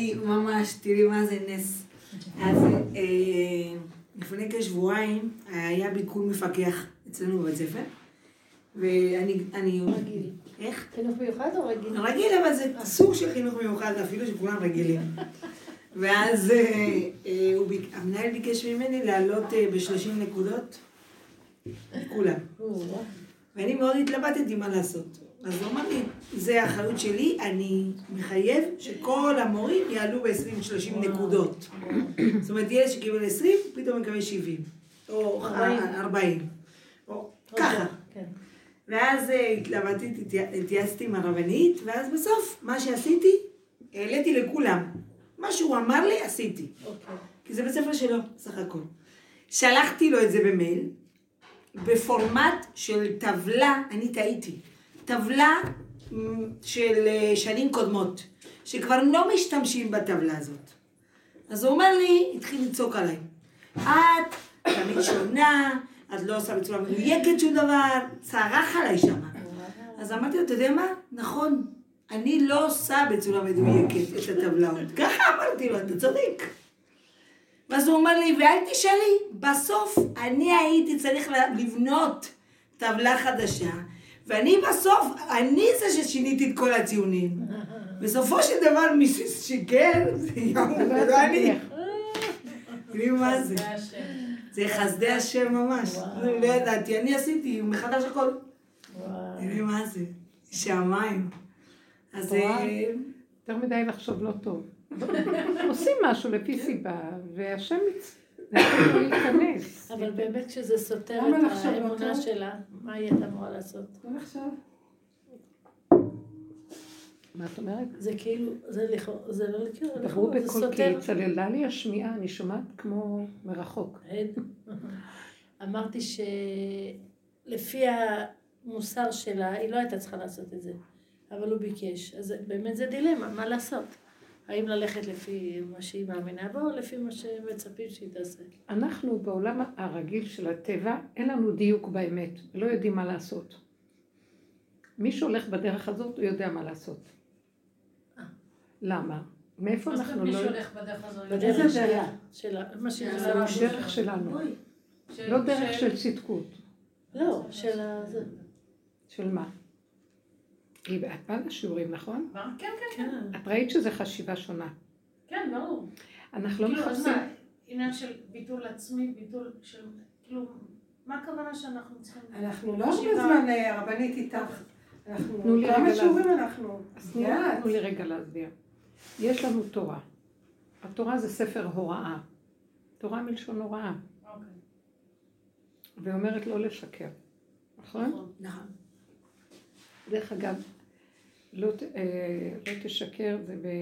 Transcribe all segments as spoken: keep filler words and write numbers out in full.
לי ממש, תראי מה זה נס. אז לפני כשבועיים היה ביקור מפקח אצלנו בבית ספר, ואני... רגיל. איך? חינוך מיוחד או רגיל? רגיל, אבל זה סוג של חינוך מיוחד, אפילו שכולם רגילים. ואז המנהל ביקש ממני לעלות ב-שלושים נקודות, כולם. ואני מאוד התלבטתי מה לעשות. אז הוא אמר לי, זה האחריות שלי, אני מחייב שכל המורים יעלו ב-עשרים שלושים נקודות. זאת אומרת, ילד שקיבל עשרים, פתאום מקבל שבעים. או ארבעים. או ככה. ואז התלבטתי, התייעצתי עם הרבנית, ואז בסוף, מה שעשיתי, העליתי לכולם. מה שהוא אמר לי, עשיתי. כי זה בספר שלו, סך הכל. שלחתי לו את זה במייל, בפורמט של טבלה, אני טעיתי. טבלה של שנים קודמות, שכבר לא משתמשים בטבלה הזאת. אז הוא אומר לי, התחיל לצעוק עליי. את תמיד שונה, את לא עושה בצורה מדויקת שום דבר, צרח עליי שם. אז אמרתי לו, אתה יודע מה? נכון, אני לא עושה בצורה מדויקת את הטבלאות. ככה אמרתי לו, אתה צודק. ואז הוא אומר לי, ואל תשאלי, בסוף אני הייתי צריך לבנות טבלה חדשה, ואני בסוף, אני זה ששיניתי את כל הציונים. בסופו של דבר מי ששיקר, זה יום, זה לא אני. תראי מה זה. זה חסדי השם ממש. אני לא ידעתי, אני עשיתי מחדש הכל. תראי מה זה. שמיים. אז... יותר מדי לחשוב לא טוב. עושים משהו לפי סיבה, והשם לא ייכנס. אבל באמת כשזה סותר את האמונה שלה, מה היא הייתה אמורה לעשות? לא עכשיו. מה את אומרת? זה כאילו, זה לא לכאילו, דברו בכל כי צללה לי השמיעה, אני שומעת כמו מרחוק. אמרתי שלפי המוסר שלה, היא לא הייתה צריכה לעשות את זה, אבל הוא ביקש. אז באמת זה דילמה, מה לעשות? האם ללכת לפי מה שהיא מאמינה בו, או לפי מה שמצפים שהיא תעשה? אנחנו בעולם הרגיל של הטבע, אין לנו דיוק באמת, לא יודעים מה לעשות. מי שהולך בדרך הזאת, הוא יודע מה לעשות. למה? מאיפה אנחנו לא... מי שהולך בדרך הזאת? בדרך שלה. זה דרך שלנו. לא דרך של צדקות. לא, של זה. של מה? היא באה לשיעורים, נכון? כן, כן, כן. את ראית שזה חשיבה שונה. כן, ברור. אנחנו לא מחפשים... עניין של ביטול עצמי, ביטול של... כאילו, מה הכוונה שאנחנו צריכים... אנחנו לא בזמן הרבנית איתך. אנחנו כמה שיעורים אנחנו... תנו לי רגע להסביר. יש לנו תורה. התורה זה ספר הוראה. תורה מלשון הוראה. אוקיי. ואומרת לא לשקר. נכון? נכון. דרך אגב, לא, לא תשקר, זה ב...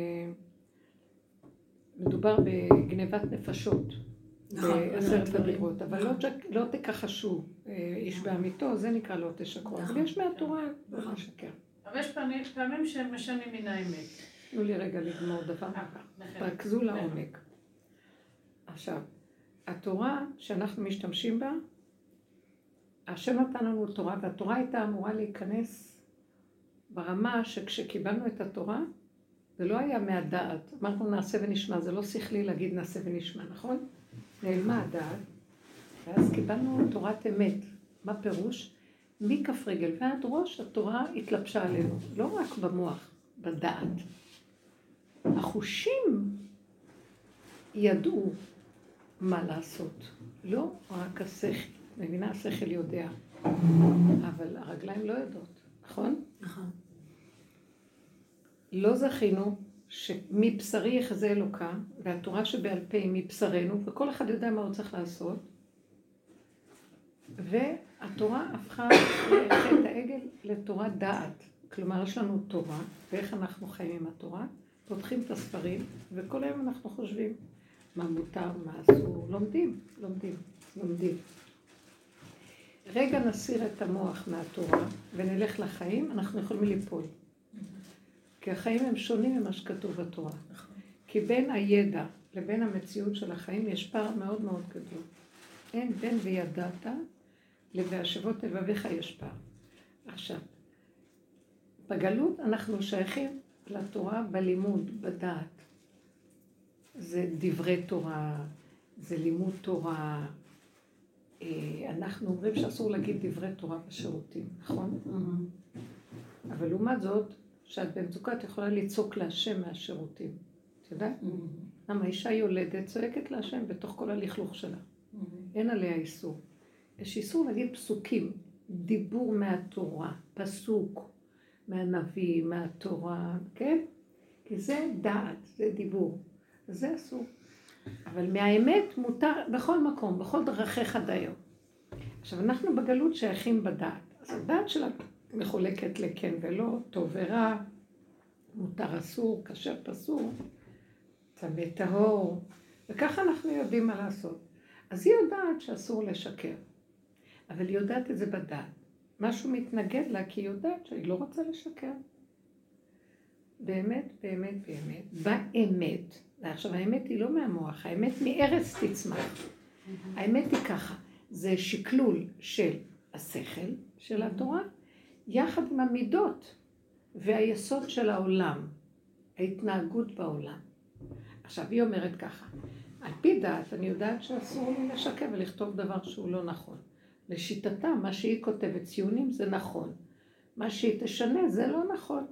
מדובר בגנבת נפשות. בעשרת הדיברות, אבל לא תכחשו איש בעמיתו, זה נקרא לא תשקרו. אבל יש מהתורה לא לשקר. אבל יש פעמים שהם משנים מן האמת. תנו לי רגע לגמור דבר ככה. תרכזו לעומק. עכשיו, התורה שאנחנו משתמשים בה, השם נתן לנו תורה, והתורה הייתה אמורה להיכנס ברמה שכשקיבלנו את התורה, זה לא היה מהדעת. אמרנו נעשה ונשמע, זה לא שכלי להגיד נעשה ונשמע, נכון? נעלמה הדעת, ואז קיבלנו תורת אמת. מה פירוש? מכף רגל ועד ראש התורה התלבשה עלינו, לא רק במוח, בדעת. החושים ידעו מה לעשות, לא רק השכל. מבינה, השכל יודע, אבל הרגליים לא יודעות, נכון? נכון. לא זכינו שמבשרי יחזה אלוקה, והתורה שבעל פה היא מבשרנו, וכל אחד יודע מה הוא צריך לעשות, והתורה הפכה את העגל לתורת דעת. כלומר, יש לנו תורה, ואיך אנחנו חיים עם התורה, פותחים את הספרים, וכל היום אנחנו חושבים מה מותר, מה אסור, לומדים, לומדים, לומדים. רגע נסיר את המוח מהתורה ונלך לחיים, אנחנו יכולים ליפול. כי החיים הם שונים ממה שכתוב בתורה. כי בין הידע לבין המציאות של החיים יש פער מאוד מאוד גדול. אין בין וידעת לבהשבות לבביך יש פער. עכשיו, בגלות אנחנו שייכים לתורה בלימוד, בדעת. זה דברי תורה, זה לימוד תורה. אנחנו אומרים שאסור להגיד דברי תורה בשירותים, נכון? אבל לעומת זאת, שאת במצוקה את יכולה לצעוק להשם מהשירותים. את יודעת? למה אישה יולדת צועקת להשם בתוך כל הלכלוך שלה. אין עליה איסור. יש איסור להגיד פסוקים, דיבור מהתורה, פסוק מהנביא, מהתורה, כן? כי זה דעת, זה דיבור. זה אסור. אבל מהאמת מותר בכל מקום, בכל דרכיך דיו. עכשיו, אנחנו בגלות שייכים בדעת. אז הדעת שלה מחולקת לכן ולא, טוב ורע, מותר אסור, כשר פסור, צמא טהור, וככה אנחנו יודעים מה לעשות. אז היא יודעת שאסור לשקר, אבל היא יודעת את זה בדעת. משהו מתנגד לה כי היא יודעת שהיא לא רוצה לשקר. באמת, באמת, באמת, באמת, ועכשיו האמת היא לא מהמוח, האמת מארץ תצמח. האמת היא ככה, זה שקלול של השכל של התורה, יחד עם המידות והיסוד של העולם, ההתנהגות בעולם. עכשיו היא אומרת ככה, על פי דעת אני יודעת שאסור לי לשקר ולכתוב דבר שהוא לא נכון. לשיטתה, מה שהיא כותבת ציונים זה נכון, מה שהיא תשנה זה לא נכון.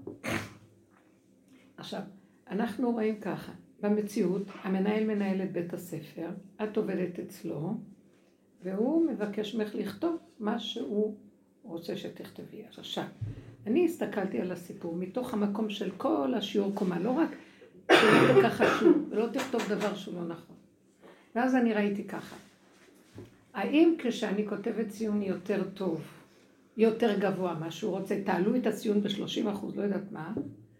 עכשיו, אנחנו רואים ככה, במציאות המנהל מנהל את בית הספר, את עובדת אצלו, והוא מבקש ממך לכתוב מה שהוא רוצה שתכתבי. עכשיו, אני הסתכלתי על הסיפור מתוך המקום של כל השיעור קומה, לא רק שלא תיקח חשוב, ולא תכתוב דבר שהוא לא נכון. ואז אני ראיתי ככה, האם כשאני כותבת ציון יותר טוב, יותר גבוה, מה שהוא רוצה, תעלו את הציון ב-שלושים אחוז, לא יודעת מה,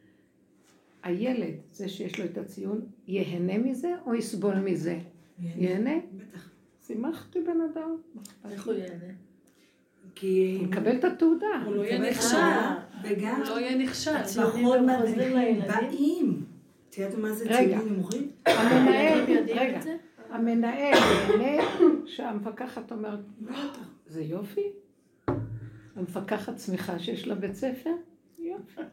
הילד, זה שיש לו את הציון, יהנה מזה או יסבול מזה? יהנה? בטח. שימחתי בן אדם. איך הוא יהנה? כי הוא מקבל את התעודה. הוא לא יהיה מקבל נכשל. תעודה, וגם הוא לא יהיה נכשל. הציונים פחות גם חוזרים מדריכים לילדים. באים. את יודעת מה זה רגע. ציונים נמוכים? המנהל, הילדים יודעים רגע, את זה? המנהל יהנה שהמפקחת אומרת, זה יופי? המפקחת שמחה שיש לה בית ספר? יופי.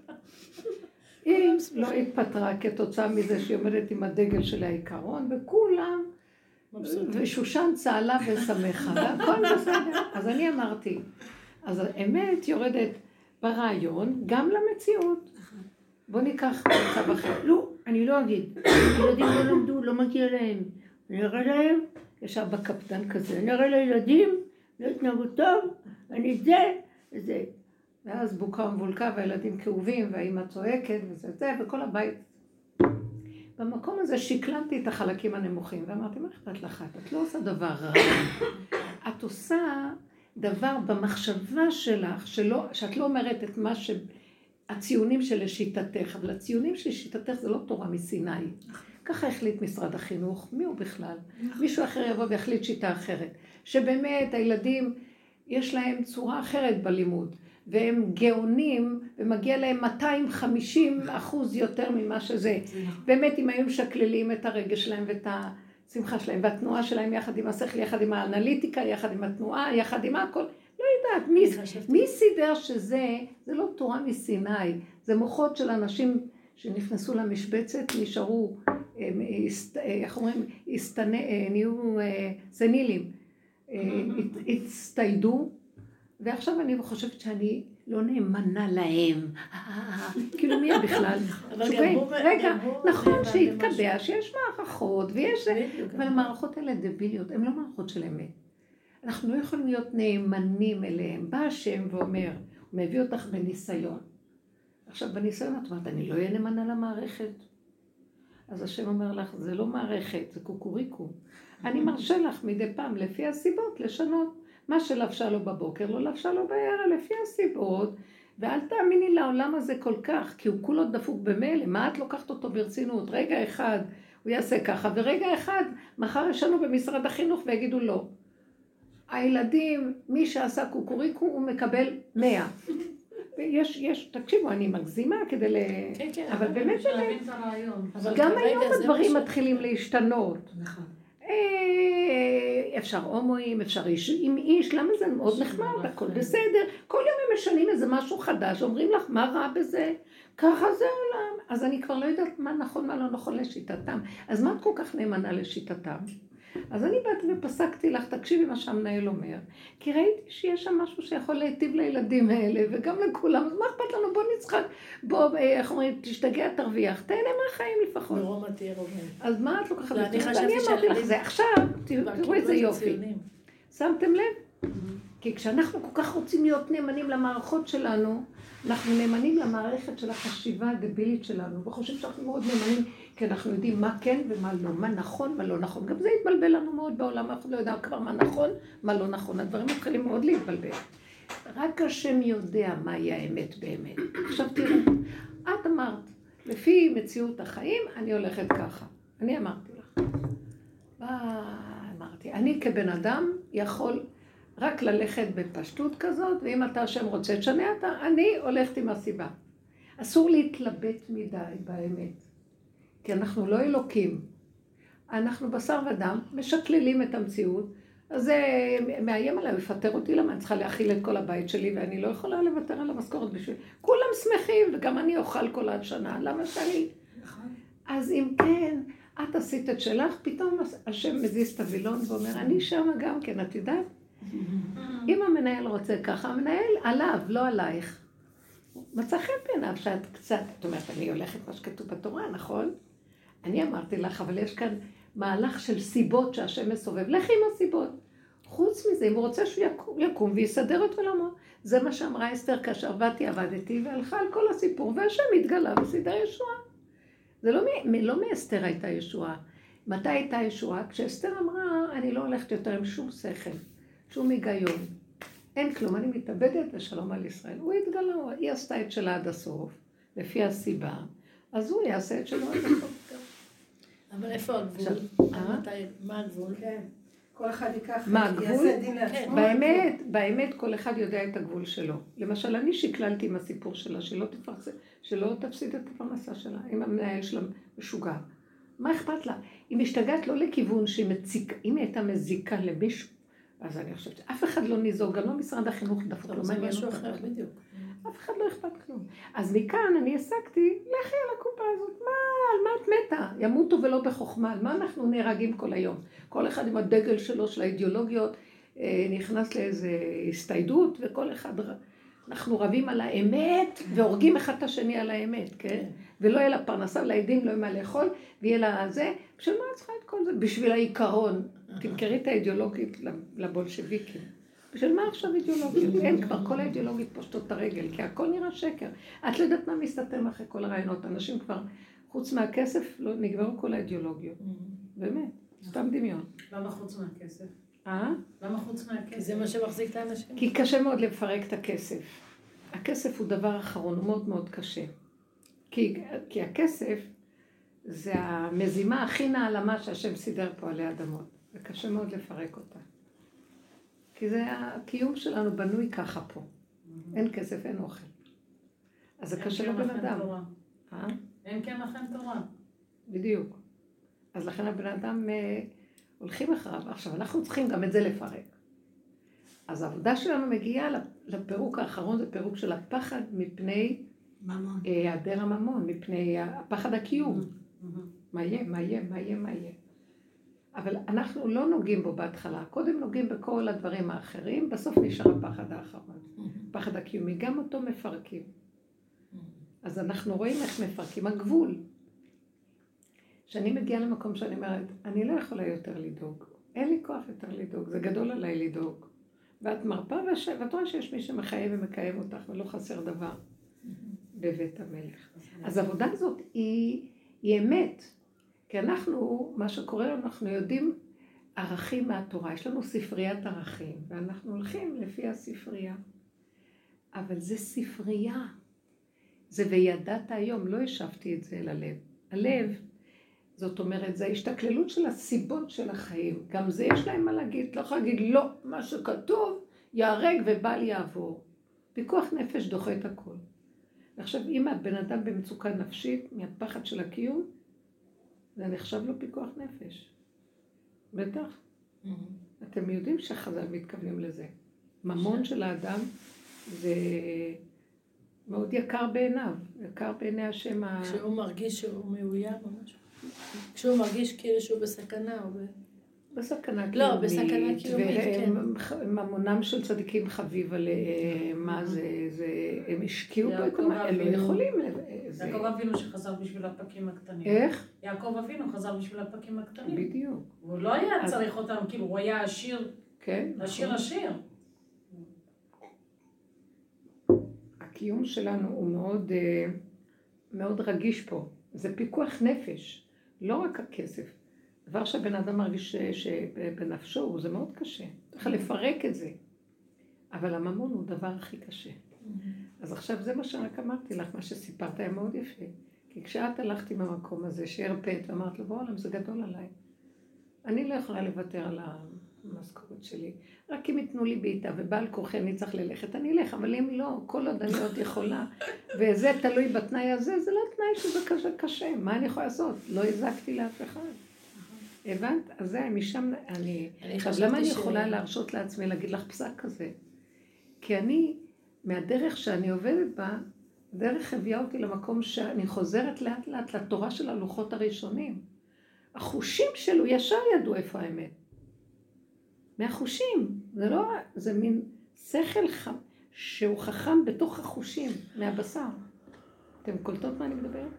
היא לא התפטרה כתוצאה מזה שהיא עומדת עם הדגל של העיקרון, וכולם, ושושן צהלה ושמחה, והכל בסדר. אז אני אמרתי, אז האמת יורדת ברעיון גם למציאות. בוא ניקח מצב אחר. לא, אני לא אגיד. ילדים לא למדו, לא מגיע להם. אני אראה להם, ישב בקפדן כזה, אני אראה לילדים, לא התנהגו טוב, אני זה, זה. ואז בוקה ומבולקה והילדים כאובים והאמא צועקת וזה זה, וכל הבית. במקום הזה שקלנתי את החלקים הנמוכים ואמרתי, מה אכפת לך? את לא עושה דבר רע. את עושה דבר במחשבה שלך, שלא, שאת לא אומרת את מה ש... הציונים של שיטתך, אבל הציונים של שיטתך זה לא תורה מסיני. ככה החליט משרד החינוך, מי הוא בכלל? מישהו אחר יבוא ויחליט שיטה אחרת. שבאמת הילדים יש להם צורה אחרת בלימוד. והם גאונים, ומגיע להם מאתיים וחמישים אחוז יותר ממה שזה. באמת, אם היו משקללים את הרגש שלהם ואת השמחה שלהם, והתנועה שלהם יחד עם השכל, יחד עם האנליטיקה, יחד עם התנועה, יחד עם הכל, לא יודעת, מי, מי סידר שזה, זה לא תורה מסיני, זה מוחות של אנשים שנכנסו למשבצת, נשארו, איך אומרים, נהיו סנילים, הצטיידו, ועכשיו אני חושבת שאני לא נאמנה להם. כאילו מי בכלל? רגע, נכון שהתקבע, שיש מערכות ויש... אבל המערכות האלה דביליות, הן לא מערכות של אמת. אנחנו לא יכולים להיות נאמנים אליהם. בא השם ואומר, הוא מביא אותך בניסיון. עכשיו בניסיון את אומרת, אני לא אהיה נאמנה למערכת. אז השם אומר לך, זה לא מערכת, זה קוקוריקו. אני מרשה לך מדי פעם לפי הסיבות לשנות. מה שלבשה לו בבוקר, לא לבשה לו בערב, לפי הסיבות, ואל תאמיני לעולם הזה כל כך, כי הוא כולו דפוק במילא, מה את לוקחת אותו ברצינות? רגע אחד הוא יעשה ככה, ורגע אחד מחר ישנו במשרד החינוך ויגידו לא. הילדים, מי שעשה קוקוריקו, הוא מקבל מאה. יש, יש, תקשיבו, אני מגזימה כדי ל... כן, כן, אבל באמת באמת, אבל גם כרגע היום זה הדברים מה ש- מתחילים להשתנות. נכון. אפשר הומואים, אפשר איש עם איש, למה זה מאוד נחמד, הכל בסדר. כל יום הם משנים איזה משהו חדש, אומרים לך מה רע בזה, ככה זה עולם. אז אני כבר לא יודעת מה נכון, מה לא נכון לשיטתם. אז מה את כל כך נאמנה לשיטתם? אז אני באתי ופסקתי לך, תקשיבי מה שהמנהל אומר, כי ראיתי שיש שם משהו שיכול להיטיב לילדים האלה, וגם לכולם, אז מה אכפת לנו? בוא נצחק, בוא, איך אומרים, תשתגע, תרוויח, תהנה מהחיים לפחות. ברומא תהיה רומא. אז מה את לוקחת? אני חשבתי אני אמרתי לך, זה עכשיו, תראו איזה יופי. שמתם לב? כי כשאנחנו כל כך רוצים להיות נאמנים למערכות שלנו, אנחנו נאמנים למערכת של החשיבה הדבילית שלנו, וחושבים שאנחנו מאוד נאמנים, כי אנחנו יודעים מה כן ומה לא, מה נכון, מה לא נכון. גם זה יתבלבל לנו מאוד בעולם, אנחנו לא יודעים כבר מה נכון, מה לא נכון. הדברים מתחילים מאוד להתבלבל. רק השם יודע מהי האמת באמת. עכשיו תראו, את אמרת, לפי מציאות החיים, אני הולכת ככה. אני אמרתי לך. מה אמרתי? אני כבן אדם יכול רק ללכת בפשטות כזאת, ואם אתה השם רוצה תשנה אתה, אני הולכת עם הסיבה. אסור להתלבט מדי באמת, כי אנחנו לא אלוקים. אנחנו בשר ודם, משקללים את המציאות, אז זה מאיים עליי, הוא יפטר אותי, למה אני צריכה להכיל את כל הבית שלי, ואני לא יכולה לוותר על המשכורת בשביל... כולם שמחים, וגם אני אוכל כל השנה, למה שאני? אז אם כן, את עשית את שלך, פתאום השם מזיז את הווילון ואומר, אני שמה גם כן, את יודעת? אם המנהל רוצה ככה, המנהל עליו, לא עלייך. מצא חן בעיניו שאת קצת, זאת אומרת, אני הולכת מה שכתוב בתורה, נכון? אני אמרתי לך, אבל יש כאן מהלך של סיבות שהשם מסובב. לכי עם הסיבות. חוץ מזה, אם הוא רוצה שהוא יקום, יקום ויסדר את עולמו. זה מה שאמרה אסתר כאשר באתי, עבדתי, והלכה על כל הסיפור, והשם התגלה וסידר ישועה. זה לא, לא מאסתר הייתה ישועה. מתי הייתה ישועה? כשאסתר אמרה, אני לא הולכת יותר עם שום שכל, שום היגיון. אין כלום, אני מתאבדת ושלום על ישראל. הוא התגלה, היא עשתה את שלה עד הסוף, לפי הסיבה, אז הוא יעשה את שלו עד הסוף. אבל איפה הגבול? מה הגבול? כן. כל אחד ייקח, מה הגבול? יעשה דין לעצמו. באמת, באמת כל אחד יודע את הגבול שלו. למשל, אני שקללתי עם הסיפור שלה, שלא תפרסם, שלא תפסיד את הפרנסה שלה, אם המנהל שלה משוגע. מה אכפת לה? היא משתגעת לא לכיוון שהיא מציקה, אם היא הייתה מזיקה למישהו, אז אני חושבת שאף אחד לא ניזור, גם לא משרד החינוך דווקא, לא מעניין משהו אחר, בדיוק. אף אחד לא אכפת כלום. אז מכאן אני הסקתי, לכי על הקופה הזאת, מה, על מה את מתה? ימותו ולא בחוכמה, על מה אנחנו נהרגים כל היום? כל אחד עם הדגל שלו, של האידיאולוגיות, נכנס לאיזו הסתיידות, וכל אחד, אנחנו רבים על האמת, והורגים אחד את השני על האמת, כן? ולא יהיה לה פרנסה, לעדים לא יהיה מה לאכול, ויהיה לה זה, בשביל מה צריכה את כל זה? בשביל העיקרון. תמכרי את האידיאולוגית לבולשוויקים. בשביל מה עכשיו אידיאולוגית? אין כבר, כל האידיאולוגית פושטות את הרגל, כי הכל נראה שקר. את לא יודעת מה מסתתר אחרי כל הרעיונות. אנשים כבר, חוץ מהכסף, לא נגמרו כל האידיאולוגיות. באמת, סתם דמיון. למה חוץ מהכסף? אה? למה חוץ מהכסף? כי זה מה שמחזיק את האנשים. כי קשה מאוד לפרק את הכסף. הכסף הוא דבר אחרון, הוא מאוד מאוד קשה. כי, כי הכסף זה המזימה הכי נעלמה שהשם סידר פה עלי אדמות. זה קשה מאוד לפרק אותה. כי זה הקיום שלנו בנוי ככה פה. אין כסף, אין אוכל. אז זה קשה לבן אדם. אין כן לכם תורה. בדיוק. אז לכן הבן אדם הולכים אחריו. עכשיו, אנחנו צריכים גם את זה לפרק. אז העבודה שלנו מגיעה לפירוק האחרון, זה פירוק של הפחד מפני ממון. היעדר הממון, מפני הפחד הקיום. מה יהיה, מה יהיה, מה יהיה, מה יהיה. אבל אנחנו לא נוגעים בו בהתחלה, קודם נוגעים בכל הדברים האחרים, בסוף נשאר הפחד האחרון, פחד הקיומי, גם אותו מפרקים. אז אנחנו רואים איך מפרקים, הגבול. כשאני מגיעה למקום שאני אומרת, אני לא יכולה יותר לדאוג, אין לי כוח יותר לדאוג, זה גדול עליי לדאוג. ואת מרפה ואת רואה שיש מי שמחייב ומקיים אותך ולא חסר דבר בבית המלך. אז העבודה הזאת היא, היא אמת. כי אנחנו, מה שקורה לנו, אנחנו יודעים ערכים מהתורה. יש לנו ספריית ערכים, ואנחנו הולכים לפי הספרייה. אבל זה ספרייה. זה וידעת היום, לא השבתי את זה ללב. הלב, זאת אומרת, זה ההשתכללות של הסיבות של החיים. גם זה יש להם מה להגיד, לא יכולה להגיד, לא, מה שכתוב, יהרג ובל יעבור. פיקוח נפש דוחה את הכל. עכשיו, אם הבן אדם במצוקה נפשית, מהפחד של הקיום, זה נחשב לו פיקוח נפש. בטח. אתם יודעים שחז"ל מתכוונים לזה. ממון של האדם זה מאוד יקר בעיניו, יקר בעיני השם ה... כשהוא מרגיש שהוא מאוים או משהו. כשהוא מרגיש כאילו שהוא בסכנה או ב... בסכנה קיומית. לא, בסכנה קיומית, כן. וממונם של צדיקים חביב עליהם, מה זה, הם השקיעו בו את מה, הם לא יכולים. יעקב אבינו שחזר בשביל הפקים הקטנים. איך? יעקב אבינו חזר בשביל הפקים הקטנים. בדיוק. הוא לא היה צריך אותם, כאילו הוא היה עשיר, כן. עשיר עשיר. הקיום שלנו הוא מאוד, מאוד רגיש פה. זה פיקוח נפש, לא רק הכסף. דבר שהבן אדם מרגיש שבנפשו, זה מאוד קשה. צריך לפרק את זה. אבל הממון הוא דבר הכי קשה. אז עכשיו זה מה שרק אמרתי לך, מה שסיפרת היה מאוד יפה. כי כשאת הלכתי מהמקום הזה, שהרפאת ואמרת לו, בוא עולם, זה גדול עליי. אני לא יכולה לוותר על המשכורת שלי. רק אם יתנו לי בעיטה ובעל כוחי אני צריך ללכת, אני אלך, אבל אם לא, כל עוד אני עוד יכולה, וזה תלוי בתנאי הזה, זה לא תנאי שזה קשה, קשה. מה אני יכולה לעשות? לא הזקתי לאף אחד. הבנת? אז זה, משם אני... אז למה אני יכולה להרשות לעצמי להגיד לך פסק כזה? כי אני, מהדרך שאני עובדת בה, דרך הביאה אותי למקום שאני חוזרת לאט לאט לתורה של הלוחות הראשונים. החושים שלו ישר ידעו איפה האמת. מהחושים, זה לא, זה מין שכל חם, שהוא חכם בתוך החושים, מהבשר. אתם קולטות מה אני מדברת?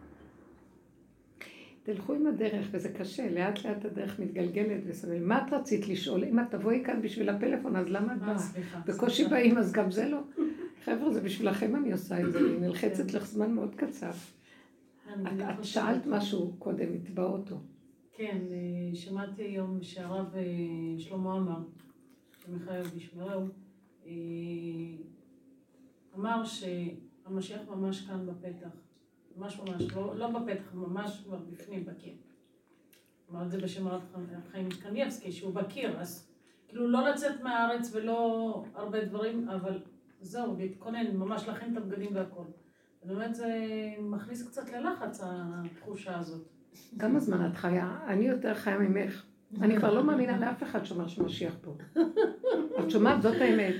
תלכו עם הדרך, וזה קשה, לאט לאט הדרך מתגלגלת וסביב. מה את רצית לשאול? אם את תבואי כאן בשביל הפלאפון, אז למה את באה? בקושי באים, אז גם זה לא. חבר'ה, זה בשבילכם אני עושה את זה, אני נלחצת לך זמן מאוד קצר. את שאלת משהו קודם, התבע אותו. כן, שמעתי היום שהרב שלמה אמר, שמיכאל בשמרהו, אמר שהמשיח ממש כאן בפתח. ממש ממש, לא, לא בפתח, ממש כבר בפנים, בקיר. אמר את זה בשם הרב חיים קניבסקי, שהוא בקיר, אז כאילו לא לצאת מהארץ ולא הרבה דברים, אבל זהו, להתכונן, ממש להכין את הבגדים והכל. באמת זה מכניס קצת ללחץ, התחושה הזאת. כמה זמן את חיה? אני יותר חיה ממך. אני כבר לא מאמינה לאף אחד שאומר שמשיח פה. את שומעת? זאת האמת.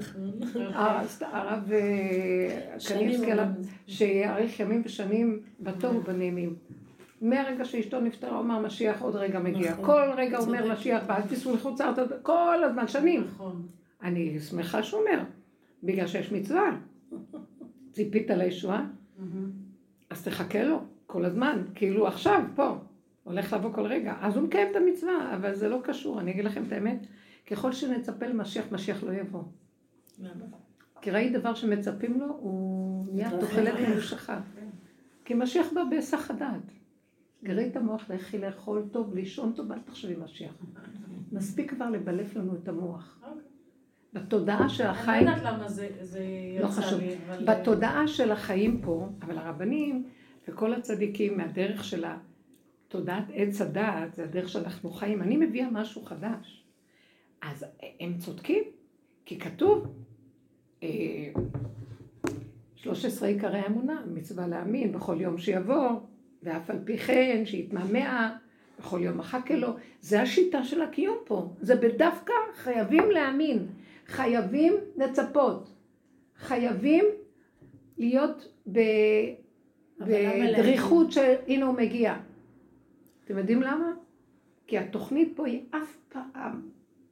הרב קניבסקי עליו, שיאריך ימים ושנים בטוב ובנעימים. מהרגע שאשתו נפטרה, הוא אמר משיח עוד רגע מגיע. כל רגע הוא אומר משיח, ואל תסעו לחוץ לארץ, כל הזמן, שנים. אני שמחה שהוא אומר, בגלל שיש מצווה. ציפית לישועה? אז תחכה לו כל הזמן, כאילו עכשיו, פה. הולך לבוא כל רגע. אז הוא מקיים את המצווה, אבל זה לא קשור. אני אגיד לכם את האמת, ככל שנצפה למשיח, משיח לא יבוא. כי ראי דבר שמצפים לו, הוא נהיה תוחלת ממושכה. כי משיח בא בהיסח הדעת. גרי את המוח, לכי לאכול טוב, לישון טוב, אל תחשבי משיח. מספיק כבר לבלף לנו את המוח. בתודעה של החיים... אני יודעת למה זה יצא לי. בתודעה של החיים פה, אבל הרבנים וכל הצדיקים מהדרך של התודעת עץ הדעת, זה הדרך שאנחנו חיים. אני מביאה משהו חדש. אז הם צודקים, כי כתוב, שלוש עשרה עיקרי אמונה, מצווה להאמין בכל יום שיבוא, ואף על פי כן שיתמהמה, בכל יום מחכה לו. זה השיטה של הקיום פה. זה בדווקא חייבים להאמין, חייבים לצפות, חייבים להיות בדריכות שהנה הוא מגיע. אתם יודעים למה? כי התוכנית פה היא אף פעם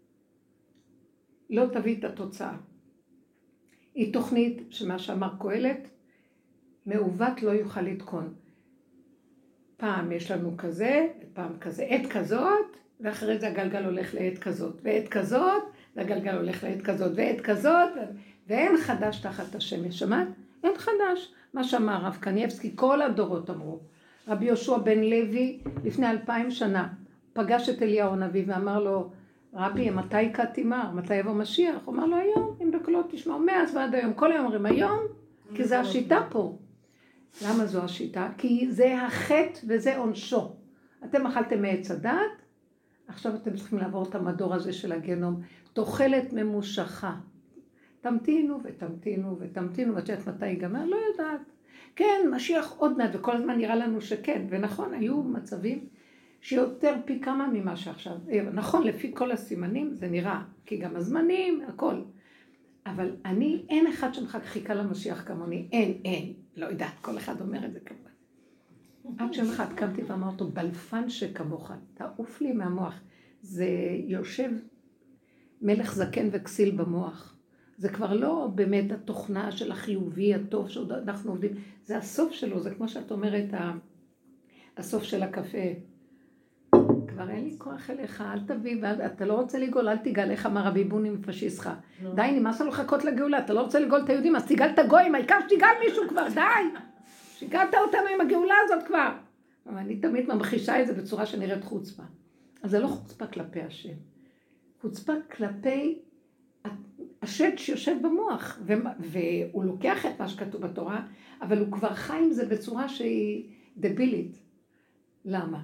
לא תביא את התוצאה. היא תוכנית שמה שאמר קהלת, מעוות לא יוכל לתקון. פעם יש לנו כזה, פעם כזה, עת כזאת, ואחרי זה הגלגל הולך לעת כזאת, ועת כזאת, והגלגל הולך לעת כזאת, ועת כזאת, ואין חדש תחת השמש. שמעת? אין חדש. מה שאמר הרב קניבסקי, כל הדורות אמרו. רבי יהושע בן לוי, לפני אלפיים שנה, פגש את אליהו הנביא ואמר לו, רבי, מתי קטימר? מתי יבוא משיח? הוא אמר לו, היום, אם בקולות תשמעו, מאז ועד היום. כל היום אומרים, היום, כי זה השיטה פה. למה זו השיטה? כי זה החטא וזה עונשו. אתם אכלתם מעץ הדעת, עכשיו אתם צריכים לעבור את המדור הזה של הגנום. תוחלת ממושכה. תמתינו ותמתינו ותמתינו, ואת יודעת מתי ייגמר? לא יודעת. כן, משיח עוד מעט, וכל הזמן נראה לנו שכן. ונכון, היו מצבים שיותר פי כמה ממה שעכשיו. נכון, לפי כל הסימנים זה נראה, כי גם הזמנים, הכל. אבל אני, אין אחד שמחק חיכה למשיח כמוני, אין, אין, לא יודעת, כל אחד אומר את זה כמובן. עד שיום אחד קמתי ואמרת לו, בלפן שכמוך, תעוף לי מהמוח. זה יושב מלך זקן וכסיל במוח. זה כבר לא באמת התוכנה של החיובי, הטוב שאנחנו עובדים, זה הסוף שלו, זה כמו שאת אומרת, הסוף של הקפה. כבר אין לי כוח אליך, אל תביא, אתה לא רוצה לגאול, אל תיגל, איך אמר רבי בוני מפשיסך. די, נמאס לו לחכות לגאולה, אתה לא רוצה לגאול את היהודים, אז תיגל את הגויים, העיקר שתיגל מישהו כבר, די! שיגעת אותנו עם הגאולה הזאת כבר. אבל אני תמיד ממחישה את זה בצורה שנראית חוצפה. אז זה לא חוצפה כלפי השם. חוצפה כלפי השד שיושב במוח, והוא לוקח את מה שכתוב בתורה, אבל הוא כבר חי עם זה בצורה שהיא דבילית. למה?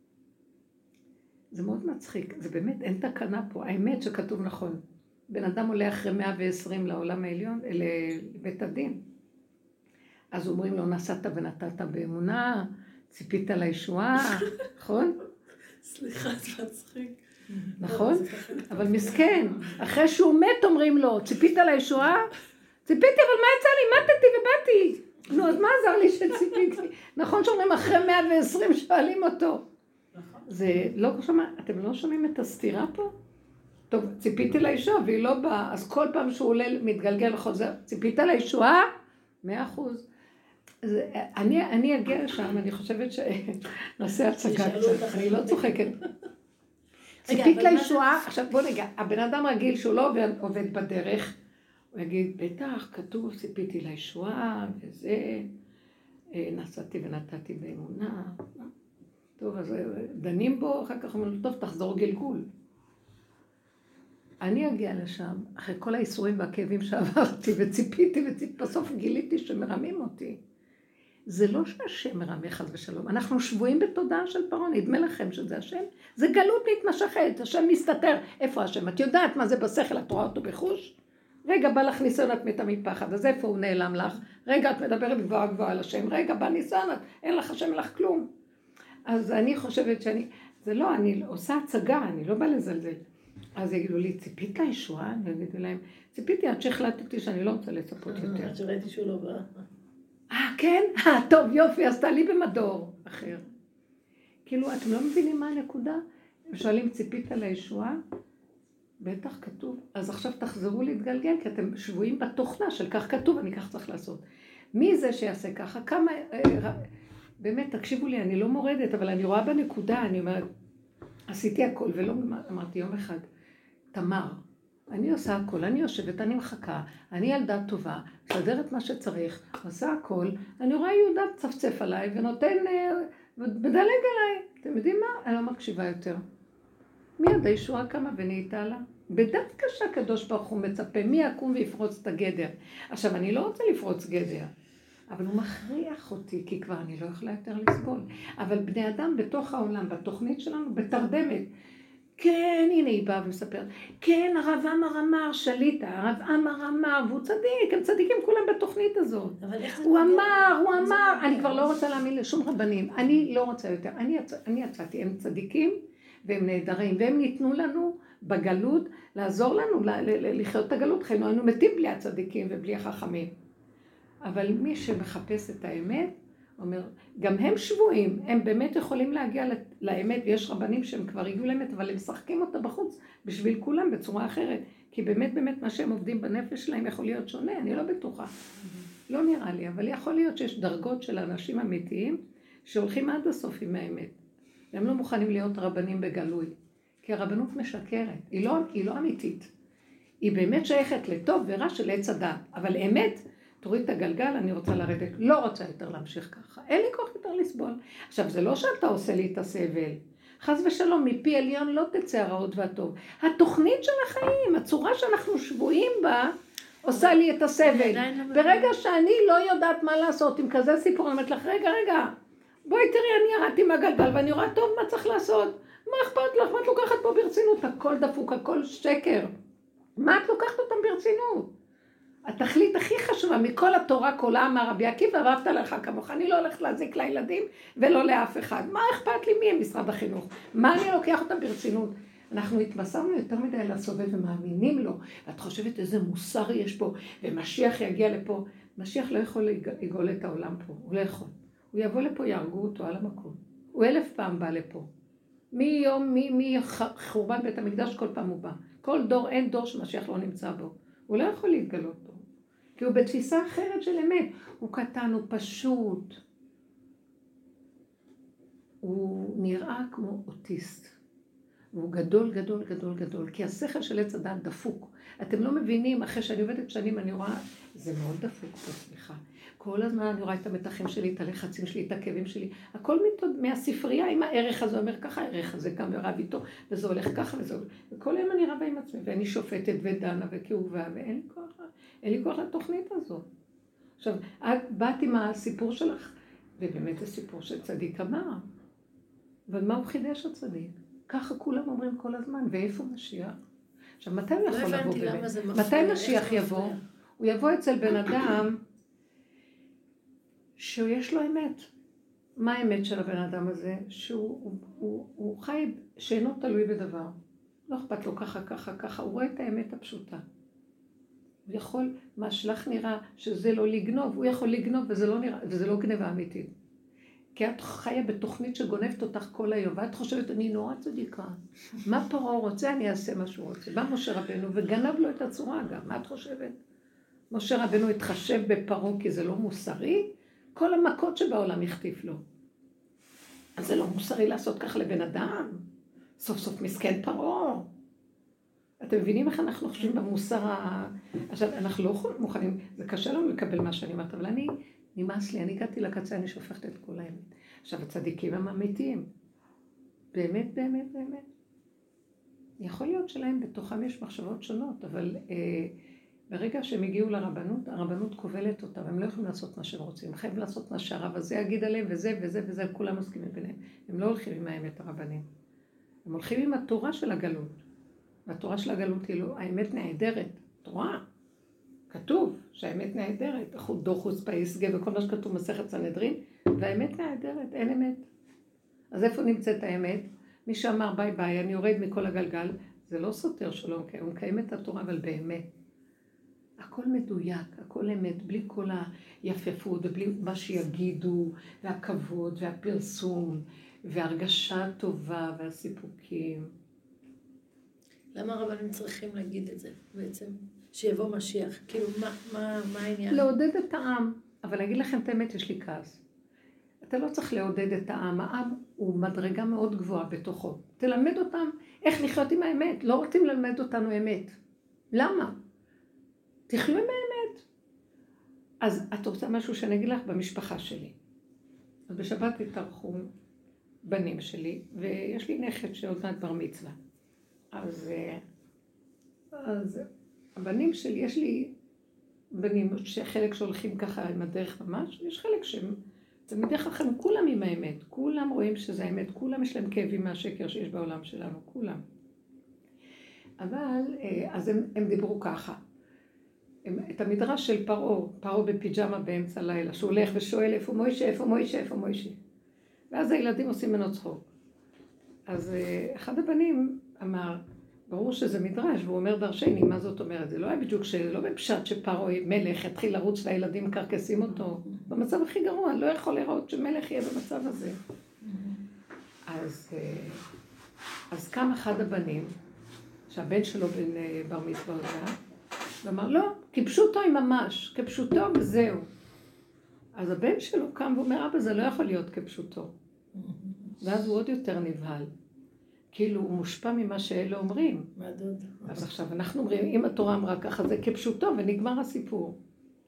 זה מאוד מצחיק, זה באמת, אין תקנה פה, האמת שכתוב נכון. בן אדם עולה אחרי מאה ועשרים לעולם העליון, לבית הדין. אז אומרים לו, נסעת ונתת באמונה, ציפית לישועה, נכון? סליחה, זה מצחיק. נכון? אבל מסכן, אחרי שהוא מת אומרים לו, ציפית לישועה? ציפיתי, אבל מה יצא לי? מתתי ובאתי. נו, אז מה עזר לי שציפיתי? נכון שאומרים, אחרי מאה ועשרים שואלים אותו. זה לא שומע, אתם לא שומעים את הסתירה פה? טוב, ציפיתי לישועה והיא לא באה, אז כל פעם שהוא עולה, מתגלגל וחוזר, ציפית לישועה? מאה אחוז. אני, אני אגיע לשם, אני חושבת שנעשה הצגה קצת, אני לא צוחקת. ציפית לישועה, עכשיו בוא נגע, הבן אדם רגיל שהוא לא עובד בדרך, הוא יגיד, בטח, כתוב, ציפיתי לישועה, וזה, נסעתי ונתתי באמונה. טוב, אז דנים בו, אחר כך אומרים, טוב, תחזור גלגול. אני אגיע לשם, אחרי כל האיסורים והכאבים שעברתי, וציפיתי, ובסוף גיליתי שמרמים אותי. זה לא שהשם מרמה חס ושלום, אנחנו שבועים בתודעה של פרעה, נדמה לכם שזה השם, זה גלות מתמשכת, השם מסתתר. איפה השם? את יודעת מה זה בשכל, את רואה אותו בחוש? רגע, בא לך ניסיון, את מתה מפחד, אז איפה הוא נעלם לך? רגע, את מדברת גבוהה גבוהה על השם, רגע, בא ניסיון, אין לך השם, אין לך כלום. אז אני חושבת שאני, זה לא, אני עושה הצגה, אני לא באה לזלזל. אז יגידו לי, ציפית לישועה? אני אגידו להם, ציפיתי עד שהחלטתי שאני לא רוצה לצפות יותר. עד שראיתי שהוא לא בא. אה, כן? אה, טוב, יופי, אז תעלי במדור אחר. כאילו, אתם לא מבינים מה הנקודה? הם שואלים, ציפית לישועה? בטח כתוב. אז עכשיו תחזרו להתגלגל, כי אתם שבועים בתוכנה של כך כתוב, אני כך צריך לעשות. מי זה שיעשה ככה? כמה... באמת, תקשיבו לי, אני לא מורדת, אבל אני רואה בנקודה, אני אומרת, עשיתי הכל, ולא אמרתי יום אחד, תמר, אני עושה הכל, אני יושבת, אני מחכה, אני ילדה טובה, סדרת מה שצריך, עושה הכל, אני רואה יהודה צפצף עליי, ונותן, מדלג עליי, אתם יודעים מה? אני לא מקשיבה יותר. מיד הישועה קמה ונהייתה לה. בדווקא שהקדוש ברוך הוא מצפה, מי יקום ויפרוץ את הגדר. עכשיו, אני לא רוצה לפרוץ גדר. אבל הוא מכריח אותי, כי כבר אני לא יכולה יותר לסבול. אבל בני אדם בתוך העולם, בתוכנית שלנו, בתרדמת. כן, הנה היא באה ומספרת. כן, הרב אמר אמר, שליטה, הרב אמר אמר, והוא צדיק, הם צדיקים כולם בתוכנית הזאת. הוא אמר, הוא אמר, אני כבר לא רוצה להאמין לשום רבנים. אני לא רוצה יותר. אני, יצ... אני יצאתי, הם צדיקים והם נהדרים, והם ניתנו לנו בגלות, לעזור לנו לחיות את הגלות, חיינו, היינו מתים בלי הצדיקים ובלי החכמים. אבל מי שמחפש את האמת, אומר, גם הם שבועים, הם באמת יכולים להגיע לאמת, ויש רבנים שהם כבר הגיעו לאמת, אבל הם משחקים אותה בחוץ בשביל כולם בצורה אחרת, כי באמת באמת מה שהם עובדים בנפש שלהם יכול להיות שונה, אני לא בטוחה. לא נראה לי, אבל יכול להיות שיש דרגות של אנשים אמיתיים, שהולכים עד הסוף עם האמת. הם לא מוכנים להיות רבנים בגלוי, כי הרבנות משקרת, היא לא, היא לא אמיתית. היא באמת שייכת לטוב ורע של עץ הדעת, אבל אמת, תוריד את הגלגל, אני רוצה לרדת, לא רוצה יותר להמשיך ככה, אין לי כוח יותר לסבול. עכשיו, זה לא שאתה עושה לי את הסבל, חס ושלום, מפי עליון לא תצא הרעות והטוב. התוכנית של החיים, הצורה שאנחנו שבועים בה, עושה לי את הסבל. ברגע שאני לא יודעת מה לעשות עם כזה סיפור, אני אומרת לך, רגע, רגע, בואי תראי, אני ירדתי מהגלגל, ואני רואה טוב מה צריך לעשות. מה אכפת לך? מה את לוקחת פה ברצינות? הכל דפוק, הכל שקר. מה את לוקחת אותם ברצינות? התכלית הכי חשובה מכל התורה כולה, אמר רבי עקיבא, ואהבת לך כמוך. אני לא הולכת להזיק לילדים ולא לאף אחד. מה אכפת לי מי הם משרד החינוך? מה אני לוקח אותם ברצינות? אנחנו התמסרנו יותר מדי לסובב ומאמינים לו. ואת חושבת איזה מוסר יש פה, ומשיח יגיע לפה. משיח לא יכול לגאול את העולם פה, הוא לא יכול. הוא יבוא לפה, יהרגו אותו על המקום. הוא אלף פעם בא לפה. מיום, מחורבן בית המקדש כל פעם הוא בא. כל דור, אין דור שמשיח לא נמצא בו. הוא לא יכול להתגלות פה. כי הוא בתפיסה אחרת של אמת. הוא קטן, הוא פשוט. הוא נראה כמו אוטיסט. והוא גדול, גדול, גדול, גדול. כי השכל של עץ הדעת דפוק. אתם לא מבינים, אחרי שאני עובדת שנים, אני רואה, זה מאוד דפוק פה, סליחה. כל הזמן אני רואה את המתחים שלי, את הלחצים שלי, את הכאבים שלי. הכל מתוד, מהספרייה, עם הערך הזה אומר ככה, הערך הזה גם רב איתו, וזה הולך ככה וזה הולך. וכל היום אני רבה עם עצמי, ואני שופטת ודנה וכאובה, ואין לי כוח, אין לי כוח לתוכנית הזאת. עכשיו, את באת עם הסיפור שלך, ובאמת זה סיפור של צדיק אמר. אבל מה הוא חידש הצדיק? ככה כולם אומרים כל הזמן, ואיפה משיח? עכשיו, מתי הוא יכול לבוא באמת? מתי משיח יבוא? הוא יבוא אצל בן אדם שיש לו אמת. מה האמת של הבן אדם הזה? שהוא הוא, הוא, הוא חי שאינו תלוי בדבר. לא אכפת לו ככה, ככה, ככה. הוא רואה את האמת הפשוטה. הוא יכול, מה שלך נראה שזה לא לגנוב, הוא יכול לגנוב וזה לא, נראה, וזה לא גנבה אמיתית. כי את חיה בתוכנית שגונבת אותך כל היום, ואת חושבת, אני נורא צדיקה. מה פרעה רוצה? אני אעשה מה שהוא רוצה. בא משה רבנו וגנב לו את הצורה גם. מה את חושבת? משה רבנו התחשב בפרעה כי זה לא מוסרי, כל המכות שבעולם הכתיף לו. אז זה לא מוסרי לעשות כך לבן אדם. סוף סוף מסכן פרעה. אתם מבינים איך אנחנו חושבים במוסר ה... עכשיו, אנחנו לא מוכנים, זה קשה לנו לקבל מה שאני אומרת, אבל אני... נמאס לי, אני הגעתי לקצה, אני שופכת את כל האמת. עכשיו, הצדיקים הם אמיתיים. באמת, באמת, באמת. יכול להיות שלהם בתוכם יש מחשבות שונות, אבל אה, ברגע שהם הגיעו לרבנות, הרבנות כובלת אותם, הם לא יכולים לעשות מה שהם רוצים. הם חייבים לעשות מה שהרב הזה יגיד עליהם, וזה וזה וזה, כולם מסכימים ביניהם. הם לא הולכים עם האמת הרבנים. הם הולכים עם התורה של הגלות. והתורה של הגלות היא לא, האמת נהדרת, תורה. כתוב שהאמת נהדרת, אחוד דור חוצפה יסגה וכל מה שכתוב מסכת סנהדרין, והאמת נהדרת, אין אמת. אז איפה נמצאת האמת? מי שאמר ביי ביי, אני יורד מכל הגלגל, זה לא סותר שלא מקיים, הוא מקיים את התורה, אבל באמת. הכל מדויק, הכל אמת, בלי כל היפייפות, ובלי מה שיגידו, והכבוד, והפרסום, והרגשה טובה, והסיפוקים. למה הרבנים צריכים להגיד את זה בעצם? שיבוא משיח, כאילו, מה, מה, מה העניין? לעודד את העם, אבל להגיד לכם את האמת, יש לי כעס. אתה לא צריך לעודד את העם, העם הוא מדרגה מאוד גבוהה בתוכו. תלמד אותם איך לחיות עם האמת, לא רוצים ללמד אותנו אמת. למה? תחיו עם האמת. אז את רוצה משהו שאני אגיד לך במשפחה שלי. אז בשבת התארחו בנים שלי, ויש לי נכד שעוד מעט בר מצווה. אז... אז... הבנים שלי, יש לי בנים שחלק שהולכים ככה עם הדרך ממש, יש חלק שהם תלמידי חכם, כולם עם האמת, כולם רואים שזה האמת, כולם יש להם כאבים מהשקר שיש בעולם שלנו, כולם. אבל, אז הם, הם דיברו ככה, הם, את המדרש של פרעה, פרעה בפיג'מה באמצע הלילה, שהוא הולך ושואל איפה מוישה, איפה מוישה, איפה מוישה. ואז הילדים עושים ממנו צחוק. אז אחד הבנים אמר, ברור שזה מדרש, והוא אומר דרשני, מה זאת אומרת? זה לא היה בדיוק שלא בפשט שפרעה מלך יתחיל לרוץ לילדים, קרקסים אותו. במצב הכי גרוע, לא יכול לראות שמלך יהיה במצב הזה. אז, אז קם אחד הבנים, שהבן שלו בן בר מצווה הודעה, ואמר, לא, כפשוטו היא ממש, כפשוטו וזהו. אז הבן שלו קם ואומר, אבא, זה לא יכול להיות כפשוטו. ואז הוא עוד יותר נבהל. כאילו הוא מושפע ממה שאלה אומרים. מהדוד. אז עכשיו אנחנו אומרים, אם התורה אמרה ככה, זה כפשוטו ונגמר הסיפור.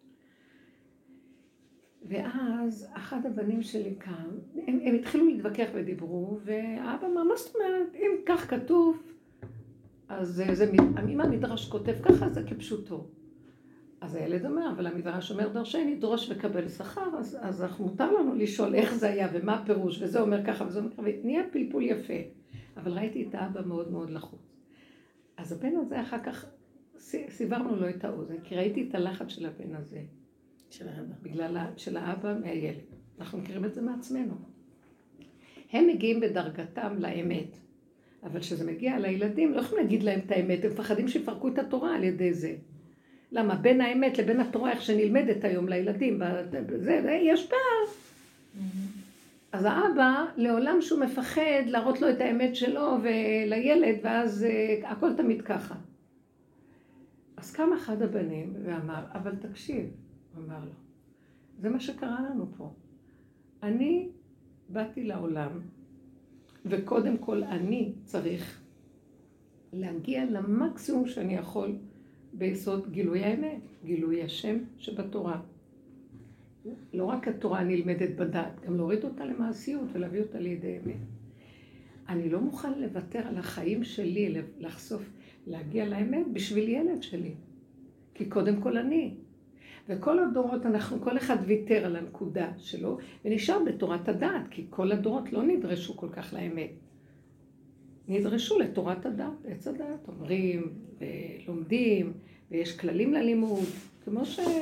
ואז אחד הבנים שלי קם, הם, הם התחילו להתווכח ודיברו, והאבא אמר, מה זאת אומרת, אם כך כתוב, אז זה, זה, אם המדרש כותב ככה, זה כפשוטו. אז הילד אומר, אבל המדרש אומר דרשני, דרוש וקבל שכר, אז, אז מותר לנו לשאול איך זה היה ומה הפירוש, וזה אומר ככה וזה אומר ככה, ונהיה פלפול יפה. אבל ראיתי את האבא מאוד מאוד לחוץ. אז הבן הזה אחר כך סיברנו לו את האוזן, כי ראיתי את הלחץ של הבן הזה. של האבא. בגלל של האבא מהילד. אנחנו מכירים את זה מעצמנו. הם מגיעים בדרגתם לאמת. אבל כשזה מגיע לילדים, לא יכולים להגיד להם את האמת, הם מפחדים שיפרקו את התורה על ידי זה. למה? בין האמת לבין התורה, איך שנלמדת היום לילדים, זה, יש פער. אז האבא, לעולם שהוא מפחד להראות לו את האמת שלו ולילד, ואז הכל תמיד ככה. אז קם אחד הבנים ואמר, אבל תקשיב, אמר לו, זה מה שקרה לנו פה. אני באתי לעולם, וקודם כל אני צריך להגיע למקסימום שאני יכול ביסוד גילוי האמת, גילוי השם שבתורה. לא רק התורה נלמדת בדעת, גם להוריד אותה למעשיות ולהביא אותה לידי אמת. אני לא מוכן לוותר על החיים שלי, לחשוף, להגיע לאמת בשביל ילד שלי. כי קודם כל אני. וכל הדורות אנחנו, כל אחד ויתר על הנקודה שלו, ונשאר בתורת הדעת, כי כל הדורות לא נדרשו כל כך לאמת. נדרשו לתורת הדעת, עץ הדעת, אומרים ולומדים, ויש כללים ללימוד, כמו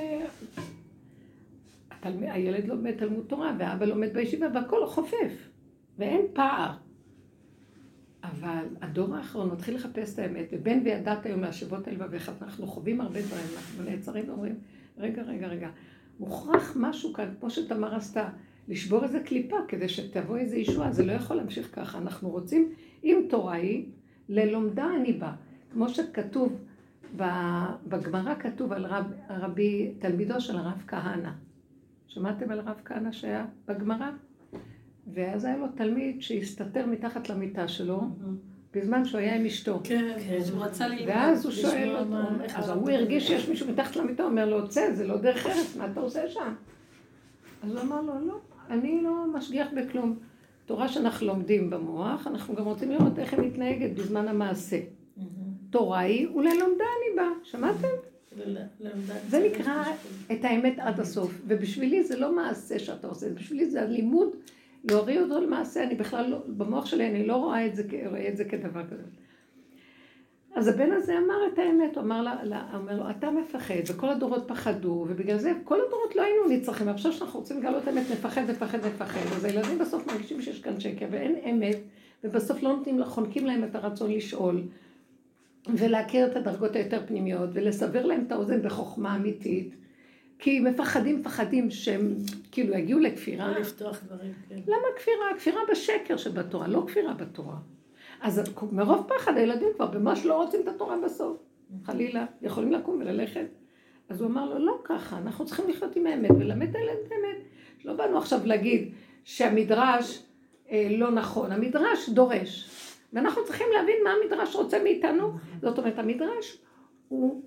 שהילד לומד תלמוד תורה, והאבא לומד בישיבה, והכל חופף, ואין פער. אבל הדור האחרון מתחיל לחפש את האמת, ובין וידעת היום להשבות אל לבביך, אנחנו חווים הרבה דברים, אנחנו נעצרים ואומרים, רגע, רגע, רגע, מוכרח משהו כאן, כמו שתמר עשתה, לשבור איזה קליפה, כדי שתבוא איזה ישועה, זה לא יכול להמשיך ככה, אנחנו רוצים, אם תורה היא, ללומדה אני בא, כמו שכתוב, בגמרא כתוב על רב, רבי, תלמידו של הרב כהנא, שמעתם על הרב כהנא שהיה בגמרא? ואז היה לו תלמיד שהסתתר מתחת למיטה שלו, בזמן שהוא היה עם אשתו. כן, הוא רצה ללמוד. ואז הוא שואל אותו, אז הוא הרגיש שיש מישהו מתחת למיטה, הוא אומר לו, צא, זה לא דרך ארץ, מה אתה עושה שם? אז הוא אמר לו, לא, אני לא משגיח בכלום. תורה שאנחנו לומדים במוח, אנחנו גם רוצים לראות איך היא מתנהגת בזמן המעשה. תורה היא, אולי לומדה אני בה, שמעתם? זה נקרא את האמת עד הסוף, ובשבילי זה לא מעשה שאתה עושה, בשבילי זה הלימוד, להוריד אותו למעשה, אני בכלל לא, במוח שלי אני לא רואה את זה, רואה את זה כדבר כזה. אז הבן הזה אמר את האמת, הוא אמר, לה, לה, אומר לו, אתה מפחד, וכל הדורות פחדו, ובגלל זה כל הדורות לא היינו נצרכים, עכשיו שאנחנו רוצים לגלות אמת, נפחד, נפחד, נפחד. אז הילדים בסוף מרגישים שיש כאן שקר, ואין אמת, ובסוף לא נותנים, חונקים להם את הרצון לשאול, ולהכיר את הדרגות היותר פנימיות, ולסבר להם את האוזן בחוכמה אמיתית, כי מפחדים, מפחדים שהם כאילו יגיעו לכפירה. לא לפתוח דברים, כן. למה כפירה? כפירה בשקר שבתורה, לא כפירה בתורה. אז מרוב פחד הילדים כבר ממש לא רוצים את התורה בסוף. חלילה, יכולים לקום וללכת. אז הוא אמר לו, לא ככה, אנחנו צריכים לחיות עם האמת ולמד את הילד האמת. לא באנו עכשיו להגיד שהמדרש אה, לא נכון, המדרש דורש. ואנחנו צריכים להבין מה המדרש רוצה מאיתנו. זאת אומרת, המדרש הוא...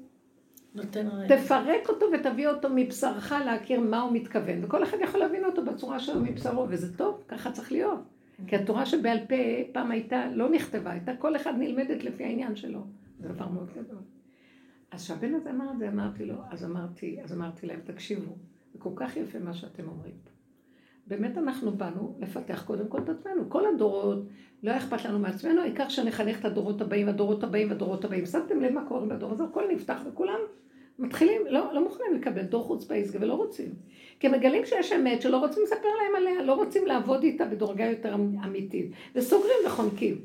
תפרק אותו ותביא אותו מבשרך להכיר מה הוא מתכוון. וכל אחד יכול להבין אותו בצורה שלו מבשרו, וזה טוב, ככה צריך להיות. כי התורה שבעל פה פעם הייתה, לא נכתבה, הייתה כל אחד נלמדת לפי העניין שלו. זה דבר מאוד גדול. אז שהבן הזה אמר את זה, אמרתי לו, אז אמרתי, אז אמרתי להם, תקשיבו, זה כל כך יפה מה שאתם אומרים. באמת אנחנו באנו לפתח קודם כל את עצמנו. כל הדורות, לא אכפת לנו מעצמנו, העיקר שנחנך את הדורות הבאים, הדורות הבאים, הדורות הבאים. שמתם לב מה קורה בדור הזה, הכל נפתח וכולם מתחילים, לא, לא מוכנים לקבל דור חוץ בעסק ולא רוצים. כי מגלים שיש אמת שלא רוצים לספר להם עליה, לא רוצים לעבוד איתה בדרגה יותר אמיתית, וסוגרים וחונקים.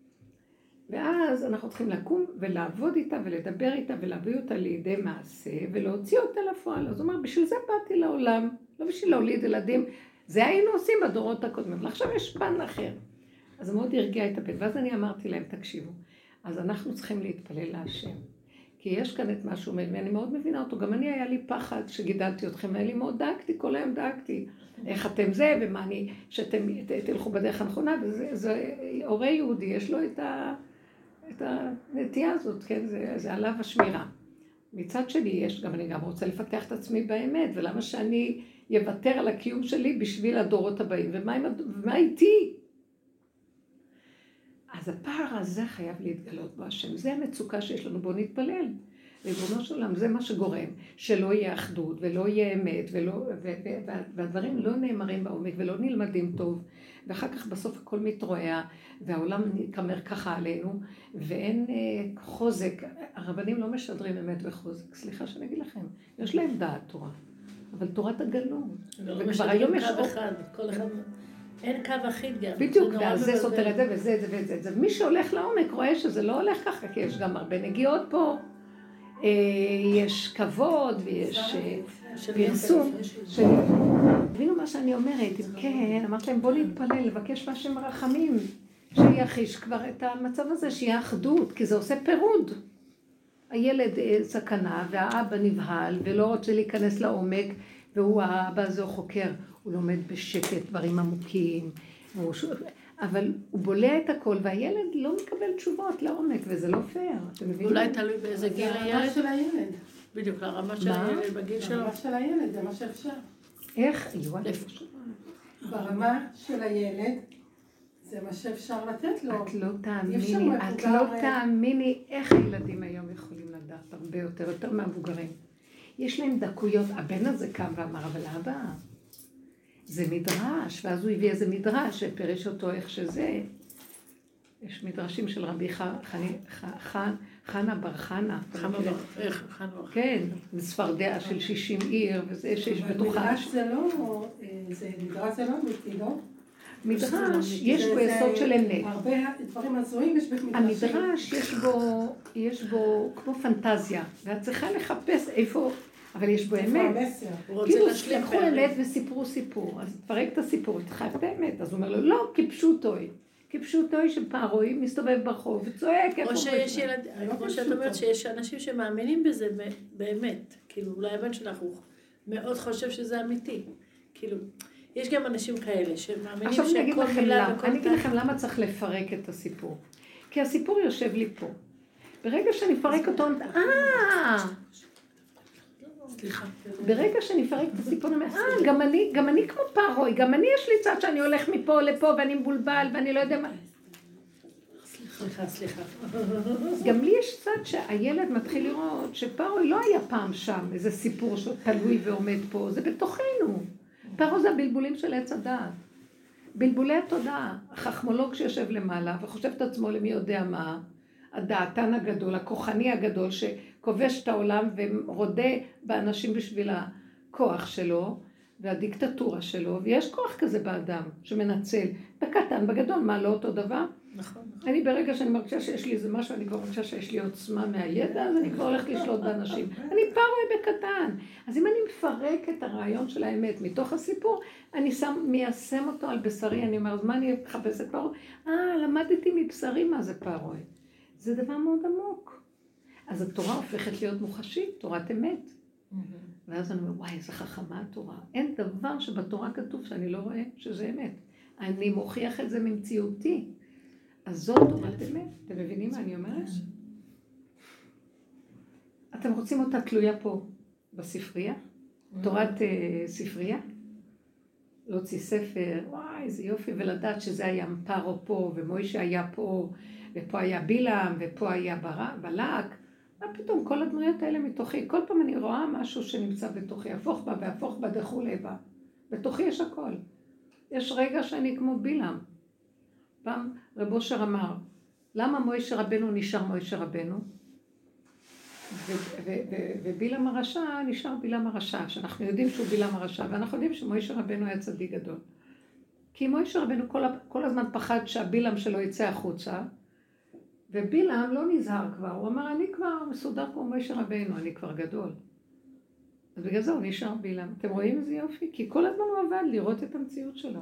ואז אנחנו צריכים לקום ולעבוד איתה ולדבר איתה ולהביא אותה לידי מעשה ולהוציא אותה לפועל. אז הוא אומר, בשביל זה באתי לעולם, לא בשביל להוליד ילדים, זה היינו עושים בדורות הקודמים, ועכשיו יש פן אחר. אז מאוד הרגיע את הבן, ואז אני אמרתי להם, תקשיבו, אז אנחנו צריכים להתפלל להשם. כי יש כאן את משהו, ואני מאוד מבינה אותו, גם אני היה לי פחד שגידלתי אתכם, והיה לי מאוד דאגתי, כל היום דאגתי, איך אתם זה, ומה אני, שאתם תלכו בדרך הנכונה, וזה הורי יהודי, יש לו את, ה, את הנטייה הזאת, כן, זה, זה עליו השמירה. מצד שלי יש, גם אני גם רוצה לפתח את עצמי באמת, ולמה שאני יוותר על הקיום שלי בשביל הדורות הבאים, ומה, ומה איתי? אז הפער הזה חייב להתגלות בו השם, זה המצוקה שיש לנו, בוא נתפלל. ריבונו של עולם, זה מה שגורם, שלא יהיה אחדות ולא יהיה אמת, ולא, ו, ו, והדברים לא נאמרים בעומק ולא נלמדים טוב, ואחר כך בסוף הכל מתרועע, והעולם נקמר ככה עלינו, ואין אה, חוזק. הרבנים לא משדרים אמת וחוזק. סליחה שאני אגיד לכם, יש להם דעת תורה, אבל תורת הגלום. וכבר היום יש קו אחד, כל אחד... אין קו אחיד גם. בדיוק, ואז זה סותר את זה וזה את זה ואת זה את זה. ומי שהולך לעומק רואה שזה לא הולך ככה, כי יש גם הרבה נגיעות פה. יש כבוד ויש פרסום. תבינו מה שאני אומרת, אם כן, אמרת להם בוא נתפלל, לבקש מהשם רחמים, שיחיש כבר את המצב הזה, שיהיה אחדות, כי זה עושה פירוד. הילד סכנה והאבא נבהל ולא רוצה להיכנס לעומק, והוא האבא הזה הוא חוקר, הוא לומד בשקט דברים עמוקים, אבל הוא בולע את הכל, והילד לא מקבל תשובות לעומק, וזה לא פייר, אתם מבינים? אולי תלוי באיזה גיל הילד. זה הרמה של הילד. בדיוק, לרמה של הילד, בגיל שלו. הרמה של הילד, זה מה שאפשר. איך? ברמה של הילד, זה מה שאפשר לתת לו. את לא תאמיני, את לא תאמיני איך הילדים היום יכולים לדעת הרבה יותר, יותר מהמבוגרים. יש להם דקויות, הבן הזה קם ואמר, אבל אבא, זה מדרש, ואז הוא הביא איזה מדרש שפרש אותו איך שזה. יש מדרשים של רבי חנה בר חנה. חנה בר חנה. כן, ספרדיה של שישים עיר, וזה שיש בתוכה. מדרש זה לא, זה מדרש זה לא אמיתי, לא? מדרש, יש בו יסוד של אמת. הרבה דברים הזויים יש במדרשים. המדרש יש בו כמו פנטזיה, ואת צריכה לחפש איפה... אבל יש בו אמת. כאילו, לקחו אמת וסיפרו סיפור. אז תפרק את הסיפור, תחייב את האמת. אז הוא אומר לו, לא, כפשוטוי. כפשוטוי שפרוי מסתובב ברחוב וצועק. או שיש ילד, כמו שאת אומרת, שיש אנשים שמאמינים בזה באמת. כאילו, אולי הבן שלך הוא מאוד חושב שזה אמיתי. כאילו, יש גם אנשים כאלה שמאמינים שהכל מילה וכל... אני אגיד לכם למה צריך לפרק את הסיפור. כי הסיפור יושב לי פה. ברגע שאני אפרק אותו, אה! סליחה. ברגע שאני אפרק את הסיפור, אני אומר, אה, גם אני, גם אני כמו פרוי, גם אני יש לי צד שאני הולך מפה לפה ואני מבולבל ואני לא יודע מה. סליחה, סליחה. גם לי יש צד שהילד מתחיל לראות שפרוי לא היה פעם שם, איזה סיפור שתלוי ועומד פה, זה בתוכנו. פרוי זה הבלבולים של עץ הדעת. בלבולי התודעה, החכמולוג שיושב למעלה וחושב את עצמו למי יודע מה, הדעתן הגדול, הכוחני הגדול שכובש את העולם ורודה באנשים בשביל הכוח שלו והדיקטטורה שלו, ויש כוח כזה באדם שמנצל בקטן, בגדול, מה לא אותו דבר? נכון, נכון. אני ברגע שאני מרגישה שיש לי איזה משהו, אני כבר מרגישה שיש לי עוצמה מהידע, אז אני כבר הולכת לשלוט באנשים. אני פרוי בקטן. אז אם אני מפרק את הרעיון של האמת מתוך הסיפור, אני שם, מיישם אותו על בשרי, אני אומרת, מה אני אחפש את פרוי? אה, למדתי מבשרי מה זה פרוי. זה דבר מאוד עמוק. אז התורה הופכת להיות מוחשית, תורת אמת. ואז אני אומר, וואי, איזה חכמה התורה. אין דבר שבתורה כתוב שאני לא רואה שזה אמת. אני מוכיח את זה ממציאותי. אז זאת תורת אמת. אתם מבינים מה אני אומרת? אתם רוצים אותה תלויה פה בספרייה? תורת ספרייה? להוציא ספר, וואי, איזה יופי, ולדעת שזה היה פרו פה, ומוישה היה פה, ופה היה בילם, ופה היה בלק. מה פתאום, כל הדמויות האלה מתוכי, כל פעם אני רואה משהו שנמצא בתוכי, הפוך בה והפוך בה דחולי בה. בתוכי יש הכל. יש רגע שאני כמו בילם. פעם רב אושר אמר, למה מוישה רבנו נשאר מוישה רבנו? ובילם הרשע נשאר בילם הרשע, שאנחנו יודעים שהוא בילם הרשע, ואנחנו יודעים שמוישה רבנו היה צדיק גדול. כי מוישה רבנו כל, כל הזמן פחד שהבילם שלו יצא החוצה, ובילם לא נזהר כבר, הוא אמר, אני כבר מסודר כמו מוישה רבנו, אני כבר גדול. אז בגלל זה הוא נשאר בילם. אתם רואים איזה יופי? כי כל הזמן הוא עבד לראות את המציאות שלו.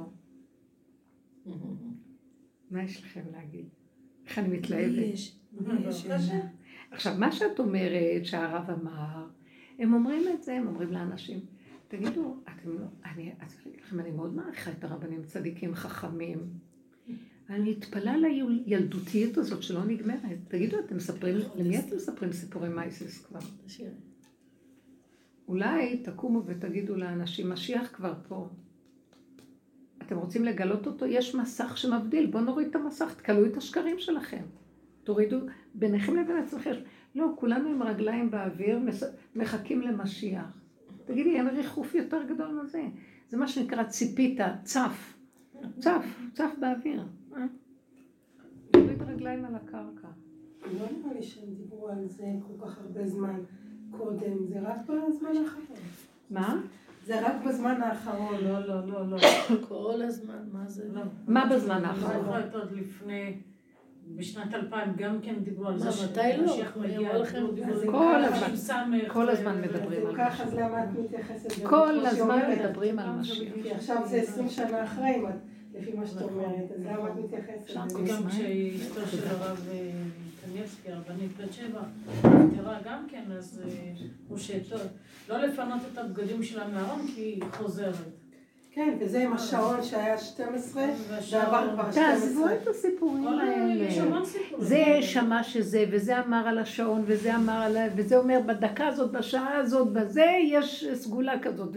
מה יש לכם להגיד? איך אני מתלהבת? עכשיו, מה שאת אומרת שהרב אמר, הם אומרים את זה, הם אומרים לאנשים, תגידו, אתם לא, אני, לכם, אני מאוד מעריכה את הרבנים צדיקים חכמים, אני אתפלא על הילדותיות הזאת שלא נגמרת. תגידו, אתם מספרים, למי אתם מספרים סיפורי מייסס כבר? אולי תקומו ותגידו לאנשים, משיח כבר פה. אתם רוצים לגלות אותו? יש מסך שמבדיל, בואו נוריד את המסך, תקלו את השקרים שלכם. תורידו ביניכם לבין עצמכם. לא, כולנו עם רגליים באוויר, מחכים למשיח. תגידי, אין ריחוף יותר גדול מזה. זה מה שנקרא ציפית, צף. צף, צף באוויר. יוריד רגליים על הקרקע. לא נראה לי שהם דיברו על זה כל כך הרבה זמן קודם, זה רק בזמן האחרון. מה? זה רק בזמן האחרון. לא, לא, לא, לא. כל הזמן, מה זה? לא. מה בזמן אני האחרון? זוכרת עוד לפני, בשנת אלפיים גם כן דיברו על זה. מה, מתי לא? שהמשיח אני מגיע, אומר לכם, דיברו- כל דיברו- הזמן. סמך כל ו- הזמן ו- מדברים אם על ככה, משיח. אז למה את מתייחסת? כל כמו שהיא הזמן אומרת? מדברים על משיח. כי עכשיו זה עשרים שנה אחרי, לפי מה שאת אומרת, אז למה את מתייחסת? גם כשאשתו של הרב קניבסקי, הרבנית בת שבע, נפטרה גם כן, אז הוא שטוב, לא לפנות את הבגדים שלה מהארון כי היא חוזרת. כן, וזה עם השעון שהיה שתים עשרה, ועבר כבר שתים תעזבו עשרה. את הסיפורים כל האלה. יש המון סיפורים. זה שמע שזה, וזה אמר על השעון, וזה אמר על ה... וזה אומר בדקה הזאת, בשעה הזאת, בזה יש סגולה כזאת.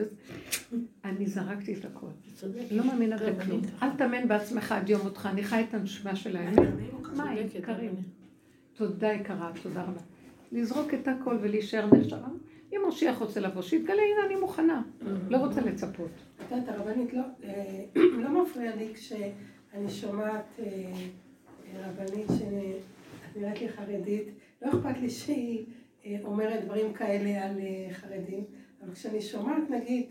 אני זרקתי את הכל. לא מאמינה בכלום. אל תאמן בעצמך עד יום אותך, אני חי את הנשמה של האמת. מה, יקרים? תודה יקרה, תודה רבה. לזרוק את הכל ולהישאר נשאר. אם משיח רוצה לבוא, שיתגלה, הנה אני מוכנה. לא רוצה לצפות. את יודעת, הרבנית, לא מפריע לי כשאני שומעת רבנית שאת נראית לי חרדית, לא אכפת לי שהיא אומרת דברים כאלה על חרדים, אבל כשאני שומעת, נגיד,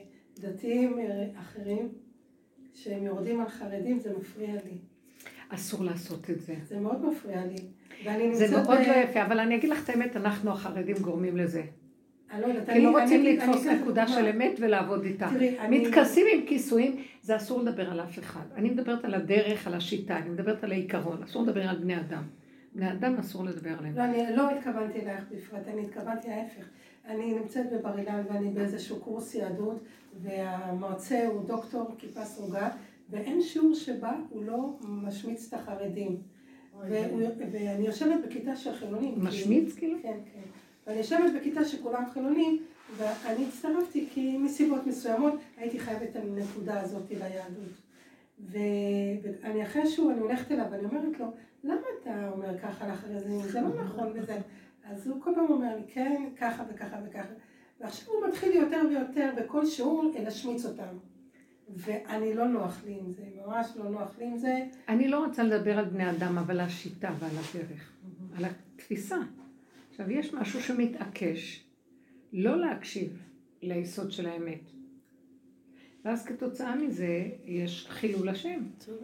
דתיים אחרים, שהם יורדים על חרדים, זה מפריע לי. אסור לעשות את זה. זה מאוד מפריע לי. זה מאוד לא יפה, אבל אני אגיד לך את האמת, אנחנו החרדים גורמים לזה. אני לא יודעת, כי לא רוצים אני- לתפוס אני- נקודה אני- של אמת ולעבוד איתה. תראי, אני- מתכסים עם כיסויים, זה אסור לדבר על אף אחד. אני מדברת על הדרך, על השיטה, אני מדברת על העיקרון, אסור לדבר על בני אדם. בני אדם אסור לדבר עליהם. לא, אני לא התכוונתי אלייך בפרט, אני התכוונתי ההפך. אני נמצאת בבר אילן ואני באיזשהו קורס יהדות, והמרצה הוא דוקטור כיפה סרוגה, ואין שיעור שבה הוא לא משמיץ את החרדים. והוא- ואני יושבת בכיתה של חילונים. משמיץ כאילו? כן, כן. ואני יושבת בכיתה שכולם חילונים, ואני הצטרפתי כי מסיבות מסוימות הייתי חייבת את הנקודה הזאת ליהדות. ו- ואני אחרי שהוא, אני הולכת אליו ואני אומרת לו, למה אתה אומר ככה לחרדים? זה לא נכון וזה. אז הוא כל פעם אומר לי, כן, ככה וככה וככה. ועכשיו הוא מתחיל יותר ויותר בכל שיעור להשמיץ אותם. ואני לא נוח לי עם זה, ממש לא נוח לי עם זה. אני לא רוצה לדבר על בני אדם, אבל על השיטה ועל הדרך, על התפיסה. עכשיו, יש משהו שמתעקש לא להקשיב ליסוד של האמת. ואז כתוצאה מזה יש חילול השם.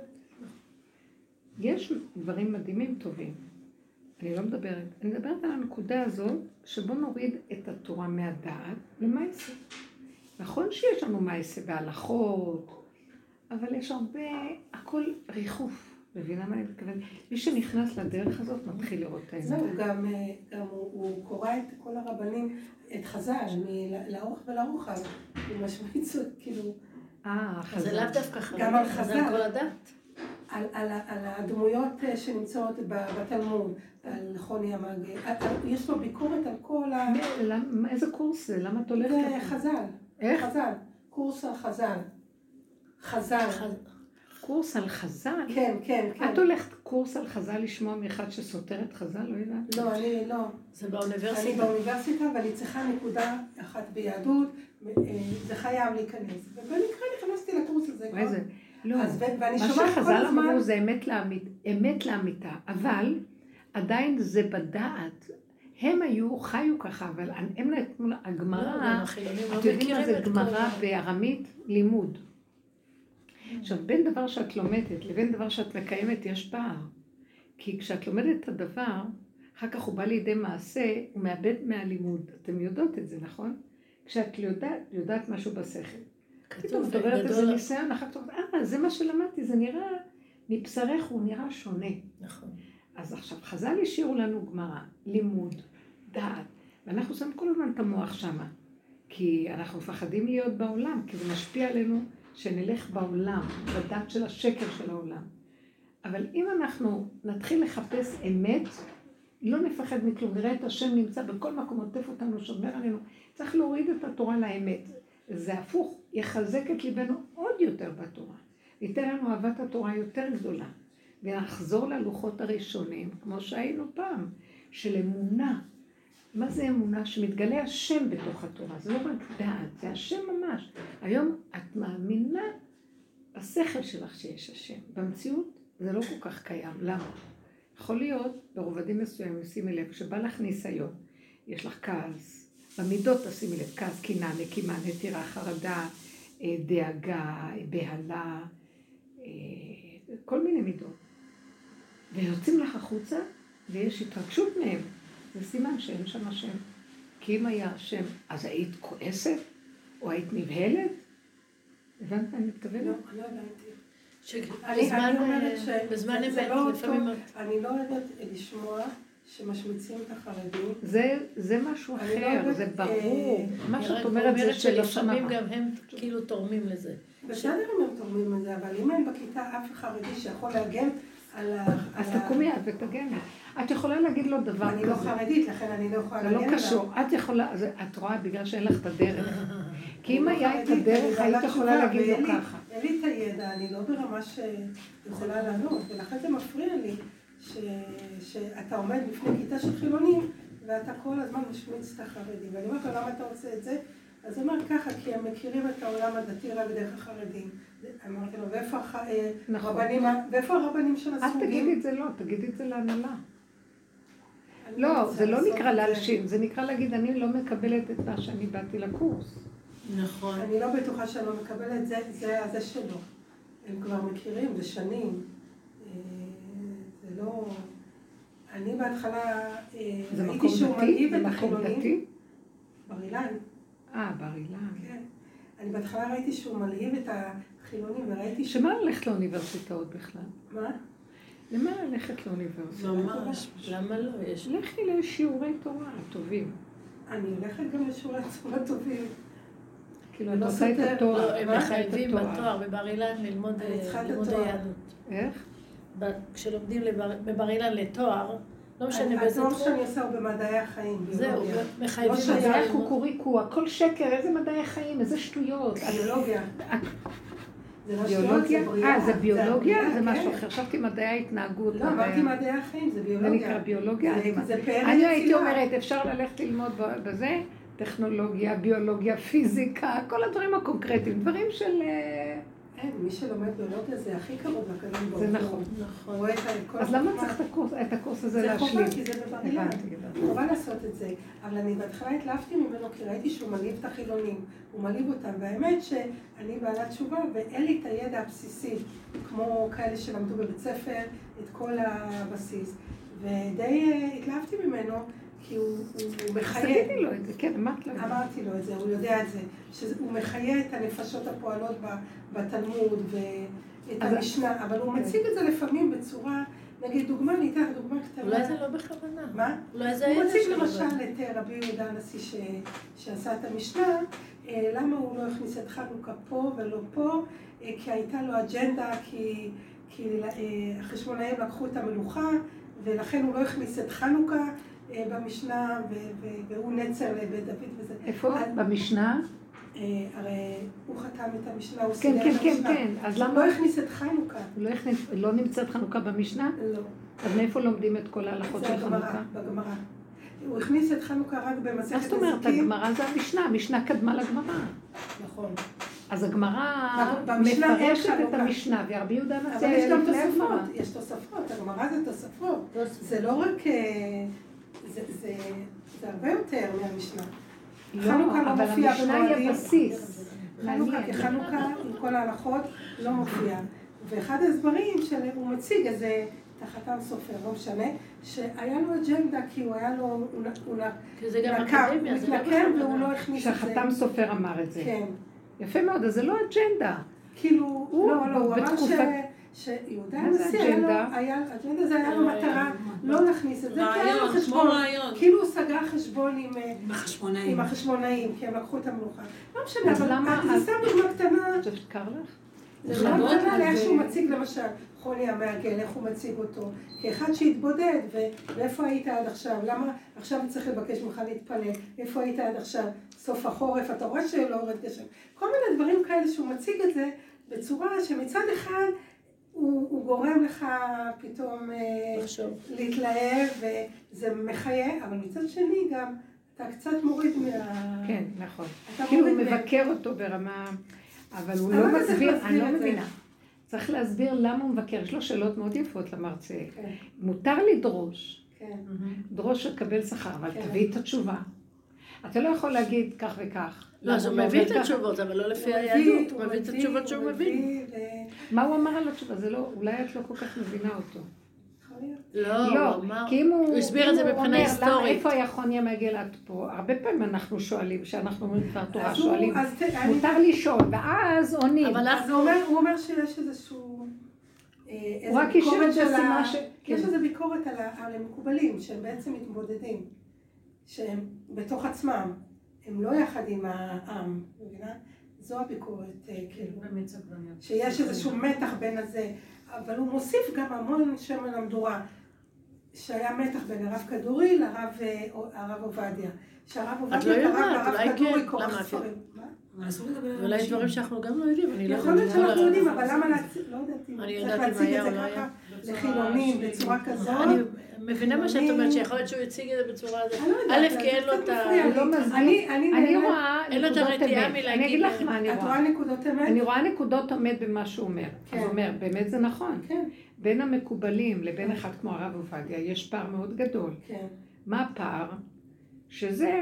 יש דברים מדהימים טובים. אני לא מדברת. אני מדברת על הנקודה הזאת שבוא נוריד את התורה מהדעת למעשה. נכון שיש לנו מעשה בהלכות, אבל יש הרבה, הכל ריחוף. מבינה מה אני מתכוונת? מי שנכנס לדרך הזאת מתחיל לראות את האמת. זהו, גם, גם הוא, הוא קורא את כל הרבנים, את חז"ל, לאורך ולרוחב. הוא משמיץ, כאילו... אה, אז זה חז"ל. לאו דווקא חרדים, גם על זה חז"ל. על כל הדת. על, על, על הדמויות שנמצאות בתלמוד, על חוני המגן, יש לו ביקורת על כל ה... למה- איזה קורס זה? למה את הולכת? זה לפה? חז"ל. איך? חז"ל. קורס על חז"ל. חז"ל. קורס על חז"ל? כן, כן, כן. את הולכת קורס על חז"ל לשמוע מאחד שסותר את חז"ל? לא יודעת. לא, אני לא. זה אני באוניברסיטה. באוניברסיטה ואני צריכה נקודה אחת ביהדות, זה חייב להיכנס. ובמקרה נכנסתי לקורס הזה. מה זה? לא. אז ו- ואני מה שומעת כל שחז"ל הזמן... אמרו זה אמת לאמית, אמת לאמיתה, אבל עדיין זה בדעת. הם היו, חיו ככה, אבל הם נתנו הגמרא, לא, גם החילונים לא את יודעים מה מכירים זה את כל גמרא ה- בארמית? לימוד. עכשיו, בין דבר שאת לומדת לבין דבר שאת מקיימת יש פער. כי כשאת לומדת את הדבר, אחר כך הוא בא לידי מעשה, הוא מאבד מהלימוד. אתם יודעות את זה, נכון? כשאת יודעת, יודעת משהו בשכל. פתאום את עוברת איזה גדול. ניסיון, אחר כך אומרת, אה, זה מה שלמדתי, זה נראה, מבשרך הוא נראה שונה. נכון. אז עכשיו, חז"ל השאירו לנו גמרא, לימוד, דעת, ואנחנו שמים כל הזמן את המוח שמה. כי אנחנו מפחדים להיות בעולם, כי זה משפיע עלינו שנלך בעולם, בדת של השקר של העולם. אבל אם אנחנו נתחיל לחפש אמת, לא נפחד מכלום, נראה את השם נמצא בכל מקום, עוטף אותנו, שומר עלינו. צריך להוריד את התורה לאמת. זה הפוך, יחזק את ליבנו עוד יותר בתורה. ייתן לנו אהבת התורה יותר גדולה. ונחזור ללוחות הראשונים, כמו שהיינו פעם, של אמונה. מה זה אמונה? שמתגלה השם בתוך התורה. זה לא רק דעת, זה השם ממש. היום את מאמינה השכל שלך שיש השם. במציאות זה לא כל כך קיים. למה? יכול להיות ברובדים מסוימים, שימי לב, כשבא לך ניסיון, יש לך כעס, במידות תשימי לב, כעס, קינה, נקימה, נטירה, חרדה, דאגה, בהלה, כל מיני מידות. ויוצאים לך החוצה, ויש התרגשות מהם. זה סימן שאין שם השם. כי אם היה השם, אז היית כועסת? או היית נבהלת? הבנת מה אני מתכוונת? לא, לא הבנתי. בזמן אמת, לפעמים... אני לא אוהבת לשמוע שמשמיצים את החרדים. זה משהו אחר, זה ברור. מה שאת אומרת זה שלא שמע. לפעמים גם הם כאילו תורמים לזה. בסדר אם הם תורמים לזה, אבל אם אין בכיתה אף חרדי שיכול להגן על ה... אז תקומי את ותגני. את יכולה להגיד לו דבר כזה. אני לא חרדית, לכן אני לא יכולה להגן עליו. זה לא קשור. את יכולה, את רואה בגלל שאין לך את הדרך. כי אם היה את הדרך, היית יכולה להגיד לו ככה. אין לי את הידע, אני לא ברמה שיכולה לענות, ולכן זה מפריע לי שאתה עומד בפני כיתה של חילונים, ואתה כל הזמן משמיץ את החרדים. ואני אומרת לו, למה אתה עושה את זה? אז הוא אומר ככה, כי הם מכירים את העולם הדתי רק דרך החרדים. אמרתי לו, ואיפה הרבנים של הסוגים? אל תגידי את זה לא, תגידי את זה להנהלה. לא, זה לא נקרא להלשים, זה נקרא להגיד, אני לא מקבלת את מה שאני באתי לקורס. נכון. אני לא בטוחה שאני לא מקבלת, זה שלו. הם כבר מכירים, זה שנים. זה לא... אני בהתחלה ראיתי שהוא מלהיב את החילונים. בר אילן. אה, בר אילן. כן. אני בהתחלה ראיתי שהוא מלהיב את החילונים וראיתי... שמה ללכת לאוניברסיטאות בכלל? מה? למה ללכת לאוניברסיטה? ממש, למה לא? יש... לכי לשיעורי תורה טובים. אני הולכת גם לשיעורי תורה טובים. כאילו, את עושה את התואר. הם מחייבים בתואר, בבר אילן ללמוד היהדות. איך? כשלומדים בבר אילן לתואר, לא משנה באיזה תחום. התואר שאני עושה הוא במדעי החיים. זהו, מחייבים את זה. מדעי קוקוריקו, הכל שקר, איזה מדעי החיים, איזה שטויות. ביולוגיה. ביולוגיה? אה, זה ביולוגיה? זה משהו אחר. חשבתי מדעי ההתנהגות. לא, אמרתי מדעי החיים, זה ביולוגיה. זה נקרא ביולוגיה? אני הייתי אומרת, אפשר ללכת ללמוד בזה, טכנולוגיה, ביולוגיה, פיזיקה, כל הדברים הקונקרטיים, דברים של... אין, מי שלומד ביולוגיה זה הכי קרוב לקדם ברוך. זה נכון. נכון. אז למה צריך את הקורס הזה להשלים? זה חובה, כי זה בבר אילן. חובה לעשות את זה. אבל אני בהתחלה התלהבתי ממנו, כי ראיתי שהוא מלהיב את החילונים. הוא מלהיב אותם. והאמת שאני בעלת תשובה, ואין לי את הידע הבסיסי, כמו כאלה שלמדו בבית ספר, את כל הבסיס. ודי התלהבתי ממנו, כי הוא מחיה. תגידי לו את זה, כן, אמרת לו. אמרתי לו את זה, הוא יודע את זה. שהוא מחיה את הנפשות הפועלות בתלמוד ואת המשנה, אבל הוא מציג את זה לפעמים בצורה, נגיד דוגמה, ניתח דוגמה קטנה. אולי זה לא בכוונה. מה? אולי זה הוא מציג למשל את רבי יהודה הנשיא שעשה את המשנה, למה הוא לא הכניס את חנוכה פה ולא פה, כי הייתה לו אג'נדה, כי החשמונאים לקחו את המלוכה, ולכן הוא לא הכניס את חנוכה, במשנה, והוא נצר לבית דוד וזה. איפה? במשנה? הרי הוא חתם את המשנה, הוא סידר את המשנה. כן, כן, כן. אז למה? הוא לא הכניס את חנוכה. לא נמצאת חנוכה במשנה? לא. אז מאיפה לומדים את כל ההלכות של חנוכה? בגמרא. הוא הכניס את חנוכה רק במסכת נזיקין. מה זאת אומרת? הגמרא זה המשנה, המשנה קדמה לגמרא. נכון. אז הגמרא מפרשת את המשנה, ורבי יהודה הנשיא... אבל יש גם תוספות, יש תוספות, הגמרא זה תוספות. זה לא רק... זה הרבה יותר מהמשנה. חנוכה לא מופיע אבל המשנה היא הבסיס. חנוכה כחנוכה עם כל ההלכות לא מופיע. ואחד ההסברים שהוא מציג איזה תחתם סופר, לא משנה, שהיה לו אג'נדה כי הוא היה לו, הוא נקם והוא לא הכניס את זה. שהחתם סופר אמר את זה. כן. יפה מאוד, אז זה לא אג'נדה. כאילו, לא, לא, הוא אמר ש... שיהודה הנשיא היה לו, אג'נדה זה היה לו מטרה לא להכניס את זה, כי היה לו חשבון, כאילו הוא סגר חשבון עם החשמונאים, כי הם לקחו את המלוכה. לא משנה, אבל זה סתם דוגמה קטנה. זה שקר לך? זה דוגמה קטנה לאיך שהוא מציג למשל, חוני המעגל, איך הוא מציג אותו, כאחד שהתבודד, ואיפה היית עד עכשיו, למה עכשיו צריך לבקש ממך להתפלל, איפה היית עד עכשיו, סוף החורף, אתה רואה שלא יורד גשם. כל מיני דברים כאלה שהוא מציג את זה בצורה שמצד אחד, הוא, הוא גורם לך פתאום לחשוב. להתלהב, וזה מחיה, אבל מצד שני גם, אתה קצת מוריד מה... כן, נכון. כאילו הוא מבקר אותו ברמה, אבל הוא לא מסביר, אני לא מבינה. צריך להסביר למה הוא מבקר. יש לו שאלות מאוד יפות למרצה. כן. מותר לדרוש. כן. דרוש לקבל שכר, אבל כן. תביא את התשובה. אתה לא יכול להגיד כך וכך. לא, אז הוא מביא את התשובות, אבל לא לפי היהדות, הוא מביא את התשובות שהוא מבין. מה הוא אמר על התשובה? זה לא, אולי את לא כל כך מבינה אותו. לא, לא, הוא אמר, כי אם הוא... הוא הסביר את זה מבחינה היסטורית. למה, איפה היה חוני המעגלת פה? הרבה פעמים אנחנו שואלים, שאנחנו אומרים דבר תורה, שואלים, מותר לשאול, ואז עונים. אבל אז הוא אומר, הוא אומר שיש איזשהו... הוא רק אישר את הסימה ש... יש איזו ביקורת על המקובלים, שהם בעצם מתמודדים, שהם בתוך עצמם, הם לא יחד עם העם, מבינה? זו הביקורת, כאילו, שיש איזשהו מתח בין הזה, אבל הוא מוסיף גם המון שמן המדורה, שהיה מתח בין הרב כדורי לרב עובדיה. שהרב עובדיה קרא לרב כדורי כורך ספרים. אולי דברים שאנחנו גם לא יודעים. יכול להיות שאנחנו יודעים, אבל למה להציג, לא יודעת אם צריך להציג את זה ככה לחילונים בצורה כזאת. אני מבינה מה שאת אומרת, שיכול להיות שהוא יציג את זה בצורה הזאת. א', כי אין לו את ה... אני רואה נקודות אמת. אני אגיד לך מה אני רואה. את רואה נקודות אמת? אני רואה נקודות אמת במה שהוא אומר. הוא אומר, באמת זה נכון. בין המקובלים לבין אחד כמו הרב עובדיה, יש פער מאוד גדול. מה הפער? שזה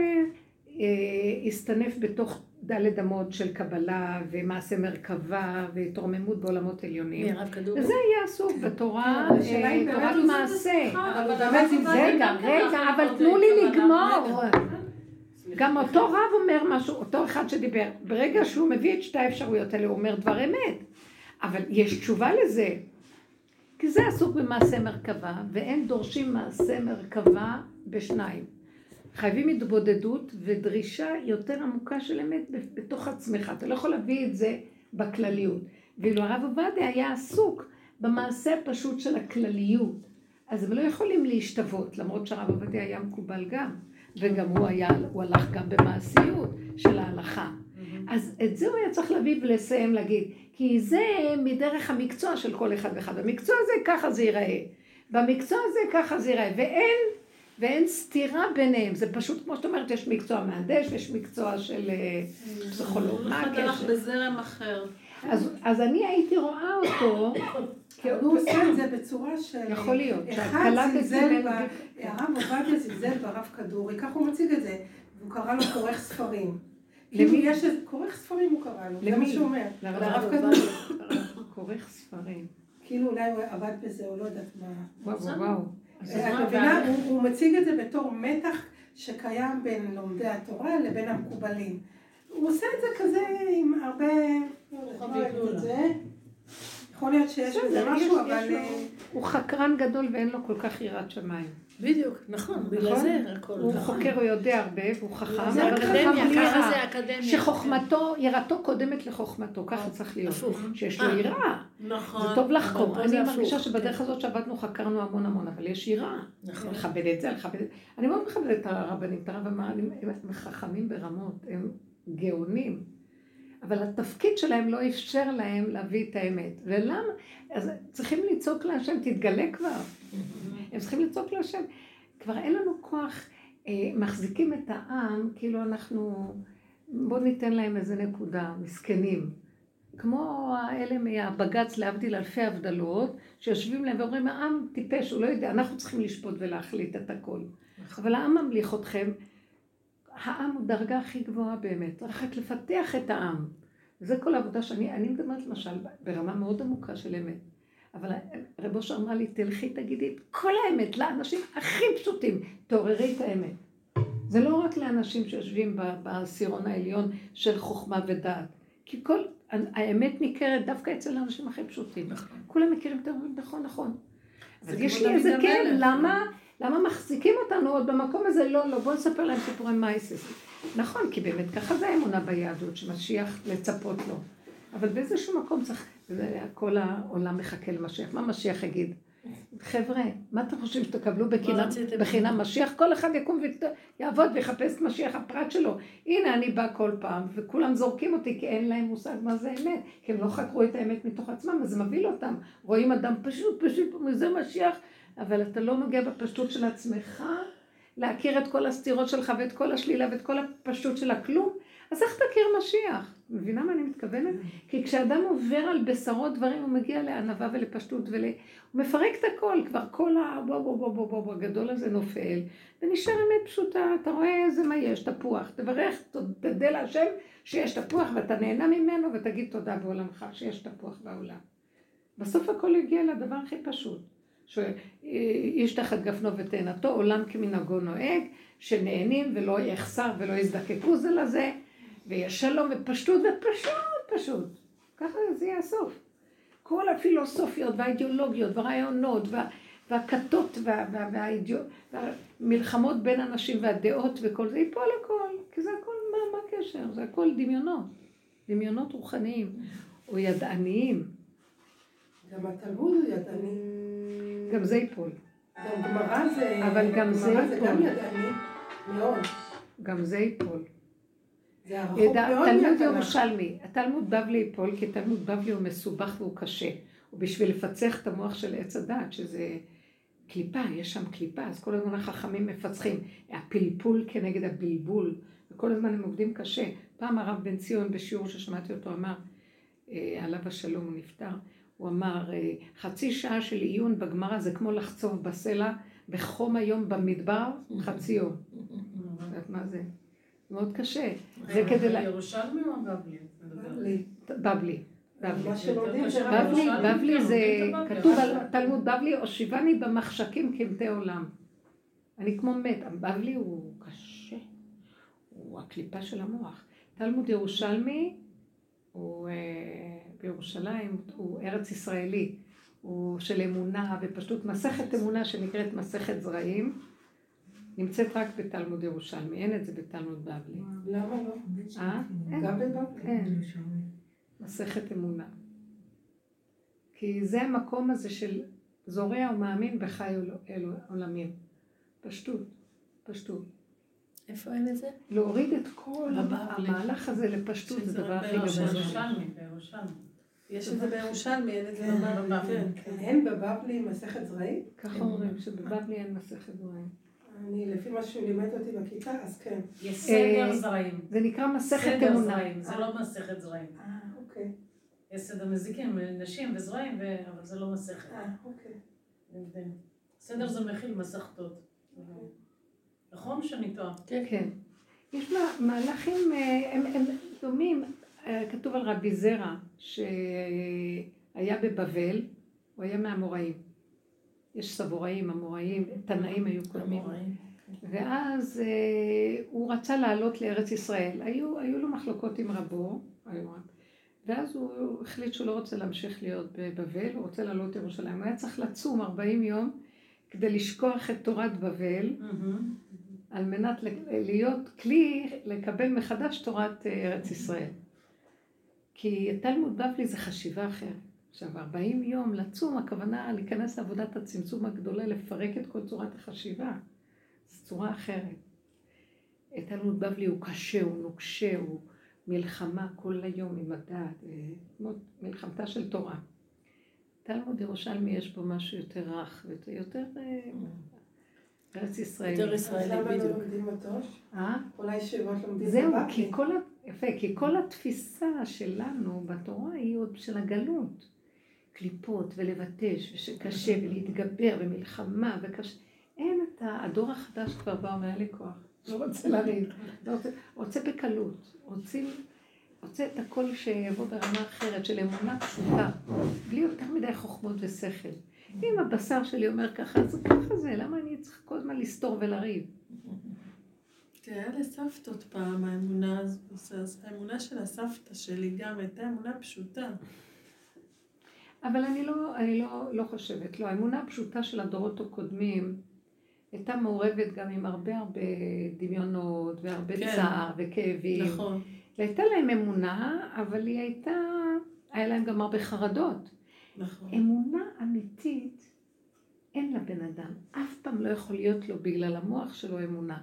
הסתנף בתוך דלת אמות של קבלה ומעשה מרכבה והתרוממות בעולמות עליונים. וזה היה עסוק בתורה, תורת מעשה. רגע, רגע, אבל תנו לי לגמור. גם אותו רב אומר משהו, אותו אחד שדיבר, ברגע שהוא מביא את שתי האפשרויות האלה, הוא אומר דבר אמת. אבל יש תשובה לזה. כי זה עסוק במעשה מרכבה, ואין דורשים מעשה מרכבה בשניים. חייבים התבודדות ודרישה יותר עמוקה של אמת בתוך עצמך. אתה לא יכול להביא את זה בכלליות. ואילו הרב עובדיה היה עסוק במעשה הפשוט של הכלליות. אז הם לא יכולים להשתוות, למרות שהרב עובדיה היה מקובל גם. וגם הוא, היה, הוא הלך גם במעשיות של ההלכה. אז את זה הוא היה צריך להביא ולסיים להגיד. כי זה מדרך המקצוע של כל אחד ואחד. במקצוע הזה ככה זה ייראה. במקצוע הזה ככה זה ייראה. ואין... ואין סתירה ביניהם, זה פשוט כמו שאת אומרת, יש מקצוע מהנדש ויש מקצוע של פסיכולוג. מה הקשר? הלך בזרם אחר. אז אני הייתי רואה אותו, הוא עושה את זה בצורה של... יכול להיות. אחד זלזל, הרב עובדיה זלזל ברב כדורי, כך הוא מציג את זה, והוא קרא לו כורך ספרים. למי? כורך ספרים הוא קרא לו, זה מה שהוא אומר. לרב כדורי. כורך ספרים. כאילו אולי הוא עבד בזה, הוא לא יודעת מה. וואו וואו. את מבינה, הוא מציג את זה בתור מתח שקיים בין לומדי התורה לבין המקובלים. הוא עושה את זה כזה עם הרבה... יכול להיות שיש בזה משהו, אבל... הוא חקרן גדול ואין לו כל כך יראת שמיים. בדיוק, נכון, בגלל זה הכל. הוא חוקר, הוא יודע הרבה, והוא חכם. זה אקדמיה, ככה זה אקדמיה. שחוכמתו, יראתו קודמת לחוכמתו, ככה צריך להיות. שיש לו יראה. נכון. זה טוב לחקור. אני מרגישה שבדרך הזאת שעבדנו חקרנו המון המון, אבל יש יראה. נכון. לכבד את זה, לכבד את זה. אני מאוד מכבדת את הרבנים, את הרב המעלים, הם חכמים ברמות, הם גאונים. אבל התפקיד שלהם לא אפשר להם להביא את האמת. ולמה? אז צריכים לצעוק להשם, תתגלה כבר. הם צריכים לצעוק להשם. כבר אין לנו כוח, אה, מחזיקים את העם, כאילו אנחנו, בואו ניתן להם איזה נקודה, מסכנים. כמו האלה מהבגץ להבדיל אלפי הבדלות, שיושבים להם ואומרים, העם טיפש, הוא לא יודע, אנחנו צריכים לשפוט ולהחליט את הכל. אבל העם ממליך אתכם, העם הוא דרגה הכי גבוהה באמת, צריך רק לפתח את העם. וזה כל העבודה שאני, אני מדברת למשל ברמה מאוד עמוקה של אמת. אבל רב אושר אמרה לי, תלכי תגידי את כל האמת לאנשים הכי פשוטים, תעוררי את האמת. זה לא רק לאנשים שיושבים בעשירון העליון של חוכמה ודעת, כי כל האמת ניכרת דווקא אצל האנשים הכי פשוטים. כולם מכירים את האמת, נכון, נכון. אבל יש לי איזה כן, למה? למה מחזיקים אותנו עוד במקום הזה? לא, לא, בואו נספר להם סיפורי מייסס. נכון, כי באמת ככה זה האמונה ביהדות, שמשיח לצפות לו. אבל באיזשהו מקום צריך, כל העולם מחכה למשיח. מה משיח יגיד? חבר'ה, מה אתם חושבים שתקבלו בחינם משיח? כל אחד יקום ויעבוד ויחפש את משיח הפרט שלו. הנה אני בא כל פעם, וכולם זורקים אותי כי אין להם מושג מה זה אמת. כי הם לא חקרו את האמת מתוך עצמם, אז זה מביא אותם. רואים אדם פשוט, פשוט, זה משיח. אבל אתה לא מגיע בפשטות של עצמך, להכיר את כל הסתירות שלך ואת כל השלילה ואת כל הפשטות של הכלום, אז איך תכיר משיח? מבינה מה אני מתכוונת? כי כשאדם עובר על בשרות דברים, הוא מגיע לענווה ולפשטות ול... הוא מפרק את הכל, כבר כל הבוא בוא בוא בוא בוא הגדול הזה נופל, ונשאר אמת פשוטה, אתה רואה איזה מה יש, תפוח, תברך, תודה להשם שיש תפוח, ואתה נהנה ממנו, ותגיד תודה בעולמך שיש תפוח בעולם. בסוף הכל יגיע לדבר הכי פשוט, שיש תחת גפנו ותאנתו, עולם כמנהגו נוהג, שנהנים ולא יחסר ולא יזדקקו זה לזה, ויש שלום ופשטות ופשוט פשוט. ככה זה יהיה הסוף. כל הפילוסופיות והאידיאולוגיות והרעיונות וה, והכתות וה, וה, והאידיאו, והמלחמות בין אנשים והדעות וכל זה ייפול הכל. כי זה הכל, מה, מה הקשר? זה הכל דמיונות. דמיונות רוחניים או ידעניים. גם התלמוד הוא ידעני. גם זה ייפול. גם גמרא זה... אבל גם זה ייפול. גם ידעני מאוד. גם זה ייפול. זה הרחוק מאוד תלמוד ירושלמי, התלמוד בבלי ייפול, כי תלמוד בבלי הוא מסובך והוא קשה. ובשביל לפצח את המוח של עץ הדת, שזה קליפה, יש שם קליפה, אז כל הזמן החכמים מפצחים. הפלפול כנגד הבלבול, וכל הזמן הם עובדים קשה. פעם הרב בן ציון בשיעור ששמעתי אותו אמר, עליו השלום הוא נפטר, הוא אמר, חצי שעה של עיון בגמרא זה כמו לחצוב בסלע, בחום היום במדבר, חצי יום. יודעת מה זה? מאוד קשה. זה כדי... ירושלמי או בבלי? בבלי. בבלי. מה שלומדים זה בבלי, בבלי זה כתוב על תלמוד בבלי, הושיבני במחשכים כמתי עולם. אני כמו מת, הבבלי הוא קשה, הוא הקליפה של המוח. תלמוד ירושלמי הוא בירושלים, הוא ארץ ישראלי, הוא של אמונה ופשוט מסכת אמונה שנקראת מסכת זרעים, נמצאת רק בתלמוד ירושלמי, אין את זה בתלמוד בבלי. למה לא? אה? גם בבבלי. אין. מסכת אמונה. כי זה המקום הזה של זורע ומאמין בחי אלו עולמים. פשטות, פשטות. איפה אין את זה? להוריד את כל המהלך הזה לפשטות, זה דבר הכי גדול. בירושלמי, בירושלמי. יש את זה בירושלמי, אין את זה בבבלי. אין בבבלי מסכת זרעים? ככה אומרים שבבבלי אין מסכת זרעים. אני, לפי מה שהוא לימד אותי בכיתה, אז כן. יש סדר זרעים. זה נקרא מסכת סדר אמונה. זרעים, זה לא מסכת זרעים. אה, אוקיי. יש סדר מזיקים, נשים וזרעים, אבל זה לא מסכת. אה, אוקיי. סדר זה מכיל מסכתות. נכון שאני טועה? כן. יש מהלכים, הם דומים, כתוב על רבי זרע, שהיה בבבל, הוא היה מהאמוראים. יש סבוראים, אמוראים, תנאים היו קודמים. ואז הוא רצה לעלות לארץ ישראל. היו, היו לו מחלוקות עם רבו, ואז הוא החליט שהוא לא רוצה להמשיך להיות בבבל, הוא רוצה לעלות לירושלים. הוא היה צריך לצום ארבעים יום כדי לשכוח את תורת בבל, על מנת להיות כלי לקבל מחדש תורת ארץ ישראל. כי תלמוד בבלי זה חשיבה אחרת. עכשיו, ארבעים יום לצום, הכוונה להיכנס לעבודת הצמצום הגדולה, לפרק את כל צורת החשיבה. זו צורה אחרת. תלמוד בבלי הוא קשה, הוא נוקשה, הוא מלחמה כל היום עם הדעת, מלחמתה של תורה. תלמוד ירושלמי יש בו משהו יותר רך, יותר ארץ ישראלי. יותר ישראלי, למה לא בדיוק. לומדים אותו? אה? אולי שיבות לומדים זהו, בבבלי. כי כל, יפה, כי כל התפיסה שלנו בתורה היא עוד של הגלות. קליפות ולבטש, ושקשה ולהתגבר ומלחמה וקשה. אין את הדור החדש כבר בא אומר לי כוח. לא רוצה לריב, לא רוצה, רוצה בקלות, רוצים, רוצה את הכל שיבוא ברמה אחרת של אמונה פשוטה, בלי יותר מדי חוכמות ושכל. אם הבשר שלי אומר ככה, אז ככה זה, למה אני צריך כל הזמן לסתור ולריב? תראה לסבתות פעם, האמונה, האמונה של הסבתא שלי גם הייתה אמונה פשוטה. אבל אני לא, אני לא, לא חושבת, לא, האמונה הפשוטה של הדורות הקודמים, הייתה מעורבת גם עם הרבה הרבה דמיונות והרבה כן. צער וכאבים. נכון. הייתה להם אמונה, אבל היא הייתה, היה להם גם הרבה חרדות. נכון. אמונה אמיתית, אין לבן אדם, אף פעם לא יכול להיות לו בגלל המוח שלו אמונה.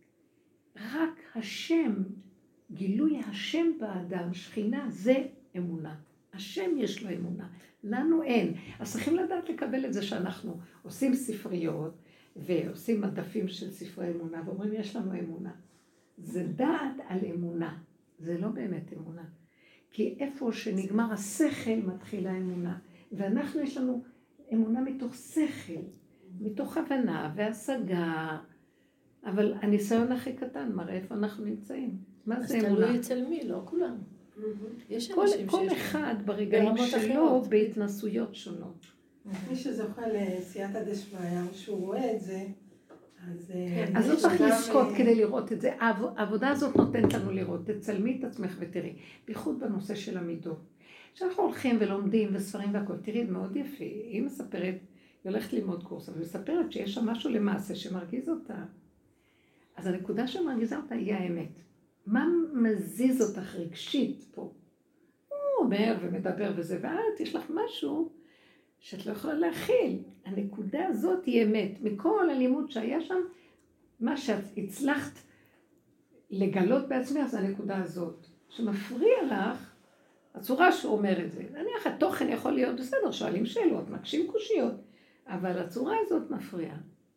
רק השם, גילוי השם באדם, שכינה, זה אמונה. השם יש לו אמונה, לנו אין. אז צריכים לדעת לקבל את זה שאנחנו עושים ספריות, ועושים מדפים של ספרי אמונה, ואומרים יש לנו אמונה. זה דעת על אמונה. זה לא באמת אמונה. כי איפה שנגמר השכל מתחילה האמונה. ואנחנו יש לנו אמונה מתוך שכל, מתוך הבנה והשגה. אבל הניסיון הכי קטן מראה איפה אנחנו נמצאים. מה זה אמונה? אז תלוי אצל מי, לא כולם. יש כל, אנשים כל שיש אחד ברגעים ברמות שלו אחרות. בהתנסויות שונות. מי שזוכה לסייעתא דשמיא, שהוא רואה את זה, אז... כן, אז לא יש צריך גם, לזכות אה, כדי לראות את זה. העב- העבודה הזאת נותנת לנו לראות. תצלמי את עצמך ותראי. בייחוד בנושא של המידות. כשאנחנו הולכים ולומדים וספרים והכל, תראי, זה מאוד יפה. היא מספרת, היא הולכת ללמוד קורס, אבל היא מספרת שיש שם משהו למעשה שמרגיז אותה. אז הנקודה שמרגיזה אותה היא האמת. מה מזיז אותך רגשית פה? הוא אומר ומדבר וזה, ואת יש לך משהו שאת לא יכולה להכיל. הנקודה הזאת היא אמת. מכל הלימוד שהיה שם, מה שאת הצלחת לגלות בעצמך זה הנקודה הזאת. שמפריע לך, הצורה שהוא אומר את זה. נניח, התוכן יכול להיות בסדר, שואלים שאלות, מקשים קושיות, אבל הצורה הזאת מפריעה.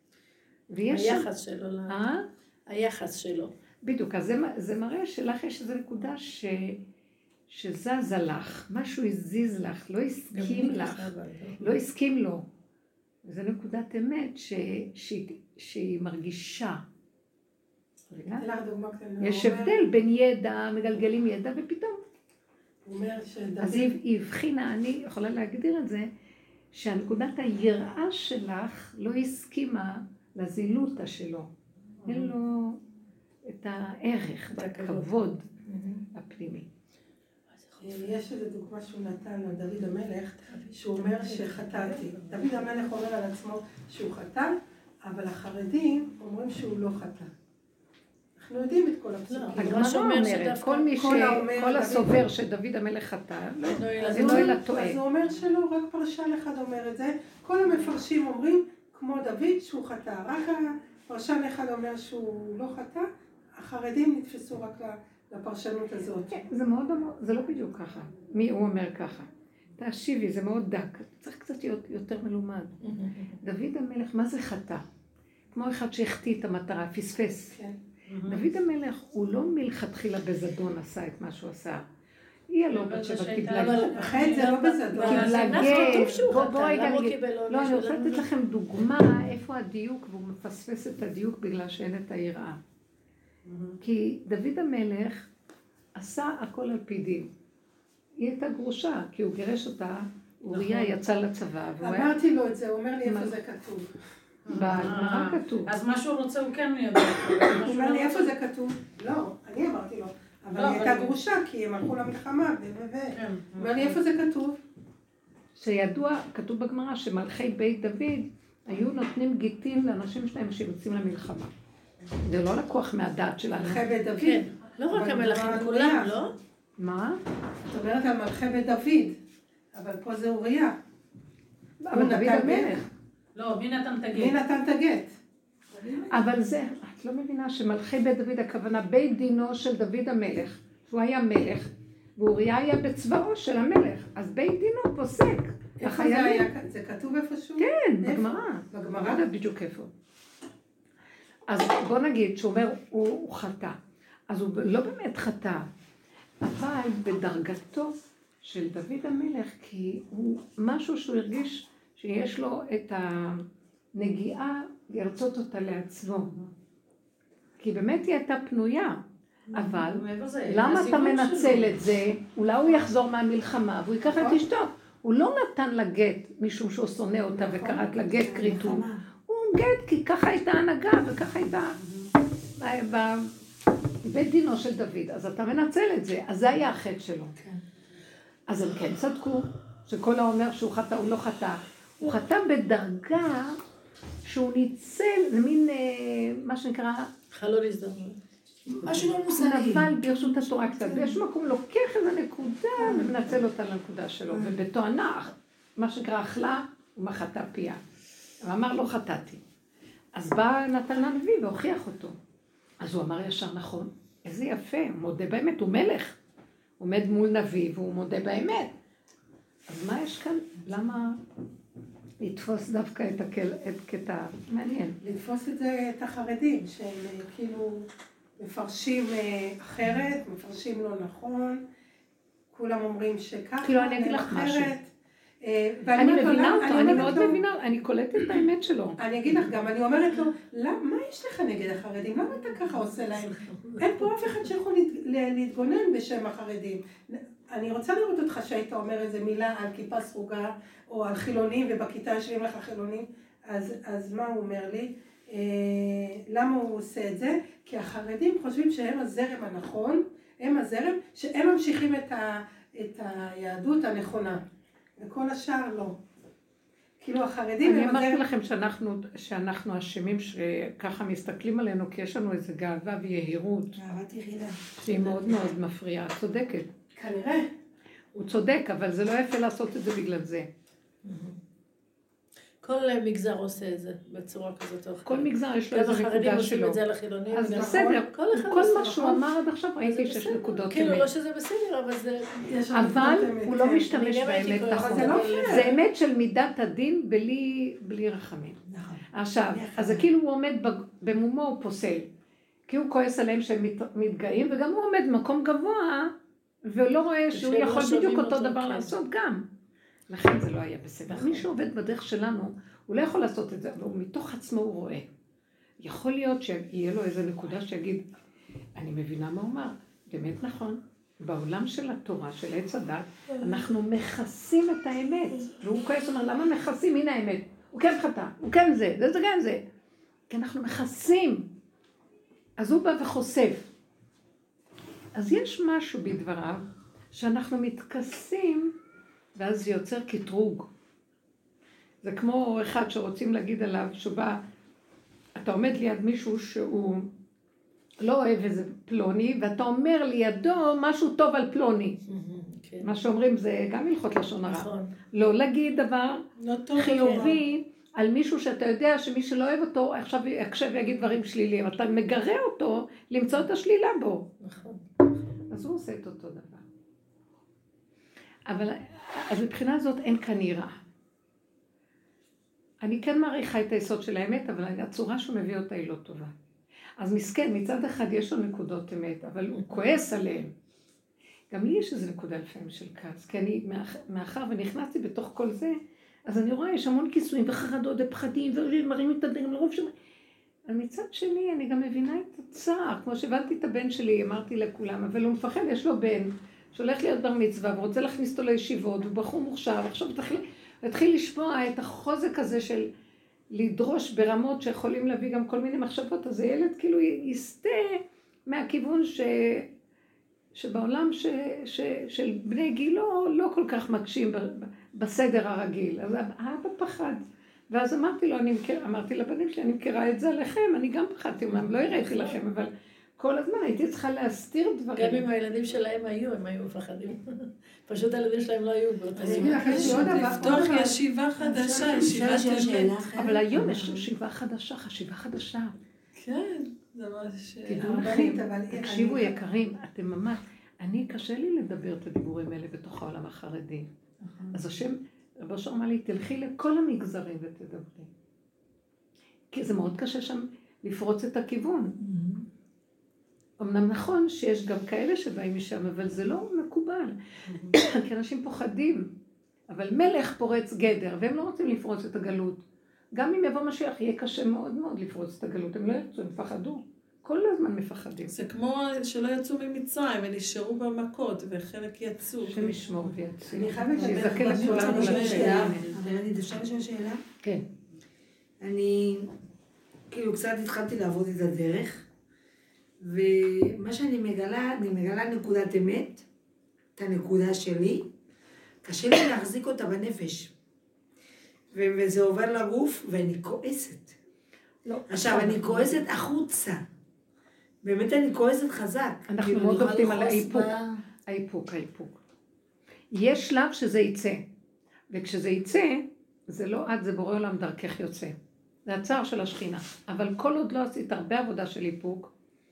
היחס שלו. ל- אה? היחס שלו. בדיוק, אז זה, זה מראה שלך יש איזו נקודה ש, שזזה לך, משהו הזיז לך, לא הסכים לך, לא הסכים לו. וזו נקודת אמת ש, שהיא, שהיא מרגישה. אתן לך דוגמה קטנה. יש הוא אומר- הבדל בין ידע, מגלגלים ידע ופתאום. הוא אומר שדוד... אז היא, היא הבחינה, אני יכולה להגדיר את זה, שהנקודת היראה שלך לא הסכימה לזילותא שלו. אין לו את הערך, את הכבוד הפנימי. יש איזו דוגמה שהוא נתן לדוד המלך, שהוא אומר שחטאתי. דוד המלך אומר על עצמו שהוא חטא, אבל החרדים אומרים שהוא לא חטא. אנחנו יודעים את כל הפסוקים. הגמרא שאומר אומרת, שדווקא כל מי ש... כל האומר כל דוד- הסובר שדוד המלך חטא, לא, נועל אז הדין. נועל הטועה. אז הוא אומר שלא, רק פרשן אחד אומר את זה. כל המפרשים אומרים, כמו דוד, שהוא חטא. רק הפרשן אחד אומר שהוא לא חטא, החרדים נתפסו רק לפרשנות הזאת. זה מאוד, זה לא בדיוק ככה. מי הוא אומר ככה? תקשיבי, זה מאוד דק. צריך קצת להיות יותר מלומד. דוד המלך, מה זה חטא? כמו אחד שהחטיא את המטרה, פספס. כן. דוד המלך הוא לא מלכתחילה בזדון עשה את מה שהוא עשה. היא הלא בת שבע קיבלה גט. החטא זה לא בזדון. קיבלה בתנ"ך גט. כתוב שהוא בוא- חטא, בוא רגע למה הוא נגיד- קיבל עונש לא, אני רוצה ולמה לתת לא? לכם דוגמה איפה הדיוק, והוא מפספס את הדיוק בגלל שאין את היראה. כי דוד המלך עשה הכל על פי דין. היא הייתה גרושה, כי הוא גירש אותה, אוריה יצא לצבא, והוא היה... אמרתי לו את זה, הוא אומר לי מה? איפה זה כתוב. בגמרא כתוב. אז מה שהוא רוצה הוא כן יודע. הוא אומר לי איפה זה כתוב. לא, אני אמרתי לו. אבל לא, היא הייתה אבל- גרושה כי הם הלכו למלחמה ו... ו... ו... כן. הוא אומר לי איפה זה כתוב. שידוע, כתוב בגמרא, שמלכי בית דוד היו נותנים גיטים לאנשים שלהם שיוצאים למלחמה. זה לא לקוח מהדעת שלנו. מלכי בית דוד. כן. לא רק אבל המלכים, לא כולם, אוריה. לא? מה? את אומרת על מלכי בית דוד, אבל פה זה אוריה. אבל דוד נתן המלך. לא, מי נתן את מי הגט? נתן את הגט? אבל זה, את לא מבינה שמלכי בית דוד, הכוונה בית דינו של דוד המלך, שהוא היה מלך, ואוריה היה בצבאו של המלך, אז בית דינו פוסק. איפה זה היה? זה כתוב איפשהו? כן, איפה? בגמרא. בגמרא? לא יודעת בדיוק איפה. אז בוא נגיד שהוא אומר, הוא, הוא חטא. אז הוא לא באמת חטא, אבל בדרגתו של דוד המלך, כי הוא משהו שהוא הרגיש שיש לו את הנגיעה לרצות אותה לעצמו. כי באמת היא הייתה פנויה, אבל מעבר זה, למה אתה הסיבוב מנצל שלו. את זה? אולי הוא יחזור מהמלחמה והוא ייקח את אשתו. הוא לא נתן לה גט משום שהוא שונא אותה וקראת לה גט כריתות. הוא גט כי ככה הייתה הנהגה וככה הייתה בבית דינו של דוד. אז אתה מנצל את זה. אז זה היה החטא שלו. אז הם כן צדקו שכל האומר שהוא חטא הוא לא חטא. הוא חטא בדרגה שהוא ניצל, זה מין מה שנקרא חלון הזדמנות. משהו לא הוא מוסרי. נפל ברשות התורה קצת, ויש מקום לוקח איזו נקודה ומנצל אותה לנקודה שלו, ובתואנה, מה שנקרא אכלה, הוא מחתה פיה. הוא אמר לא חטאתי. אז בא נתן הנביא והוכיח אותו. אז הוא אמר ישר נכון, איזה יפה, הוא מודה באמת, הוא מלך. הוא עומד מול נביא והוא מודה באמת. אז מה יש כאן? למה לתפוס דווקא את הקטע? מעניין. לתפוס את זה, את החרדים, שהם כאילו מפרשים אחרת, מפרשים לא נכון, כולם אומרים שככה, כאילו אני אגיד לך משהו. אני מבינה אותו, אני מאוד מבינה, אני קולטת את האמת שלו. אני אגיד לך גם, אני אומרת לו, מה יש לך נגד החרדים? למה אתה ככה עושה להם? אין פה אף אחד שיכול להתגונן בשם החרדים. אני רוצה לראות אותך שהיית אומר איזה מילה על כיפה סרוגה, או על חילונים, ובכיתה יושבים לך חילונים, אז מה הוא אומר לי? למה הוא עושה את זה? כי החרדים חושבים שהם הזרם הנכון, הם הזרם, שהם ממשיכים את היהדות הנכונה. וכל השאר לא. כאילו החרדים... אני אמרתי לכם שאנחנו, שאנחנו אשמים שככה מסתכלים עלינו, כי יש לנו איזו גאווה ויהירות. גאוות יחידה. שהיא מאוד מאוד מפריעה, צודקת. כנראה. הוא צודק, אבל זה לא יפה לעשות את זה בגלל זה. כל מגזר עושה את זה בצורה כזאת או אחרת. כל מגזר יש לו איזו נקודה שלו. גם החרדים עושים את זה לחילונים. אז בסדר, כל מה שהוא אמר עד עכשיו ראיתי שיש נקודות אמת. כאילו לא שזה בסדר, אבל זה... אבל הוא לא משתמש באמת נכון. זה לא זה אמת של מידת הדין בלי רחמים. עכשיו, אז זה כאילו הוא עומד במומו, הוא פוסל. כי הוא כועס עליהם שהם מתגאים, וגם הוא עומד במקום גבוה, ולא רואה שהוא יכול בדיוק אותו דבר לעשות גם. לכן זה לא היה בסדר. מי שעובד בדרך שלנו, הוא לא יכול לעשות את זה, אבל מתוך עצמו הוא רואה. יכול להיות שיהיה לו איזו נקודה שיגיד, אני מבינה מה הוא אומר, באמת נכון, בעולם של התורה, של עץ הדת, אנחנו מכסים את האמת. והוא כועס אומר, למה מכסים? הנה האמת. הוא כן חטא, הוא כן זה, זה זה כן זה. כי אנחנו מכסים. אז הוא בא וחושף. אז יש משהו בדבריו, שאנחנו מתכסים, ואז זה יוצר קטרוג. זה כמו אחד שרוצים להגיד עליו, שבא, אתה עומד ליד מישהו שהוא לא אוהב איזה פלוני, ואתה אומר לידו משהו טוב על פלוני. מה שאומרים זה גם הלכות לשון הרע. לא להגיד דבר חיובי על מישהו שאתה יודע שמי שלא אוהב אותו, עכשיו יקשב ויגיד דברים שליליים. אתה מגרה אותו למצוא את השלילה בו. אז הוא עושה את אותו דבר. אבל אז מבחינה הזאת אין כאן יראה. אני כן מעריכה את היסוד של האמת, אבל הצורה שהוא מביא אותה היא לא טובה. אז מסכן, מצד אחד יש לו נקודות אמת, אבל הוא כועס עליהם. גם לי יש איזו נקודה לפעמים של כעס, כי אני, מאחר ונכנסתי בתוך כל זה, אז אני רואה, יש המון כיסויים וחרדות ופחדים, ומראים את הדגם לרוב שם. אבל מצד שני, אני גם מבינה את הצער, כמו שהבנתי את הבן שלי, אמרתי לכולם, אבל הוא מפחד, יש לו בן, שהולך להיות בר מצווה, ורוצה להכניס אותו לישיבות, הוא בחור מוכשר, עכשיו התחיל לשמוע את החוזק הזה של לדרוש ברמות שיכולים להביא גם כל מיני מחשבות, אז הילד כאילו יסתה מהכיוון ש... שבעולם ש... ש... של בני גילו לא כל כך מקשים ב... בסדר הרגיל, אז האבא פחד, ואז אמרתי לו, אני מכיר... אמרתי לבנים שלי, אני מכירה את זה עליכם, אני גם פחדתי, אומנם לא הראיתי לכם, אבל כל הזמן הייתי צריכה להסתיר דברים. גם אם הילדים שלהם היו, הם היו מפחדים. פשוט הילדים שלהם לא היו באותה זמן. לפתוח ישיבה חדשה, ישיבה תלמד. אבל היום יש ישיבה חדשה, חשיבה חדשה. כן, זה ממש... תדעו לכם, תקשיבו יקרים, אתם ממש... אני קשה לי לדבר את הדיבורים האלה בתוך העולם החרדי. אז השם, רבו שר אמר לי, תלכי לכל המגזרים ותדברי. כי זה מאוד קשה שם לפרוץ את הכיוון. אמנם נכון שיש גם כאלה שבאים משם, אבל זה לא מקובל. כי אנשים פוחדים. אבל מלך פורץ גדר, והם לא רוצים לפרוץ את הגלות. גם אם יבוא משיח, יהיה קשה מאוד מאוד לפרוץ את הגלות. הם לא ירצו, הם פחדו. כל הזמן מפחדים. זה כמו שלא יצאו ממצרים, הם נשארו במכות, וחלק יצאו. שם ישמור ויצאו. אני חייבת שיזכה לכולנו שאלה. אני אפשר לשאול שאלה? כן. אני, כאילו, קצת התחלתי לעבוד את הדרך, ומה שאני מגלה, אני מגלה נקודת אמת, את הנקודה שלי, קשה לי להחזיק אותה בנפש. וזה עובר לגוף, ואני כועסת. לא. עכשיו, אני כועסת החוצה. באמת אני כועסת חזק. אנחנו מאוד עובדים על האיפוק. האיפוק, האיפוק. יש שלב שזה יצא. וכשזה יצא, זה לא את, זה בורא עולם דרכך יוצא. זה הצער של השכינה. אבל כל עוד לא עשית הרבה עבודה של איפוק,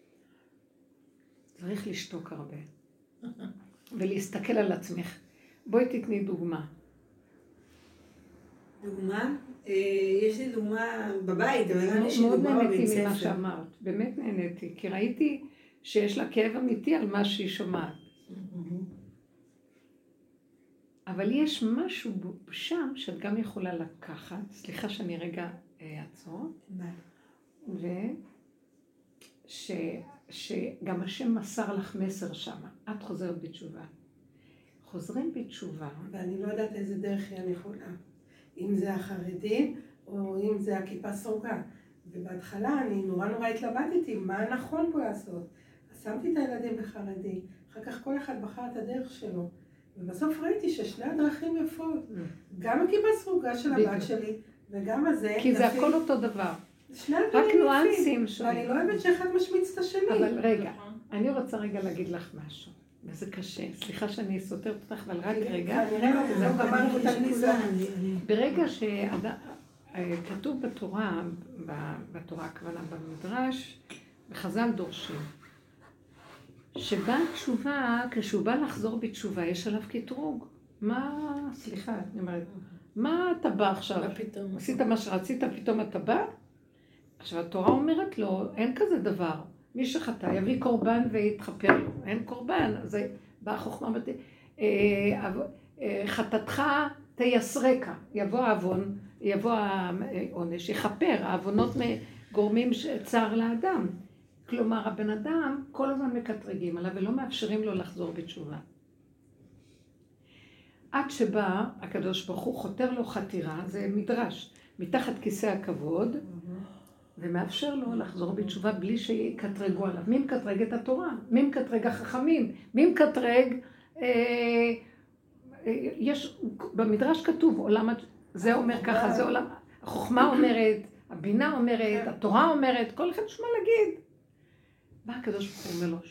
צריך לשתוק הרבה. ולהסתכל על עצמך. בואי תתני דוגמה. דוגמה? יש לי דוגמה בבית, אבל אני יש לי מאוד דוגמה בבית נהניתי ספר. ממה שאמרת, באמת נהניתי, כי ראיתי שיש לה כאב אמיתי על מה שהיא שומעת. אבל יש משהו שם שאת גם יכולה לקחת, סליחה שאני רגע אעצור, ושגם השם מסר לך מסר שם, את חוזרת בתשובה. חוזרים בתשובה. ואני לא יודעת איזה דרך היא הנכונה. אם זה החרדים, או אם זה הכיפה סרוגה. ובהתחלה אני נורא נורא התלבטתי, מה נכון פה לעשות? אז שמתי את הילדים בחרדי, אחר כך כל אחד בחר את הדרך שלו. ובסוף ראיתי ששני הדרכים יפות. גם הכיפה סרוגה של הבת שלי, וגם הזה... כי זה הכל אותו דבר. שני רק הדברים נואנסים יפים. שונים. ואני לא אוהבת שאחד משמיץ את השני. אבל רגע, אני רוצה רגע להגיד לך משהו. וזה קשה. סליחה שאני סותרת אותך, אבל רק רגע. כנראה לא, זה לא גמרנו את הנקודה. ברגע שכתוב בתורה, בתורה הכוונה במדרש, בחז"ל דורשים, שבא תשובה, כשהוא בא לחזור בתשובה, יש עליו קטרוג. מה, סליחה, אני אומרת, מה אתה בא עכשיו? פתאום? עשית מה שרצית, פתאום אתה בא? עכשיו, התורה אומרת לו, אין כזה דבר. מי שחטא יביא קורבן ויתחפר לו. אין קורבן, אז באה חוכמה בת... חטאתך תייסרקה. יבוא העוון, יבוא העונש, יכפר. העוונות גורמים צער לאדם. כלומר, הבן אדם כל הזמן מקטרגים עליו ולא מאפשרים לו לחזור בתשובה. עד שבא הקדוש ברוך הוא חותר לו חתירה, זה מדרש, מתחת כיסא הכבוד, ומאפשר לו לחזור בתשובה בלי שיקטרגו עליו. מי מקטרג את התורה? מי מקטרג החכמים? מי מקטרג... אה, אה, יש, במדרש כתוב, עולם, זה אומר ככה, זה עולם, החוכמה אומרת, הבינה אומרת, התורה אומרת, כל אחד שמה להגיד. בא הקדוש ברוך הוא אומר לו,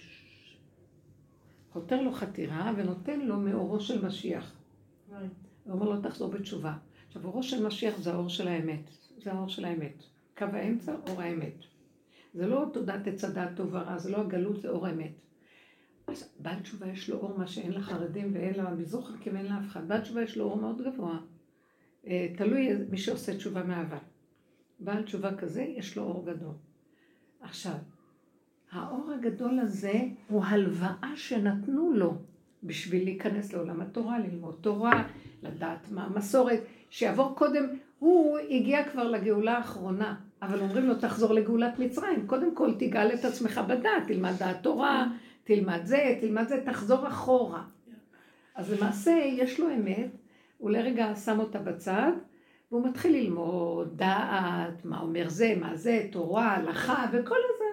חותר לו חתירה ונותן לו מאורו של משיח. הוא אומר לו, תחזור בתשובה. עכשיו, אורו של משיח זה האור של האמת. זה האור של האמת. קו האמצע, אור האמת. זה לא תודעת עץ הדעת טוב ורע, זה לא הגלות, זה אור האמת. אז בעל תשובה יש לו אור מה שאין לחרדים ואין למזרוחניקים ואין לאף אחד. בעל תשובה יש לו אור מאוד גבוה. תלוי מי שעושה תשובה מאהבה. בעל תשובה כזה יש לו אור גדול. עכשיו, האור הגדול הזה הוא הלוואה שנתנו לו בשביל להיכנס לעולם התורה, ללמוד תורה, לדעת מה המסורת, שיעבור קודם, הוא הגיע כבר לגאולה האחרונה, אבל אומרים לו תחזור לגאולת מצרים, קודם כל תגאל את עצמך בדעת, תלמד דעת תורה, תלמד זה, תלמד זה, תחזור אחורה. אז למעשה יש לו אמת, הוא לרגע שם אותה בצד, והוא מתחיל ללמוד דעת, מה אומר זה, מה זה, תורה, הלכה וכל הזה.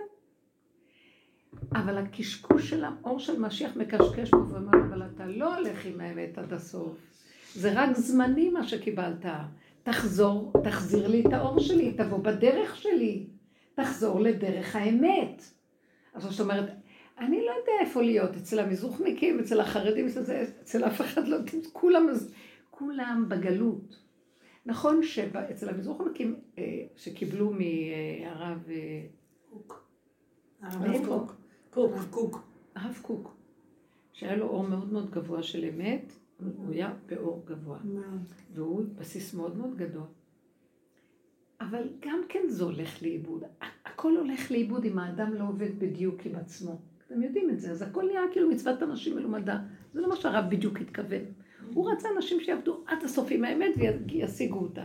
אבל הקשקוש של האור של משיח מקשקש בו ואומר, אבל אתה לא הולך עם האמת עד הסוף. זה רק זמני מה שקיבלת. תחזור, תחזיר לי את האור שלי, תבוא בדרך שלי. תחזור לדרך האמת. אז זאת אומרת, אני לא יודע איפה להיות, אצל המזרוחניקים, אצל החרדים, אצל, אצל אף אחד לא, כולם, כולם בגלות. נכון שאצל המזרוחניקים שקיבלו מהרב קוק, הרב קוק. קוק, קוק. הרב קוק, שהיה לו אור מאוד מאוד גבוה של אמת, הוא היה באור גבוה. והוא בסיס מאוד מאוד גדול. אבל גם כן זה הולך לאיבוד. הכל הולך לאיבוד אם האדם לא עובד בדיוק עם עצמו. אתם יודעים את זה, אז הכל נראה כאילו מצוות אנשים מלומדה. זה לא מה שהרב בדיוק התכוון. הוא רצה אנשים שיעבדו עד הסוף עם האמת וישיגו אותה.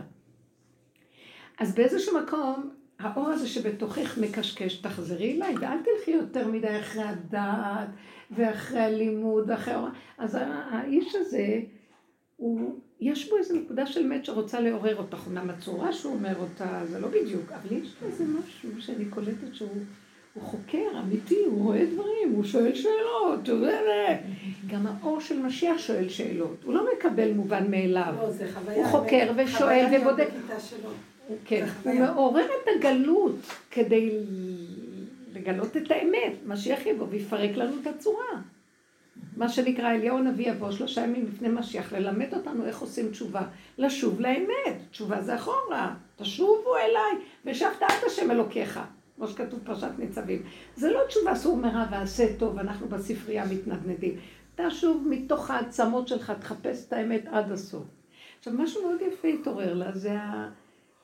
אז באיזשהו מקום, האור הזה שבתוכך מקשקש, תחזרי אליי, ואל תלכי יותר מדי אחרי הדעת, ואחרי הלימוד, ואחרי האור. אז האיש הזה, הוא, יש בו איזו נקודה של מת שרוצה לעורר אותך, אמנם הצורה שהוא אומר אותה, זה לא בדיוק, אבל יש איזה משהו שאני קולטת שהוא הוא חוקר אמיתי, הוא רואה דברים, הוא שואל שאלות, הוא זה, גם האור של משיח שואל שאלות, הוא לא מקבל מובן מאליו, לא, זה חוויה, הוא חוקר ושואל ובודק. כן, הוא מעורר את הגלות כדי לגלות את האמת. משיח יבוא ויפרק לנו את הצורה. מה שנקרא אליהו הנביא יבוא שלושה ימים לפני משיח ללמד אותנו איך עושים תשובה. לשוב לאמת. תשובה זה אחורה. תשובו אליי ושבת את השם אלוקיך. כמו שכתוב פרשת ניצבים. זה לא תשובה סור מרע ועשה טוב, אנחנו בספרייה מתנדנדים. תשוב מתוך העצמות שלך, תחפש את האמת עד הסוף. עכשיו, משהו מאוד יפה התעורר לה, זה ה...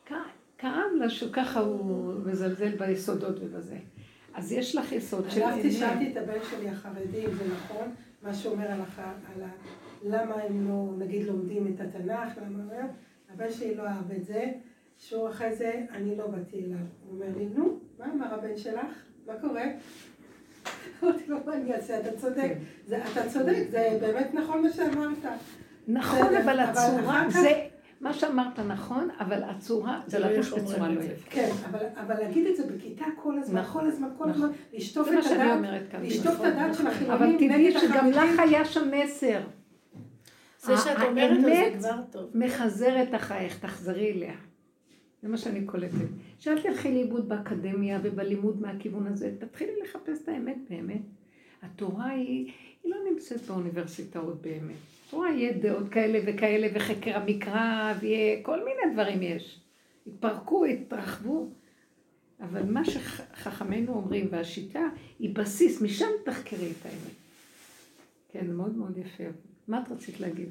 כאב לה שככה הוא מזלזל ביסודות ובזה. אז יש לך יסוד של אמת. הלכתי, שאלתי את הבן שלי החרדי, אם זה נכון, מה שאומר על למה הם לא, נגיד, לומדים את התנ"ך, למה, הבן שלי לא אהב את זה, שהוא אחרי זה, אני לא באתי אליו. הוא אומר לי, נו, מה אמר הבן שלך? מה קורה? אמרתי לו, מה אני אעשה? אתה צודק. אתה צודק, זה באמת נכון מה שאמרת. נכון, אבל הצורה, זה... מה שאמרת נכון, אבל הצורה, זה לבוש בצורה לא יפה. כן, אבל להגיד את זה בכיתה כל הזמן, כל הזמן, כל הזמן, לשטוף את הדעת, לשטוף את הדעת של החילונים אבל תדעי שגם לך היה שם מסר. זה שאת אומרת לו זה כבר טוב. מחזרת אחייך, תחזרי אליה. זה מה שאני קולטת. שאל תלכי לאיבוד באקדמיה ובלימוד מהכיוון הזה, תתחילי לחפש את האמת באמת. התורה היא, היא לא נמצאת באוניברסיטאות באמת. התורה יהיה דעות כאלה וכאלה וחקר המקרא ויהיה כל מיני דברים יש. התפרקו, התרחבו. אבל מה שחכמינו אומרים והשיטה היא בסיס, משם תחקרי את האמת. כן, מאוד מאוד יפה. מה את רצית להגיד?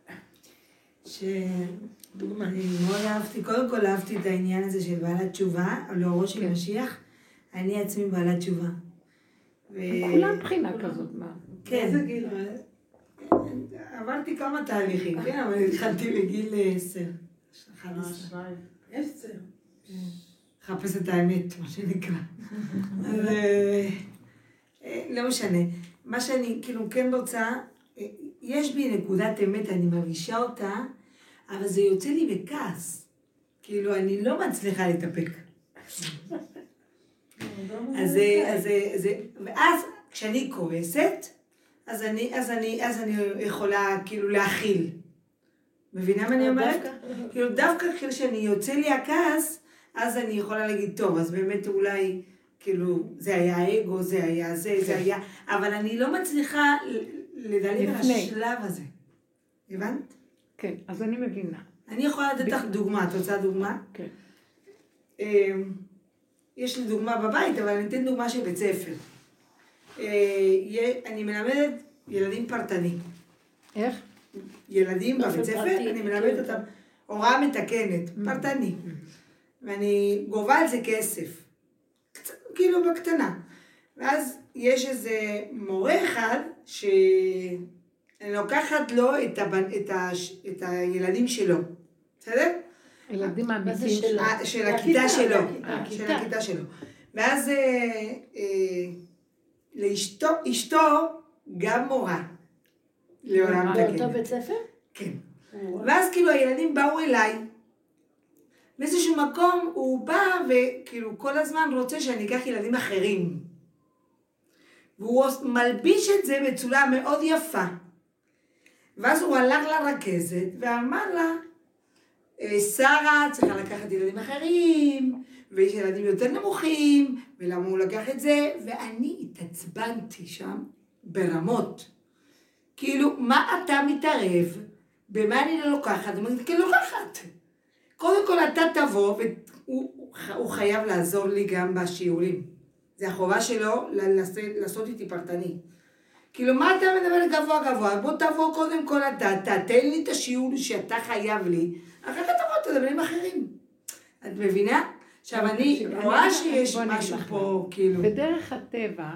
שאני מאוד אהבתי, קודם כל אהבתי את העניין הזה של בעלת תשובה, לאורו של משיח, אני עצמי בעלת תשובה. כולם בחינה כזאת, מה? כן, עברתי כמה תהליכים, כן, אבל התחלתי בגיל עשר. עשר. חפש את האמת, מה שנקרא. לא משנה. מה שאני כאילו כן רוצה, יש בי נקודת אמת, אני מרגישה אותה, אבל זה יוצא לי בכעס. כאילו, אני לא מצליחה להתאפק. אז זה, ואז כשאני כועסת, אז אני, אז אני, אז אני יכולה כאילו להכיל. מבינה מה אני אומרת? כאילו, דווקא כשאני יוצא לי הכעס, אז אני יכולה להגיד, טוב, אז באמת אולי, כאילו, זה היה האגו, זה היה זה, זה היה, אבל אני לא מצליחה לדלג על השלב הזה. הבנת? כן, אז אני מבינה. אני יכולה לתת לך דוגמה, את רוצה דוגמה? כן. יש לי דוגמה בבית, אבל אני אתן דוגמה של בית ספר. אני מלמדת ילדים פרטני. איך? ילדים בבית ספר, אני מלמדת אותם הוראה מתקנת, פרטני. ואני גובה על זה כסף. כאילו בקטנה. ואז יש איזה מורה אחד שאני לוקחת לו את, הבנ... את, ה... את הילדים שלו. בסדר? ילדים האמיתיים של, של הכיתה שלו. של הכיתה שלו. ואז אה, אה, לאשתו, אשתו גם מורה. לעולם תקן. באותו בית ספר? כן. ואז כאילו הילדים באו אליי. באיזשהו מקום הוא בא וכאילו כל הזמן רוצה שאני אקח ילדים אחרים. והוא מלביש את זה בצורה מאוד יפה. ואז הוא הלך לרכזת ואמר לה, שרה צריכה לקחת ילדים אחרים, ויש ילדים יותר נמוכים, ולמה הוא לקח את זה? ואני התעצבנתי שם ברמות. כאילו, מה אתה מתערב? במה אני לא לוקחת? הוא אומר, כן, לוקחת. קודם כל אתה תבוא, והוא חייב לעזור לי גם בשיעורים. זה החובה שלו לעשות איתי פרטני. כאילו, מה אתה מדבר גבוה גבוה? בוא תבוא קודם כל אתה, תתן לי את השיעור שאתה חייב לי, אחר כך תבוא, תדבר עם אחרים. את מבינה? עכשיו, אני רואה שיש משהו פה, כאילו... בדרך הטבע,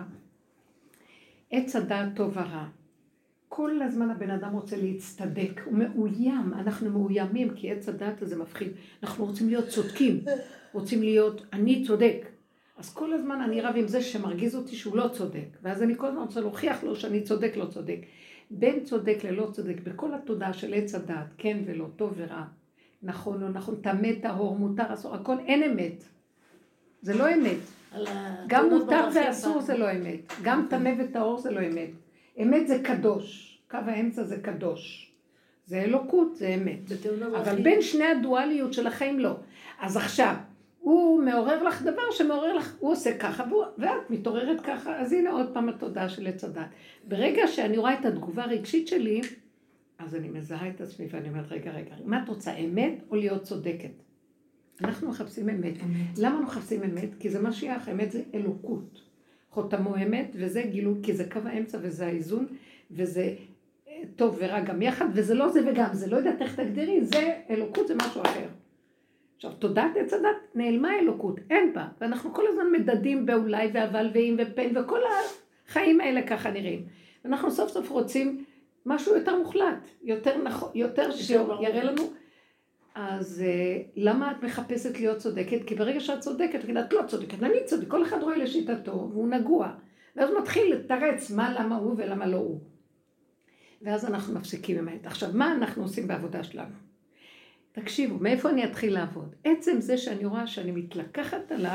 עץ הדעת טוב ורע. כל הזמן הבן אדם רוצה להצטדק, הוא מאוים, אנחנו מאוימים, כי עץ הדעת הזה מפחיד. אנחנו רוצים להיות צודקים, רוצים להיות, אני צודק. אז כל הזמן אני רב עם זה שמרגיז אותי שהוא לא צודק, ואז אני כל הזמן רוצה להוכיח לו שאני צודק, לא צודק. בין צודק ללא צודק, בכל התודעה של עץ הדעת, כן ולא, טוב ורע, נכון או נכון, טמא טהור, מותר, אסור, הכל אין אמת. זה לא אמת. גם מותר ואסור זה לא אמת. גם טמא וטהור זה לא אמת. אמת זה קדוש. קו האמצע זה קדוש. זה אלוקות, זה אמת. אבל בין שני הדואליות של החיים לא. אז עכשיו, הוא מעורר לך דבר שמעורר לך, הוא עושה ככה, ואת מתעוררת ככה, אז הנה עוד פעם התודעה של עץ הדת. ברגע שאני רואה את התגובה הרגשית שלי, אז אני מזהה את עצמי ואני אומרת, רגע, רגע, מה את רוצה, אמת או להיות צודקת? אנחנו מחפשים אמת. אמת. למה אנחנו מחפשים אמת? כי זה משיח, אמת זה אלוקות. חותמו אמת, וזה גילוי, כי זה קו האמצע וזה האיזון, וזה טוב ורע גם יחד, וזה לא זה וגם, זה לא יודעת איך תגדירי, זה אלוקות, זה משהו אחר. עכשיו, תודעת עץ הדת נעלמה אלוקות, אין בה, ואנחנו כל הזמן מדדים באולי ואבל ואם ופן, וכל החיים האלה ככה נראים. ואנחנו סוף סוף רוצים משהו יותר מוחלט, יותר נכון, יותר שיראה לנו. אז למה את מחפשת להיות צודקת? כי ברגע שאת צודקת, תגיד, את לא צודקת, אני צודק, כל אחד רואה לשיטתו, והוא נגוע. ואז מתחיל לתרץ מה, למה הוא ולמה לא הוא. ואז אנחנו מפסיקים עם האמת. עכשיו, מה אנחנו עושים בעבודה שלנו? תקשיבו, מאיפה אני אתחיל לעבוד? עצם זה שאני רואה שאני מתלקחת עליו,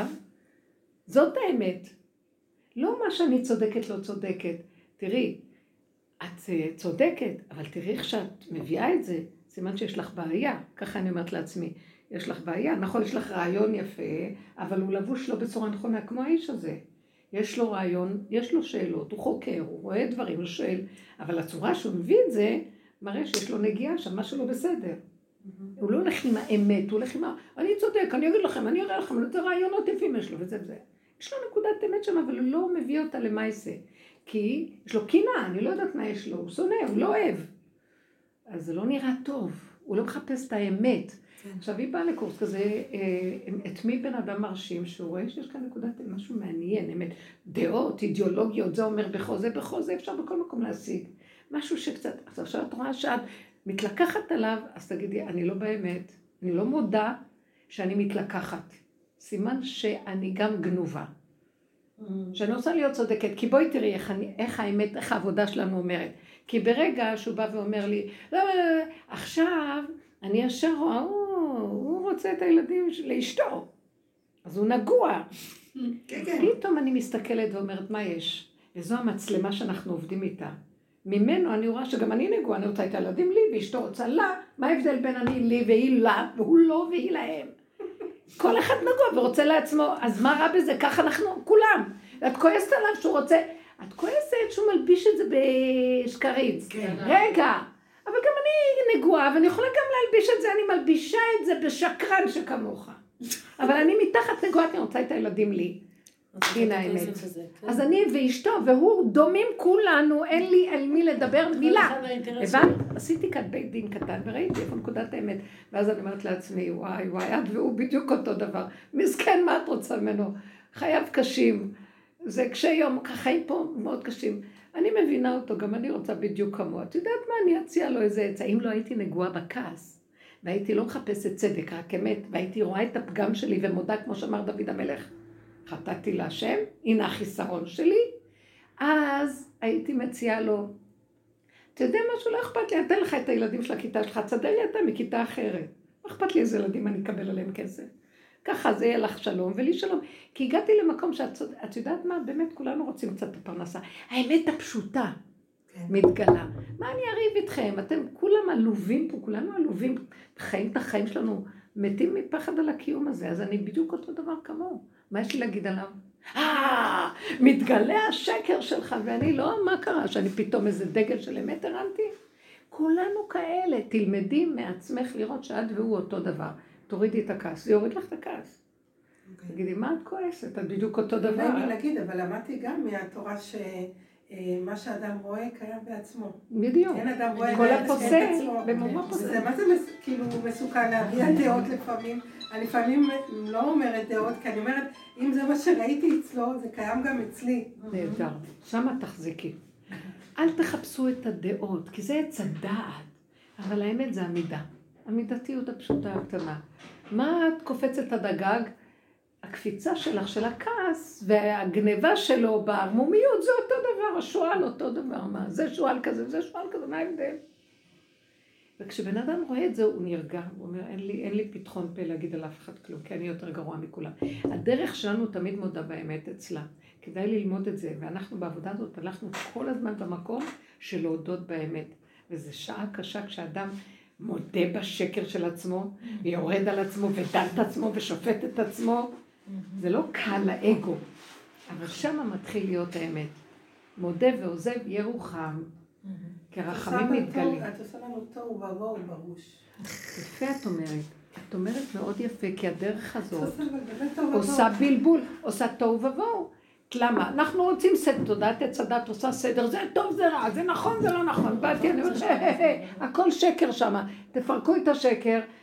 זאת האמת. לא מה שאני צודקת, לא צודקת. תראי, את צודקת, אבל תראי איך שאת מביאה את זה, סימן שיש לך בעיה. ככה אני אומרת לעצמי, יש לך בעיה. נכון, יש לך רעיון יפה, אבל הוא לבוש לא בצורה נכונה, כמו האיש הזה. יש לו רעיון, יש לו שאלות, הוא חוקר, הוא רואה דברים, הוא שואל, אבל הצורה שהוא מביא את זה, מראה שיש לו נגיעה שם, משהו לא בסדר. הוא לא הולך עם האמת, הוא הולך עם ה... אני צודק, אני אגיד לכם, אני אראה לכם, זה רעיונות יפים יש לו, וזה וזה. יש לו נקודת אמת שם, אבל הוא לא מביא אותה למעשה. כי יש לו קינה, אני לא יודעת מה יש לו, הוא שונא, הוא לא אוהב. אז זה לא נראה טוב, הוא לא מחפש את האמת. עכשיו היא באה לקורס כזה, את מי בן אדם מרשים, שהוא רואה שיש כאן נקודת משהו מעניין, אמת, דעות, אידיאולוגיות, זה אומר בכל זה, בכל זה אפשר בכל מקום להשיג. משהו שקצת, אז עכשיו את רואה שאת מתלקחת עליו, אז תגידי, אני לא באמת, אני לא מודה שאני מתלקחת. סימן שאני גם גנובה. שאני רוצה להיות צודקת, כי בואי תראי איך, אני, איך האמת, איך העבודה שלנו אומרת. כי ברגע שהוא בא ואומר לי, לא, לא, לא, עכשיו אני ישר רואה, הוא רוצה את הילדים לאשתו, אז הוא נגוע. כן, כן. פתאום אני מסתכלת ואומרת, מה יש? וזו המצלמה שאנחנו עובדים איתה. ממנו אני רואה שגם אני נגוע, אני רוצה את הילדים לי, ואשתו רוצה לה, מה ההבדל בין אני לי והיא לה, והוא לא והיא להם? כל אחד נגוע ורוצה לעצמו, אז מה רע בזה? ככה אנחנו, כולם. ואת כועסת עליו שהוא רוצה, את כועסת שהוא מלביש את זה בשקריץ. כן. רגע, אבל גם אני נגועה, ואני יכולה גם להלביש את זה, אני מלבישה את זה בשקרן שכמוך. אבל אני מתחת נגועה, אני רוצה את הילדים לי. הנה האמת. אז אני ואשתו, והוא דומים כולנו, אין לי על מי לדבר מילה. הבנת? עשיתי כאן בית דין קטן, וראיתי איפה נקודת האמת. ואז אני אומרת לעצמי, וואי, וואי, את והוא בדיוק אותו דבר. מסכן, מה את רוצה ממנו? חייו קשים. זה קשי יום, חיים פה מאוד קשים. אני מבינה אותו, גם אני רוצה בדיוק כמוה. את יודעת מה, אני אציע לו איזה עצה. אם לא הייתי נגועה בכעס, והייתי לא מחפשת צדק, רק אמת, והייתי רואה את הפגם שלי ומודה, כמו שאמר דוד המלך, חטאתי להשם, הנה החיסרון שלי, אז הייתי מציעה לו, אתה יודע משהו, לא אכפת לי, אני אתן לך את הילדים של הכיתה שלך, תסדר לי אתה מכיתה אחרת. לא אכפת לי איזה ילדים אני אקבל עליהם כסף. ככה זה יהיה לך שלום ולי שלום. כי הגעתי למקום שאת את יודעת מה, באמת כולנו רוצים קצת הפרנסה. האמת הפשוטה כן. מתגלה. מה אני אריב איתכם? אתם כולם עלובים פה, כולנו עלובים, חיים את החיים שלנו, מתים מפחד על הקיום הזה, אז אני בדיוק אותו דבר כמוהו. מה יש לי להגיד עליו? אה, מתגלה השקר שלך, ואני לא, מה קרה? שאני פתאום איזה דגל של אמת הרמתי? כולנו כאלה, תלמדי מעצמך לראות שאת והוא אותו דבר. תורידי את הכעס, זה יוריד לך את הכעס. תגידי, מה את כועסת? את בדיוק אותו דבר. אני להגיד, אבל למדתי גם מהתורה שמה שאדם רואה קיים בעצמו. בדיוק. אין אדם רואה כל הפוסק, במומו פוסק. זה מה זה כאילו מסוכן להביע דעות לפעמים. אני לפעמים לא אומרת דעות, כי אני אומרת, אם זה מה שראיתי אצלו, זה קיים גם אצלי. נהדר, שמה תחזיקי. אל תחפשו את הדעות, כי זה עץ הדעת, אבל האמת זה המידה. המידתיות הפשוטה הקטנה. מה את קופצת עד הגג? הקפיצה שלך, של הכעס, והגניבה שלו בערמומיות, זה אותו דבר, השואל אותו דבר. מה? זה שואל כזה, זה שואל כזה, מה ההבדל? וכשבן אדם רואה את זה, הוא נרגע, הוא אומר, אין לי, אין לי פתחון פה להגיד על אף אחד כלום, כי אני יותר גרוע מכולם. הדרך שלנו תמיד מודה באמת אצלה. כדאי ללמוד את זה, ואנחנו בעבודה הזאת הלכנו כל הזמן במקום של להודות באמת. וזו שעה קשה כשאדם מודה בשקר של עצמו, ויורד על עצמו, ודל את עצמו, ושופט את עצמו. זה לא קל לאגו, אבל שמה מתחיל להיות האמת. מודה ועוזב ירוחם. כי הרחמים מתגלים. את עושה לנו תוהו ובוהו בראש. יפה את אומרת. את אומרת מאוד יפה, כי הדרך הזאת עושה בלבול, עושה תוהו ובוהו. למה? אנחנו רוצים סדר, תודעת עץ הדת עושה סדר, זה טוב, זה רע, זה נכון, זה לא נכון. באתי, אני אומרת, הכל שקר שם. תפרקו את השקר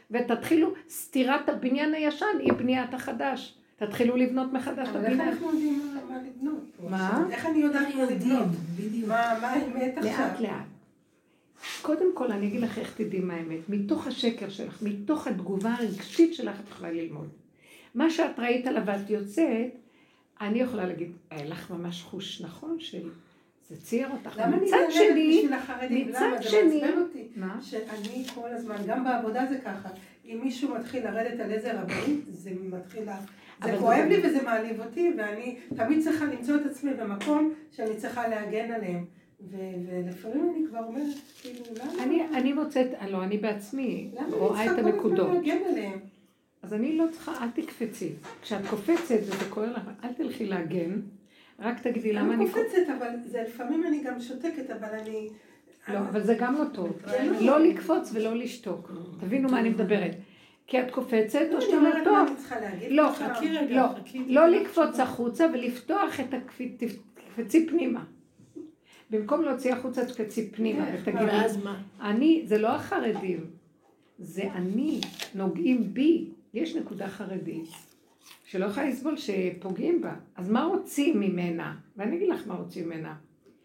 ותתחילו, סתירת הבניין הישן היא בניית החדש. תתחילו לבנות מחדש את אבל איך הבניין. אנחנו יודעים מה לבנות? מה? איך אני יודעת מה לבנות? בדיוק. מה האמת עכשיו? לאט לאט. קודם כל אני אגיד לך איך תדעי מה האמת. מתוך השקר שלך, מתוך התגובה הרגשית שלך את יכולה ללמוד. מה שאת ראית עליו ואת יוצאת, אני יכולה להגיד, היה לך ממש חוש נכון של... זה צייר אותך. למה אני מצד נהנית שני, בשביל החרדים? מצד למה? זה שני, מעצבן אותי. מה? שאני כל הזמן, גם בעבודה זה ככה, אם מישהו מתחיל לרדת על איזה רבנית, זה מתחיל, לה- זה אבל כואב זה- לי וזה מעליב אותי, ואני תמיד צריכה למצוא את עצמי במקום שאני צריכה להגן עליהם. ו- ולפעמים אני כבר אומרת, כאילו, למה? אני, אני מוצאת, לא, אני בעצמי למה אני רואה את צריכה כל הזמן הנקודות. להגן עליהם? אז אני לא צריכה, אל תקפצי. כשאת קופצת וזה כואב לך, אל תלכי להגן, רק תגידי למה אני אני קופצת, אבל זה לפעמים אני גם שותקת, אבל אני... לא, אבל זה גם לא טוב. זה לא. לא לקפוץ ולא לשתוק. תבינו מה אני מדברת. כי את קופצת, או אני שאתה אומרת אומרת, מה טוב, אני צריכה להגיד. לא, עכשיו. חכי רגע, לא, חכי. לא לקפוץ החוצה ולפתוח את הקפיץ, תקפצי פנימה. במקום להוציא החוצה, תקפצי פנימה איך? ותגידי, ואז מה? אני, זה לא החרדים, זה אני, נוגעים בי. יש נקודה חרדית, שלא יכולה לסבול שפוגעים בה. אז מה רוצים ממנה? ואני אגיד לך מה רוצים ממנה.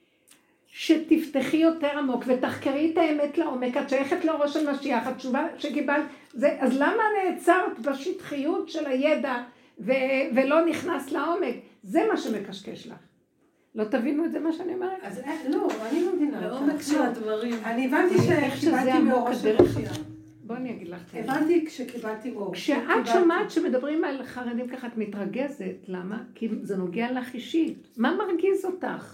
שתפתחי יותר עמוק ותחקרי את האמת לעומק, את שייכת לאורו של משיח, התשובה שקיבלת, זה, אז למה נעצרת בשטחיות של הידע ו, ולא נכנס לעומק? זה מה שמקשקש לך. לא תבינו את זה מה שאני אומרת? אז אה, לא, אני לא מבינה. לעומק אותך. של לא. הדברים. אני הבנתי איך שזה שקיבלתי עמוק מאורו של הדרך משיח. הזאת. בואי אני אגיד לך. הבנתי כשקיבלתי אור. כשאת קיבלתי. שמעת שמדברים על חרדים ככה את מתרגזת, למה? כי זה נוגע לך אישית. מה מרגיז אותך?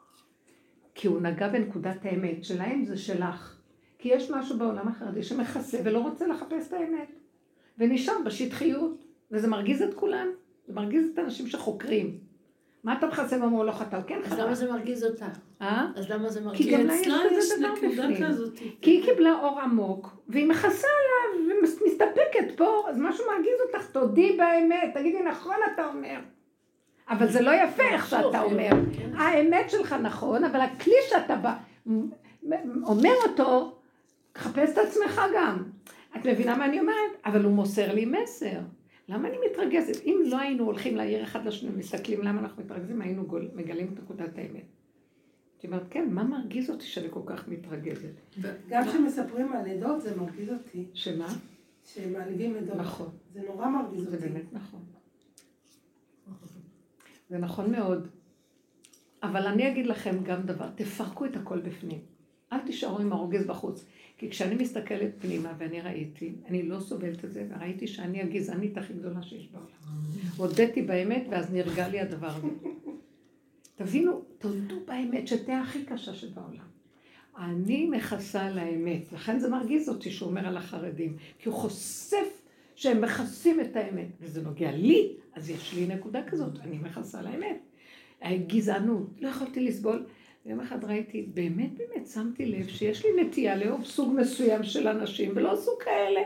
כי הוא נגע בנקודת האמת, שלהם זה שלך. כי יש משהו בעולם החרדי שמכסה ולא רוצה לחפש את האמת. ונשאר בשטחיות, וזה מרגיז את כולם. זה מרגיז את האנשים שחוקרים. מה אתה מכסה ואמרו לא חטא? כן אז חטא. למה זה מרגיז אותה? אה? אז למה זה מרגיז? כי גם לה יש אצלה כזה דבר נקודה בפנים. כזאת. כי היא קיבלה אור עמוק, והיא מכסה עליו ומסתפקת פה, אז משהו מרגיז אותך, תודי באמת, תגידי נכון אתה אומר. אבל זה לא יפה איך שאתה אומר. האמת שלך נכון, אבל הכלי שאתה בא, אומר אותו, חפש את עצמך גם. את מבינה מה אני אומרת? אבל הוא מוסר לי מסר. למה אני מתרגזת? אם לא היינו הולכים לעיר אחד לשני, מסתכלים למה אנחנו מתרגזים, היינו גול, מגלים את נקודת האמת. זאת אומרת, כן, מה מרגיז אותי שאני כל כך מתרגזת? גם כשמספרים על עדות זה מרגיז אותי. שמה? שמעליבים עדות. נכון. זה נורא מרגיז זה אותי. באמת נכון. זה נכון מאוד. אבל אני אגיד לכם גם דבר, תפרקו את הכל בפנים. אל תישארו עם הרוגז בחוץ. כי כשאני מסתכלת פנימה ואני ראיתי, אני לא סובלת את זה, וראיתי שאני הגזענית הכי גדולה שיש בעולם. הודיתי באמת ואז נרגע לי הדבר הזה. תבינו, תודו באמת שתהיה הכי קשה שבעולם. אני מכסה על האמת, לכן זה מרגיז אותי שהוא אומר על החרדים, כי הוא חושף שהם מכסים את האמת, וזה נוגע לי, אז יש לי נקודה כזאת, אני מכסה על האמת. גזענות, לא יכולתי לסבול. ויום אחד ראיתי, באמת באמת שמתי לב שיש לי נטייה לאהוב סוג מסוים של אנשים, ולא סוג כאלה.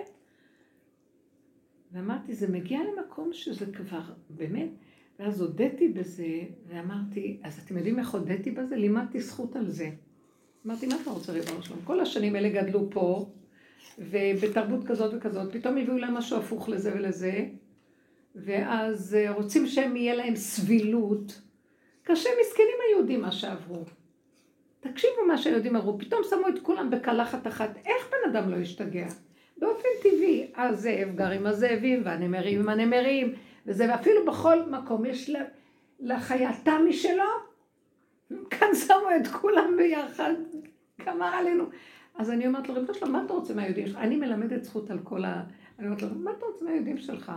ואמרתי, זה מגיע למקום שזה כבר, באמת, ואז הודיתי בזה, ואמרתי, אז אתם יודעים איך הודיתי בזה? לימדתי זכות על זה. אמרתי, מה אתה רוצה ריבונו שלום? כל השנים האלה גדלו פה, ובתרבות כזאת וכזאת, פתאום הביאו להם משהו הפוך לזה ולזה, ואז רוצים שהם יהיה להם סבילות. קשה מסכנים היהודים מה שעברו. תקשיבו מה שהיהודים אמרו, פתאום שמו את כולם בקלחת אחת, איך בן אדם לא ישתגע? באופן טבעי, הזאב גר עם הזאבים, והנמרים עם הנמרים, וזה, ואפילו בכל מקום יש לחייתה משלו, כאן שמו את כולם ביחד, כמה עלינו. אז אני אומרת לו, רבו שלום, מה אתה רוצה מהיהודים שלך? אני מלמדת זכות על כל ה... אני אומרת לו, מה אתה רוצה מהיהודים שלך?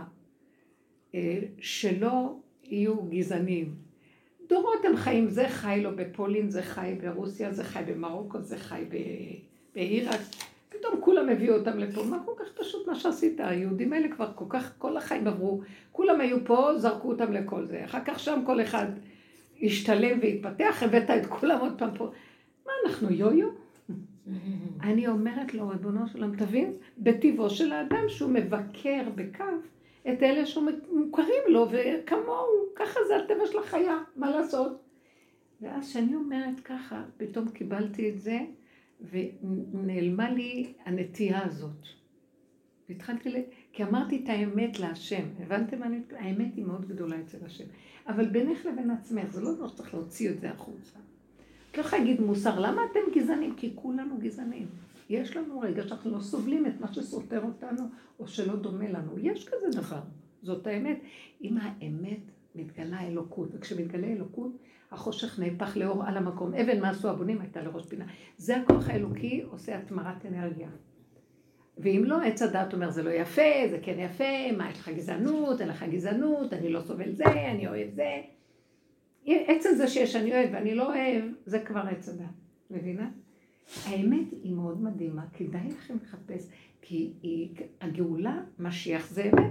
שלא יהיו גזענים. דורות הם חיים, זה חי לו בפולין, זה חי ברוסיה, זה חי במרוקו, זה חי בעיראק. פתאום כולם הביאו אותם לפה. מה כל כך פשוט מה שעשית? היהודים האלה כבר כל כך, כל החיים עברו. כולם היו פה, זרקו אותם לכל זה. אחר כך שם כל אחד השתלם והתפתח, הבאת את כולם עוד פעם פה. מה אנחנו, יו-יו? אני אומרת לו, ריבונו שלום, תבין, בטבעו של האדם שהוא מבקר בקו, את אלה שמוכרים לו, וכמוהו, ככה זה הטבע של החיה, מה לעשות? ואז שאני אומרת ככה, פתאום קיבלתי את זה, ונעלמה לי הנטייה הזאת. והתחלתי ל... כי אמרתי את האמת להשם. הבנתם מה אני... האמת היא מאוד גדולה אצל השם. אבל בינך לבין עצמך, זה לא דבר שצריך להוציא את זה החוצה. את לא יכולה להגיד מוסר, למה אתם גזענים? כי כולנו גזענים. יש לנו רגע שאנחנו לא סובלים את מה שסותר אותנו, או שלא דומה לנו. יש כזה דבר. זאת האמת. אם האמת מתגלה אלוקות, וכשמתגלה אלוקות, החושך נהפך לאור על המקום. אבן מה עשו הבונים הייתה לראש פינה. זה הכוח האלוקי עושה התמרת אנרגיה. ואם לא, עץ הדעת אומר, זה לא יפה, זה כן יפה, מה, יש לך גזענות, אין לך גזענות, אני לא סובל זה, אני אוהב זה. עצם זה שיש אני אוהב ואני לא אוהב, זה כבר עץ הדעת. מבינה? האמת היא מאוד מדהימה, כדאי לכם לחפש, כי היא, הגאולה, משיח זה אמת.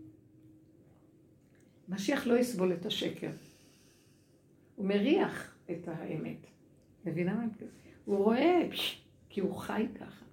משיח לא יסבול את השקר. הוא מריח את האמת. מבינה מה? הוא רואה, כי הוא חי ככה.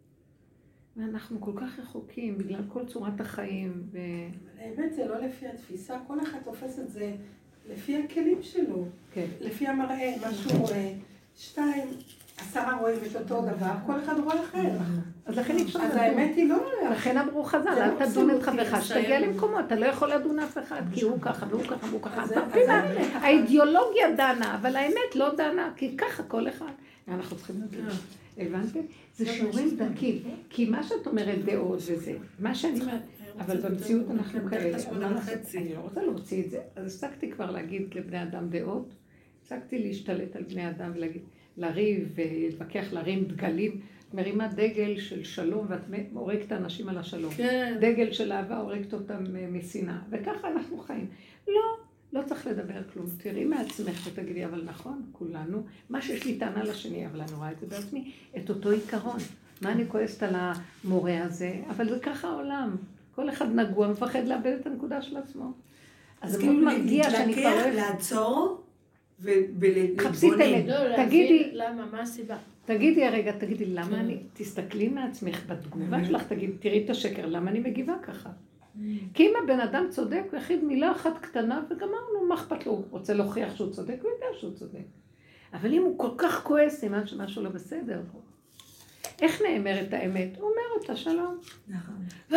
ואנחנו כל כך רחוקים בגלל כל צורת החיים. ו... האמת זה לא לפי התפיסה, כל אחד תופס את זה לפי הכלים שלו. כן. לפי המראה, מה שהוא רואה. שתיים, עשרה רואים את אותו דבר, כל אחד רואה אחר. אז לכן אפשר לדון. אז האמת היא לא... לכן אמרו חז"ל, אל תדון את חברך, שתגיע למקומו, אתה לא יכול לדון אף אחד, כי הוא ככה והוא ככה והוא ככה. האידיאולוגיה דנה, אבל האמת לא דנה, כי ככה כל אחד. אנחנו צריכים לדון. הבנתם? זה שיעורים דקים, כי מה שאת אומרת דעות וזה, מה שאני אומרת, אבל במציאות אנחנו כאלה, אני לא רוצה להוציא את זה, אז הפסקתי כבר להגיד לבני אדם דעות, הפסקתי להשתלט על בני אדם ולהגיד, לריב ולהתווכח, להרים דגלים, מרימה דגל של שלום ואת הורגת אנשים על השלום, דגל של אהבה הורגת אותם משנאה, וככה אנחנו חיים. לא, לא צריך לדבר כלום, תראי מעצמך ותגידי, אבל נכון, כולנו, מה שיש לי טענה לשני, אבל אני רואה את זה בעצמי, את אותו עיקרון. מה אני כועסת על המורה הזה? אבל זה ככה העולם. כל אחד נגוע, מפחד לאבד את הנקודה של עצמו. אז זה מאוד מרגיע שאני כבר אוהב... לעצור ולהתבונן. חפשי את האמת. תגידי... למה? מה הסיבה? תגידי הרגע, תגידי, למה אני... תסתכלי מעצמך בתגובה שלך, תגידי, תראי את השקר, למה אני מגיבה ככה? כי אם הבן אדם צודק, הוא יחיד מילה אחת קטנה, וגמרנו, מה אכפת לו? הוא רוצה להוכיח שהוא צודק, הוא יודע שהוא צודק. אבל אם הוא כל כך כועס, סימן שמשהו לא בסדר. איך נאמר את האמת? הוא אומר אותה, שלום. נכון.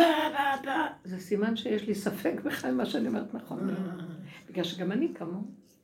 זה סימן שיש לי ספק בכלל מה שאני אומרת נכון. בגלל שגם אני כמו.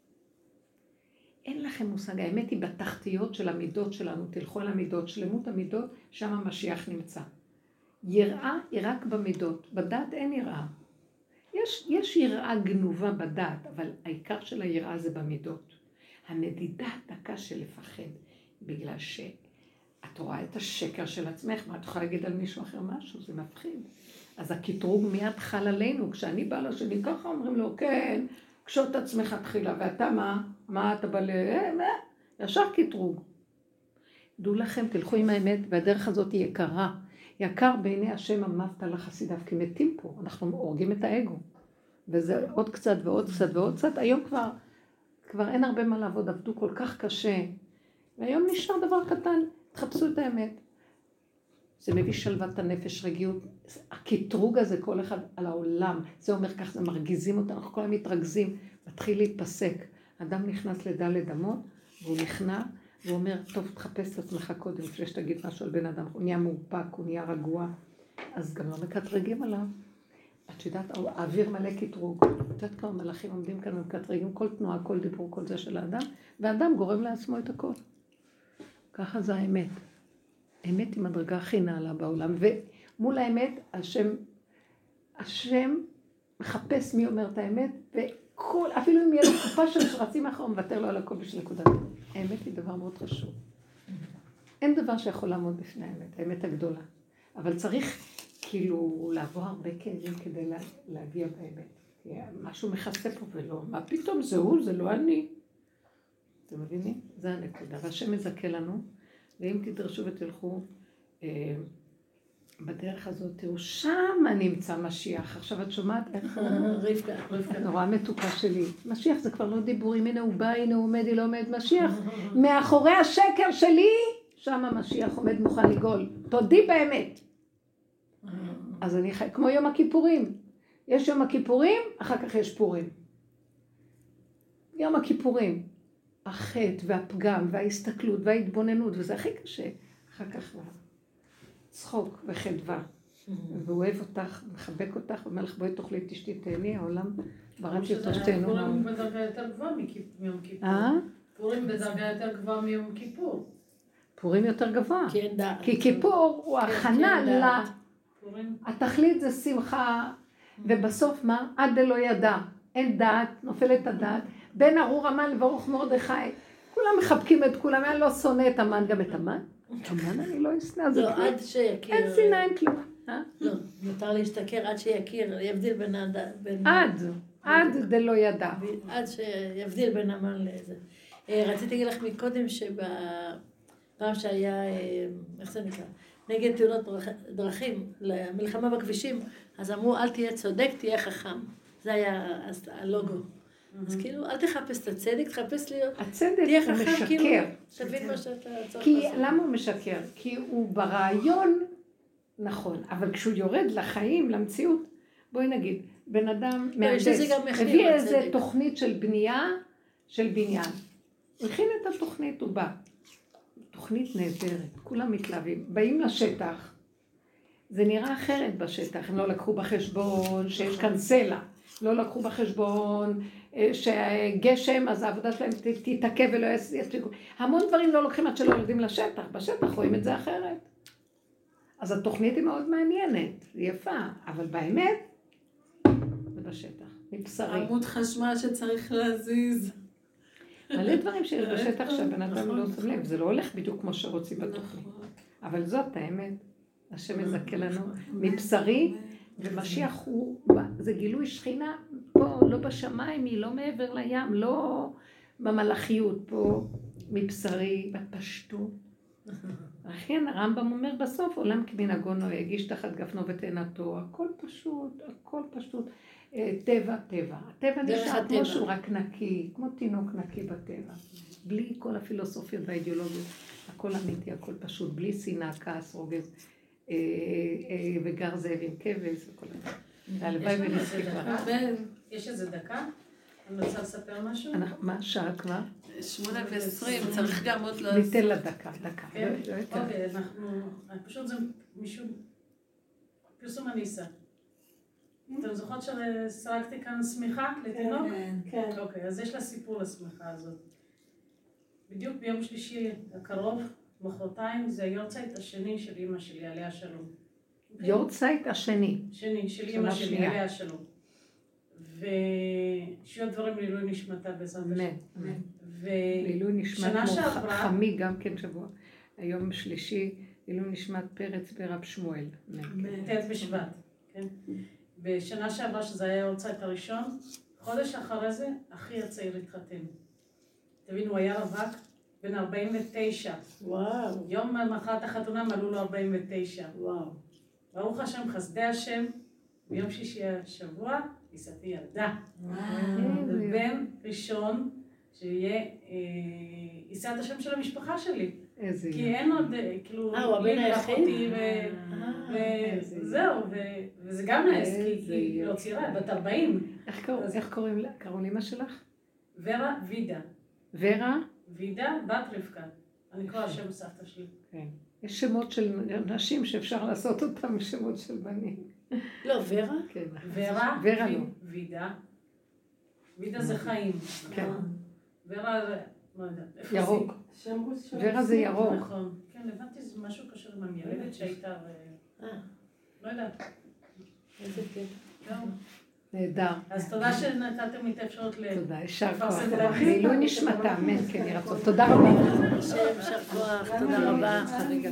אין לכם מושג, האמת היא בתחתיות של המידות שלנו, תלכו על המידות, שלמות המידות, שם המשיח נמצא. יראה היא רק במידות, בדעת אין יראה. יש, יש יראה גנובה בדעת, אבל העיקר של היראה זה במידות. המדידה דקה של לפחד, בגלל שאת רואה את השקר של עצמך, מה את יכולה להגיד על מישהו אחר משהו? זה מפחיד. אז הקטרוג מיד חל עלינו, כשאני באה לשני ככה אומרים לו, כן, קשות עצמך תחילה, ואתה מה? מה אתה בא ל... ישר קטרוג. דעו לכם, תלכו עם האמת, והדרך הזאת היא יקרה. יקר בעיני השם אמרת לחסידיו, כי מתים פה, אנחנו הורגים את האגו. וזה עוד קצת ועוד קצת ועוד קצת. היום כבר, כבר אין הרבה מה לעבוד, עבדו כל כך קשה. והיום נשאר דבר קטן, תחפשו את האמת. זה מביא שלוות הנפש, רגיעות. הקטרוג הזה, כל אחד על העולם, זה אומר כך, זה מרגיזים אותנו, אנחנו כל הזמן מתרגזים, מתחיל להיפסק. אדם נכנס לדלת אמות, והוא נכנע, והוא אומר, טוב, תחפש את עצמך קודם, לפני שתגיד משהו על בן אדם, הוא נהיה מאופק, הוא נהיה רגוע, אז גם לא מקטרגים עליו. את יודעת, האוויר מלא קטרוג. את יודעת כמה מלאכים עומדים כאן ומקטרגים, כל תנועה, כל דיבור, כל זה של האדם, והאדם גורם לעצמו את הכל. ככה זה האמת. האמת היא מדרגה הכי נעלה בעולם, ומול האמת, השם, השם מחפש מי אומר את האמת, וכל, אפילו אם יהיה לו קופה של שרצים אחר, הוא מוותר לו על הכל בשביל נקודת. האמת היא דבר מאוד חשוב. אין דבר שיכול לעמוד בפני האמת, האמת הגדולה. אבל צריך כאילו לעבור הרבה כאבים כדי לה, להגיע באמת. כי משהו מכסה פה ולא, מה פתאום זה הוא, זה לא אני. אתם מבינים? זה הנקודה. והשם מזכה לנו, ואם תדרשו ותלכו אה, בדרך הזאת, תראו, שם נמצא משיח. עכשיו את שומעת איך... רבקה, רבקה. נורא מתוקה שלי. משיח זה כבר לא דיבורים, הנה הוא בא, הנה הוא עומד, היא לא עומד. משיח, מאחורי השקר שלי, שם המשיח עומד מוכן לגאול. תודי באמת. אז אני חי, כמו יום הכיפורים. יש יום הכיפורים, אחר כך יש פורים. יום הכיפורים. החטא והפגם וההסתכלות וההתבוננות, וזה הכי קשה. אחר כך צחוק וחדווה. והוא אוהב אותך, מחבק אותך, ואומר לך בואי תאכלי תשתי תהני, העולם בראתי אותו שתהנו. פורים בדרגה יותר גבוהה מיום כיפור. אה? פורים בדרגה יותר גבוהה מיום כיפור. פורים יותר גבוה. כי אין דעת. כי כיפור הוא הכנה ל... פורים. התכלית זה שמחה, ובסוף מה? עד דלא ידע. אין דעת, נופלת הדעת. בין ארור המן לברוך מרדכי. כולם מחבקים את כולם, אני לא שונא את המן, גם את המן. המן אני לא אשנא, זה לא, כלום. עד שיכיר. אין שנאה, אין כלום. לא, מותר להשתכר עד שיכיר, יבדיל בין האדם. עד, עד דלא ידע. עד שיבדיל בין המן לזה. רציתי להגיד לך מקודם שבפעם שהיה, איך זה נקרא? נגד תאונות דרכים, למלחמה בכבישים, אז אמרו אל תהיה צודק, תהיה חכם. זה היה הלוגו. אז כאילו, אל תחפש את הצדק, תחפש להיות... הצדק הוא משקר. תבין מה שאתה צריך כי לעשות. למה הוא משקר? כי הוא ברעיון נכון, אבל כשהוא יורד לחיים, למציאות, בואי נגיד, בן אדם מהנדס, הביא איזה תוכנית של בנייה, של בניין. הוא הכין את התוכנית, הוא בא. תוכנית נהדרת, כולם מתלהבים. באים לשטח, זה נראה אחרת בשטח, הם לא לקחו בחשבון שיש כאן סלע. לא לקחו בחשבון שגשם, אז העבודה שלהם תתעכב ולא יספיקו. המון דברים לא לוקחים עד שלא יורדים לשטח. בשטח רואים את זה אחרת. אז התוכנית היא מאוד מעניינת, היא יפה, אבל באמת, זה בשטח, מבשרי. עמוד חשמל שצריך להזיז. מלא דברים שיש בשטח שהבן אדם לא שם לב, זה לא הולך בדיוק כמו שרוצים בתוכנית. אבל זאת האמת, השם מזכה לנו, מבשרי, ומשיח הוא, זה גילוי שכינה פה, לא בשמיים, היא לא מעבר לים, לא במלאכיות פה, מבשרי, בפשטות. לכן הרמב"ם אומר בסוף, עולם כמנהגו נוהג, איש תחת גפנו ותאנתו, הכל פשוט, הכל פשוט, טבע, טבע. הטבע נשאר כמו שהוא רק נקי, כמו תינוק נקי בטבע, בלי כל הפילוסופיות והאידיאולוגיות, הכל אמיתי, הכל פשוט, בלי שנאה, כעס, רוגז. וגר זאב עם כבש וכל זה. והלוואי ונזכי כבר. יש איזה דקה? אני רוצה לספר משהו? מה שעה כבר? שמונה ועשרים, צריך גם עוד לא... ניתן לה דקה, דקה. אוקיי, אנחנו... פשוט זה משום... פרסום הניסה. אתם זוכרות שסרקתי כאן סמיכה לתינוק? כן. אוקיי, אז יש לה סיפור לסמיכה הזאת. בדיוק ביום שלישי הקרוב, מחרתיים, זה היורצייט השני של אמא שלי, עליה שלום. יורצייט השני. שני, של אמא שלי, עליה שלום. ושיהיו דברים לעילוי נשמתה בעזרת השם. אמן, אמן. לעילוי נשמת חמי גם כן שבוע. היום שלישי, לעילוי נשמת פרץ ברב שמואל. ת' בשבט, כן? בשנה שעברה, שזה היה היורצייט הראשון, חודש אחרי זה, אחי הצעיר התחתן. תבינו, הוא היה רווק. בן ארבעים ותשע. וואו. יום מחרת החתונה מלאו לו ארבעים ותשע. וואו. ברוך השם, חסדי השם, ביום שישי השבוע, נישאתי ילדה. וואו. ובן ראשון, שיהיה, יישא את השם של המשפחה שלי. איזה כי אין עוד, כאילו, אה, הוא הבן היחיד? וזהו, וזה גם נעס, כי היא לא צעירה, בת ארבעים. איך קוראים לה? קראו לאמא שלך? ורה וידה. ורה? וידה, בת רבקה. אני קורא השם סבתא שלי. כן. יש שמות של נשים שאפשר לעשות אותם שמות של בנים. לא, ורה? כן. ורה, ורה לא. וידה. וידה זה חיים. כן. ורה, לא יודעת. ירוק. ורה זה ירוק. נכון. כן, הבנתי שזה משהו קשר עם המיילדת שהייתה ו... לא יודעת. איזה קטע. נהדר. אז תודה שנתתם לי את האפשרות ל... תודה, יישר כוח. לעילוי נשמתה, אמן, כן, ירצון. תודה רבה. השם, יישר כוח, תודה רבה.